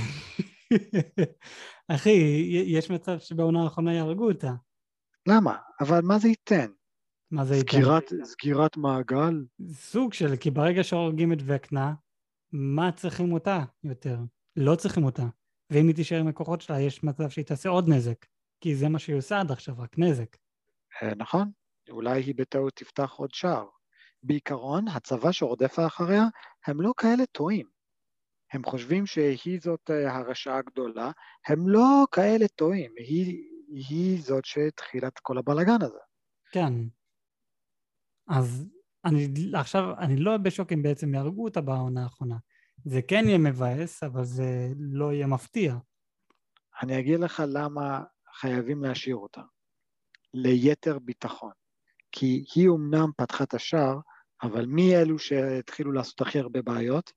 Speaker 1: אחי, יש מצב שבעונה האחרונה יהרגו אותה.
Speaker 2: למה? אבל מה זה ייתן?
Speaker 1: מה זה ייתן?
Speaker 2: סגירת, סגירת מעגל?
Speaker 1: סוג של, כי ברגע שהורגים את וקנה, מה צריכים אותה יותר? לא צריכים אותה. ואם היא תישאר עם הכוחות שלה, יש מצב שהיא תעשה עוד נזק. כי זה מה שהיא עושה עד עכשיו, רק נזק.
Speaker 2: נכון, אולי היא בטעות תפתח עוד שער. בעיקרון, הצבא שרודף אחריה, הם לא כאלה טועים. הם חושבים שהיא זאת הרשעה הגדולה, הם לא כאלה טועים, היא, היא זאת שהתחילה את כל הבלגן הזה.
Speaker 1: כן. אז אני, עכשיו, אני לא בשוק אם בעצם יהרגו אותה בעונה האחרונה. זה כן יהיה מבאס, אבל זה לא יהיה מפתיע.
Speaker 2: אני אגיד לך למה חייבים להשאיר אותה. ליתר ביטחון. כי היא אומנם פתחה את השער, אבל מי אלו שהתחילו לעשות הכי הרבה בעיות?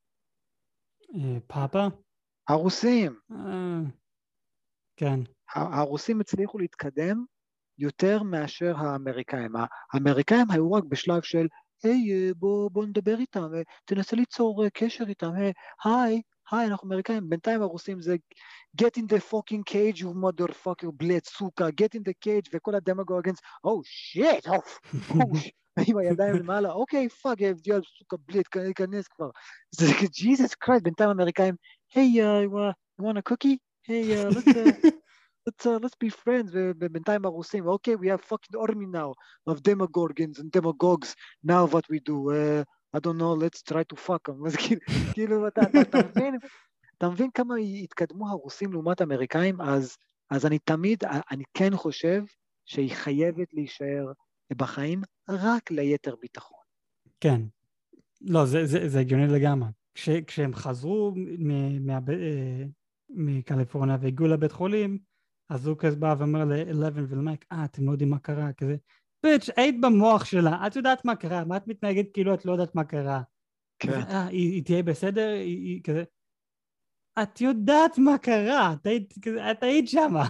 Speaker 1: פאפה?
Speaker 2: הרוסים.
Speaker 1: כן.
Speaker 2: הרוסים הצליחו להתקדם יותר מאשר האמריקאים. האמריקאים היו רק בשלב של, היי, בוא, בוא נדבר איתם, תנסה ליצור קשר איתם, היי, היי, אנחנו אמריקאים. בינתיים הרוסים זה, get in the fucking cage, you motherfucker, בלט, סוכה, get in the cage, וכל הדמגוגנס, oh shit, oh, oh shit. עם הידיים למעלה, אוקיי, פאק, יאללה, סוכה, בלט, כנס כבר. זה ג'יזוס קרייסט, בינתיים האמריקאים, היי, you want a cookie? היי, let's... Let's, uh, let's be friends, ובינתיים הרוסים, okay, we have fucking army now of demogorgons and demagogues, now what we do, uh, I don't know, let's try to fuck them, אז כאילו, אתה, אתה, אתה מבין, אתה מבין כמה התקדמו הרוסים לעומת האמריקאים, אז, אז אני תמיד, אני כן חושב שהיא חייבת להישאר בחיים רק ליתר ביטחון.
Speaker 1: כן, לא, זה, זה, זה הגיוני לגמרי. כש, כשהם חזרו מקליפורניה והגיעו לבית חולים, אז הוא כזה בא ואומר ל-אלבן ולמייק, אה, אתם לא יודעים מה קרה, כזה, ביץ', היית במוח שלה, את יודעת מה קרה, מה את מתנהגת כאילו את לא יודעת מה קרה?
Speaker 2: כן.
Speaker 1: אה, היא, היא תהיה בסדר, היא, היא כזה, את יודעת מה קרה, את היית, כזה, את היית שמה.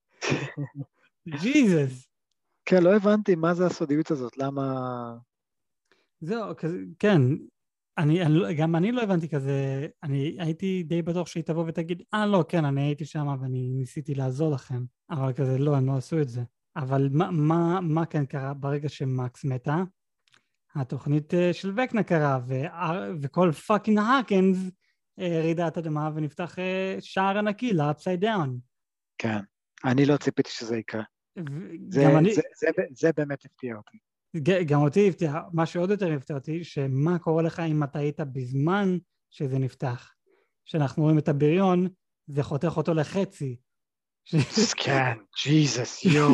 Speaker 1: ג'יזוס.
Speaker 2: כן, לא הבנתי מה זה הסודיות הזאת, למה...
Speaker 1: זהו, כזה, כן, אני, אני, גם אני לא הבנתי כזה, אני הייתי די בטוח שהיא תבוא ותגיד, אה לא, כן, אני הייתי שם ואני ניסיתי לעזור לכם, אבל כזה לא, הם לא עשו את זה. אבל מה, מה, מה כן קרה ברגע שמקס מתה? התוכנית של וקנה קרה, ו, וכל פאקינג האקינס רעידת אדמה ונפתח שער ענקי לאפסייד דאון.
Speaker 2: כן, אני לא ציפיתי שזה יקרה. זה,
Speaker 1: אני...
Speaker 2: זה, זה, זה, זה באמת הפתיע אותי.
Speaker 1: גם אותי הפתיע, מה שעוד יותר הפתיע אותי, שמה קורה לך אם אתה היית בזמן שזה נפתח. שאנחנו רואים את הבריון, זה חותך אותו לחצי.
Speaker 2: סקן, ג'יזוס, יו.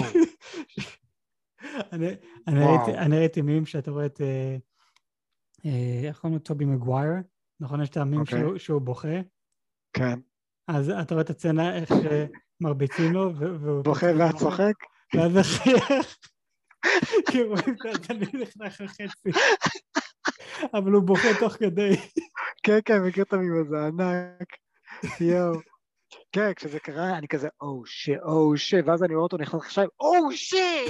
Speaker 1: אני ראיתי מים שאתה רואה את, איך קוראים לו, טובי מגווייר, נכון? יש את המים שהוא בוכה.
Speaker 2: כן.
Speaker 1: אז אתה רואה את הצצנה איך שמרביצים לו,
Speaker 2: בוכה ואת צוחק?
Speaker 1: ואז אחייך. כי רואים את הדנים נחנך לחצי. אבל הוא בוכה תוך כדי.
Speaker 2: כן, כן, מכיר את המים הזה, ענק. יואו. כן, כשזה קרה, אני כזה, או שי, או שי, ואז אני רואה אותו נכנס עכשיו, או שי!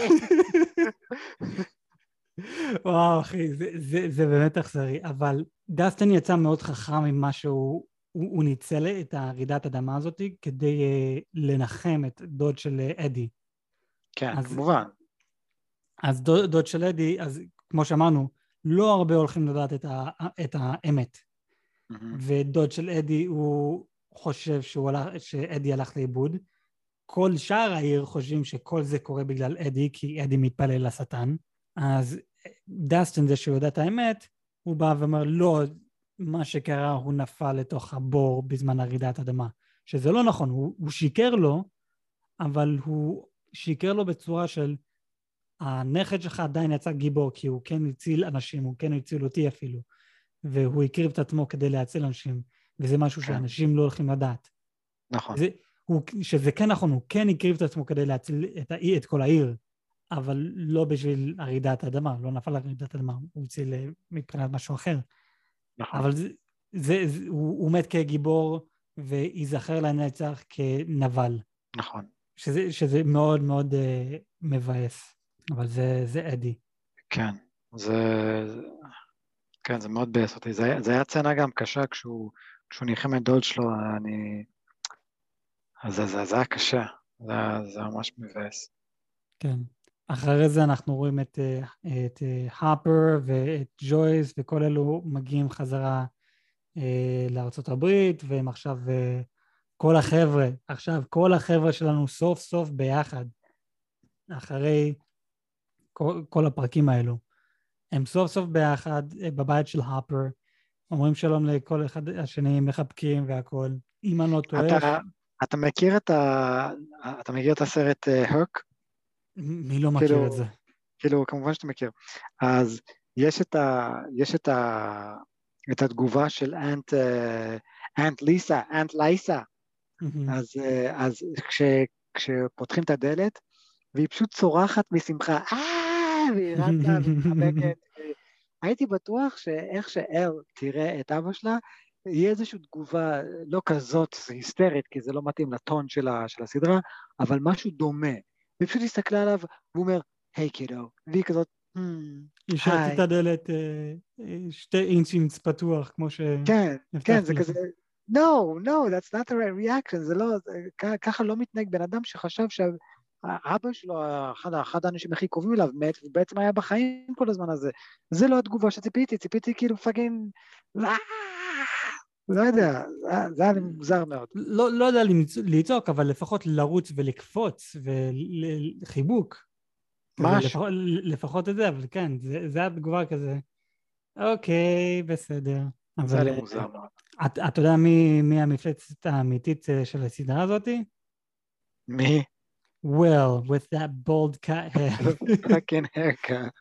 Speaker 1: וואו, אחי, זה, זה, זה באמת אכזרי, אבל דסטין יצא מאוד חכם ממה שהוא, הוא, הוא ניצל את הרעידת אדמה הזאת כדי uh, לנחם את דוד של אדי.
Speaker 2: כן,
Speaker 1: אז,
Speaker 2: כמובן.
Speaker 1: אז דוד, דוד של אדי, אז כמו שאמרנו, לא הרבה הולכים לדעת את, ה, את האמת. Mm-hmm. ודוד של אדי הוא חושב שהוא הלך, שאדי הלך לאיבוד. כל שאר העיר חושבים שכל זה קורה בגלל אדי, כי אדי מתפלל לשטן. אז דסטין זה שהוא יודע את האמת, הוא בא ואומר, לא, מה שקרה הוא נפל לתוך הבור בזמן הרעידת אדמה. שזה לא נכון, הוא, הוא שיקר לו, אבל הוא שיקר לו בצורה של, הנכד שלך עדיין יצא גיבור, כי הוא כן הציל אנשים, הוא כן הציל אותי אפילו, והוא הקריב את עצמו כדי להציל אנשים, וזה משהו שאנשים לא הולכים לדעת.
Speaker 2: נכון.
Speaker 1: זה, הוא, שזה כן נכון, הוא כן הקריב את עצמו כדי להציל את, העיר, את כל העיר, אבל לא בשביל הרעידת האדמה, לא נפל הרעידת האדמה, הוא הציל מבחינת משהו אחר.
Speaker 2: נכון.
Speaker 1: אבל זה, זה, זה, הוא, הוא מת כגיבור, וייזכר לנצח כנבל.
Speaker 2: נכון.
Speaker 1: שזה, שזה מאוד מאוד uh, מבאס, אבל זה, זה אדי.
Speaker 2: כן, זה, כן, זה מאוד בייס אותי. זה, זה היה צנה גם קשה כשהוא, כשהוא ניחם את דוד שלו, אני... אז זה, זה, זה היה קשה, זה, זה ממש מבאס.
Speaker 1: כן. אחרי זה אנחנו רואים את, את הפר ואת ג'ויס, וכל אלו מגיעים חזרה אה, לארצות הברית, והם עכשיו, אה, כל החבר'ה, עכשיו כל החבר'ה שלנו סוף סוף ביחד, אחרי כל, כל הפרקים האלו. הם סוף סוף ביחד אה, בבית של הפר, אומרים שלום לכל אחד השני, מחבקים והכל. אם אני לא טועה...
Speaker 2: אתה, אתה מכיר את ה... אתה מכיר את הסרט הרק?
Speaker 1: מי לא מכיר
Speaker 2: כאילו,
Speaker 1: את זה?
Speaker 2: כאילו, כמובן שאתה מכיר. אז יש את ה... יש את ה... את התגובה של אנט, אנט ליסה, אנט לייסה. אז, אז כש, כשפותחים את הדלת, והיא פשוט צורחת משמחה, אה, והיא רצה ומחבקת. הייתי בטוח שאיך שאל תראה את אבא שלה, יהיה איזושהי תגובה לא כזאת היסטרית, כי זה לא מתאים לטון של, ה, של הסדרה, אבל משהו דומה. והיא פשוט הסתכלה עליו, והוא אומר, היי קידו, והיא כזאת,
Speaker 1: היא שרתי את הדלת שתי אינצ'ינס פתוח, כמו ש...
Speaker 2: כן, כן, זה כזה, no, no, that's not the right reaction, זה לא, ככה לא מתנהג בן אדם שחשב שהאבא שלו, אחד, אחד האנשים הכי קרובים אליו, מת, ובעצם היה בחיים כל הזמן הזה. זה לא התגובה שציפיתי, ציפיתי כאילו פאקינג, לא יודע, זה היה מוזר מאוד.
Speaker 1: לא, לא יודע לצעוק, אבל לפחות לרוץ ולקפוץ, ולחיבוק.
Speaker 2: ממש.
Speaker 1: לפחות, לפחות את זה, אבל כן, זה, זה התגובה כזה. אוקיי, בסדר.
Speaker 2: זה היה
Speaker 1: אבל,
Speaker 2: לי מוזר מאוד.
Speaker 1: את, את יודע מי, מי המפלצת האמיתית של הסדרה הזאת?
Speaker 2: מי?
Speaker 1: Well, with that bald cat hair.
Speaker 2: fucking haircut.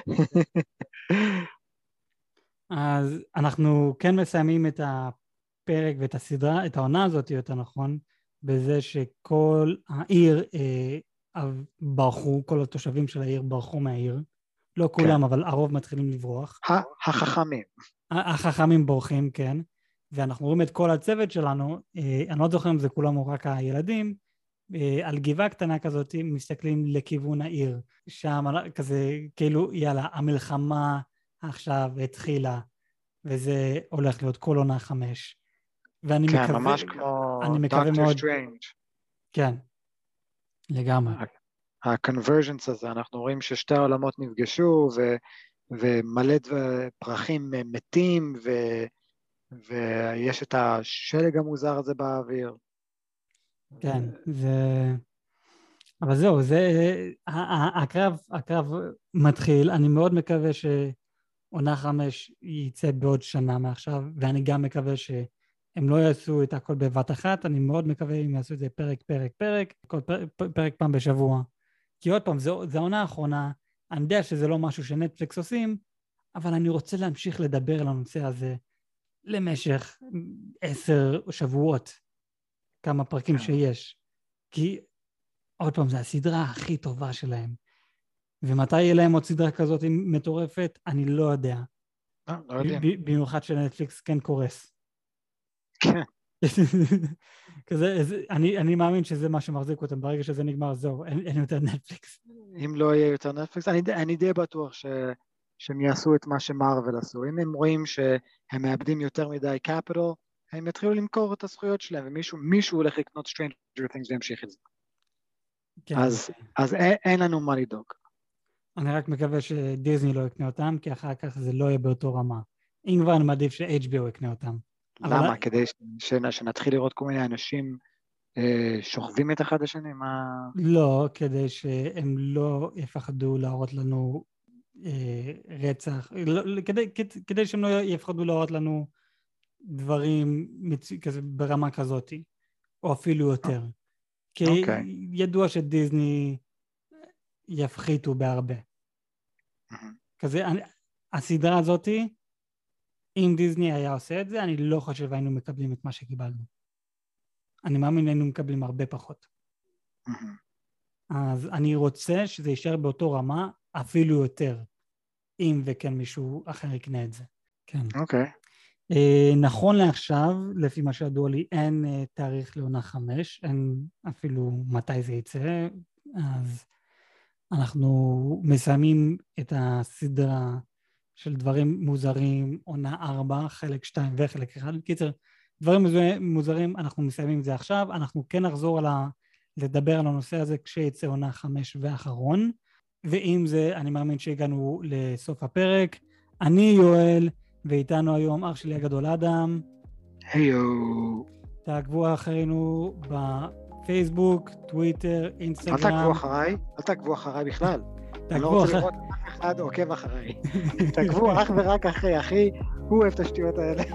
Speaker 1: אז אנחנו כן מסיימים את הפרק ואת הסדרה, את העונה הזאת יותר נכון, בזה שכל העיר אה, ברחו, כל התושבים של העיר ברחו מהעיר. לא כולם, כן. אבל הרוב מתחילים לברוח.
Speaker 2: החכמים.
Speaker 1: החכמים בורחים, כן. ואנחנו רואים את כל הצוות שלנו, אה, אני לא זוכר אם זה כולם או רק הילדים, אה, על גבעה קטנה כזאת, מסתכלים לכיוון העיר. שם כזה, כאילו, יאללה, המלחמה עכשיו התחילה, וזה הולך להיות כל עונה חמש. ואני
Speaker 2: כן,
Speaker 1: מקווה...
Speaker 2: ממש כמו
Speaker 1: דוקטור
Speaker 2: סטרנג'.
Speaker 1: כן, לגמרי.
Speaker 2: ה-convergence הזה, אנחנו רואים ששתי העולמות נפגשו, ו- ומלא פרחים מתים, ו- ויש את השלג המוזר הזה באוויר.
Speaker 1: כן, זה... אבל זהו, זה... הקרב, הקרב מתחיל, אני מאוד מקווה שעונה חמש ייצא בעוד שנה מעכשיו, ואני גם מקווה שהם לא יעשו את הכל בבת אחת, אני מאוד מקווה אם יעשו את זה פרק, פרק, פרק, כל פרק, פרק פעם בשבוע. כי עוד פעם, זו, זו העונה האחרונה, אני יודע שזה לא משהו שנטפליקס עושים, אבל אני רוצה להמשיך לדבר על הנושא הזה למשך עשר שבועות, כמה פרקים שיש. כי עוד פעם, זו הסדרה הכי טובה שלהם. ומתי יהיה להם עוד סדרה כזאת מטורפת? אני לא יודע.
Speaker 2: לא, לא יודעים.
Speaker 1: במיוחד שנטפליקס כן קורס.
Speaker 2: כן.
Speaker 1: כזה, אני, אני מאמין שזה מה שמחזיק אותם, ברגע שזה נגמר, זהו, אין, אין יותר נטפליקס.
Speaker 2: אם לא יהיה יותר נטפליקס, אני, אני די בטוח ש, שהם יעשו את מה שמרוול עשו. אם הם רואים שהם מאבדים יותר מדי קפיטל, הם יתחילו למכור את הזכויות שלהם, ומישהו מישהו הולך לקנות Stranger Things וימשיך את זה. כן. אז, אז אין, אין לנו מה לדאוג.
Speaker 1: אני רק מקווה שדיזני לא יקנה אותם, כי אחר כך זה לא יהיה באותו רמה. אם כבר אני מעדיף ש-אייץ' בי או יקנה אותם.
Speaker 2: למה? אבל... כדי ש... ש... שנתחיל לראות כל מיני אנשים אה, שוכבים את אחד השני? מה...
Speaker 1: לא, כדי שהם לא יפחדו להראות לנו אה, רצח, לא, כדי, כדי, כדי שהם לא יפחדו להראות לנו דברים מצ... כזה, ברמה כזאת, או אפילו יותר. כי okay. ידוע שדיזני יפחיתו בהרבה. Mm-hmm. כזה, אני, הסדרה הזאת, אם דיזני היה עושה את זה, אני לא חושב היינו מקבלים את מה שקיבלנו. אני מאמין היינו מקבלים הרבה פחות. אז אני רוצה שזה יישאר באותו רמה, אפילו יותר, אם וכן מישהו אחר יקנה את זה. כן.
Speaker 2: אוקיי.
Speaker 1: Uh, נכון לעכשיו, לפי מה שידוע לי, אין uh, תאריך לעונה חמש, אין אפילו מתי זה יצא, אז אנחנו מסיימים את הסדרה של דברים מוזרים, עונה ארבע, חלק שתיים וחלק אחד. בקיצר, דברים מוזרים, אנחנו מסיימים את זה עכשיו, אנחנו כן נחזור על ה... לדבר על הנושא הזה כשיצא עונה חמש ואחרון, ועם זה אני מאמין שהגענו לסוף הפרק. אני יואל, ואיתנו היום אח שלי הגדול אדם.
Speaker 2: היו.
Speaker 1: תעקבו אחרינו בפייסבוק, טוויטר, אינסטגרם.
Speaker 2: אל תעקבו אחריי, אל תעקבו אחריי בכלל. אני לא רוצה לראות אף אחד עוקב אחריי. תעקבו אך ורק אחרי, אחי, הוא אוהב את השטויות האלה.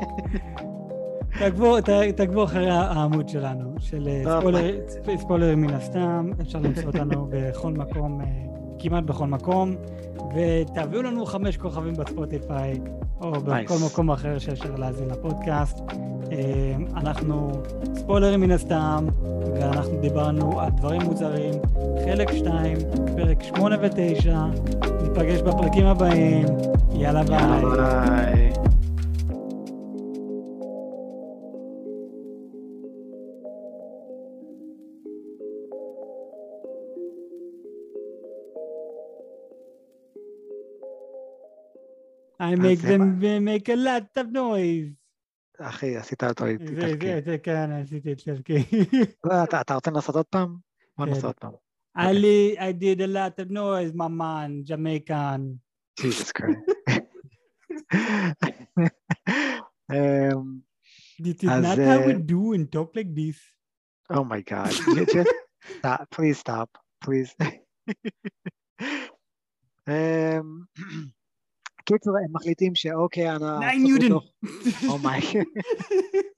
Speaker 1: תעקבו אחרי העמוד שלנו, של ספוילרים מן הסתם, אפשר למצוא אותנו בכל מקום, כמעט בכל מקום, ותביאו לנו חמש כוכבים בספוטיפיי, או בכל מקום אחר שאפשר להאזין לפודקאסט. אנחנו ספוילרים מן הסתם, ואנחנו דיברנו על דברים מוזרים, חלק שתיים, פרק שמונה ותשע, ניפגש בפרקים הבאים, יאללה ביי. I make them make a lot of noise.
Speaker 2: אחי, עשית אותו איטלקי.
Speaker 1: זה, זה, כן, עשיתי איטלקי.
Speaker 2: אתה רוצה לעשות עוד פעם? בוא נעשה עוד פעם.
Speaker 1: I did a lot of noise, my man, Jamaican.
Speaker 2: Jesus Christ.
Speaker 1: This is not how we do and talk like this.
Speaker 2: Oh my God. Just stop. Please stop. Please. קיצור, הם מחליטים שאוקיי, אני...
Speaker 1: ניין יודן!
Speaker 2: אומייי.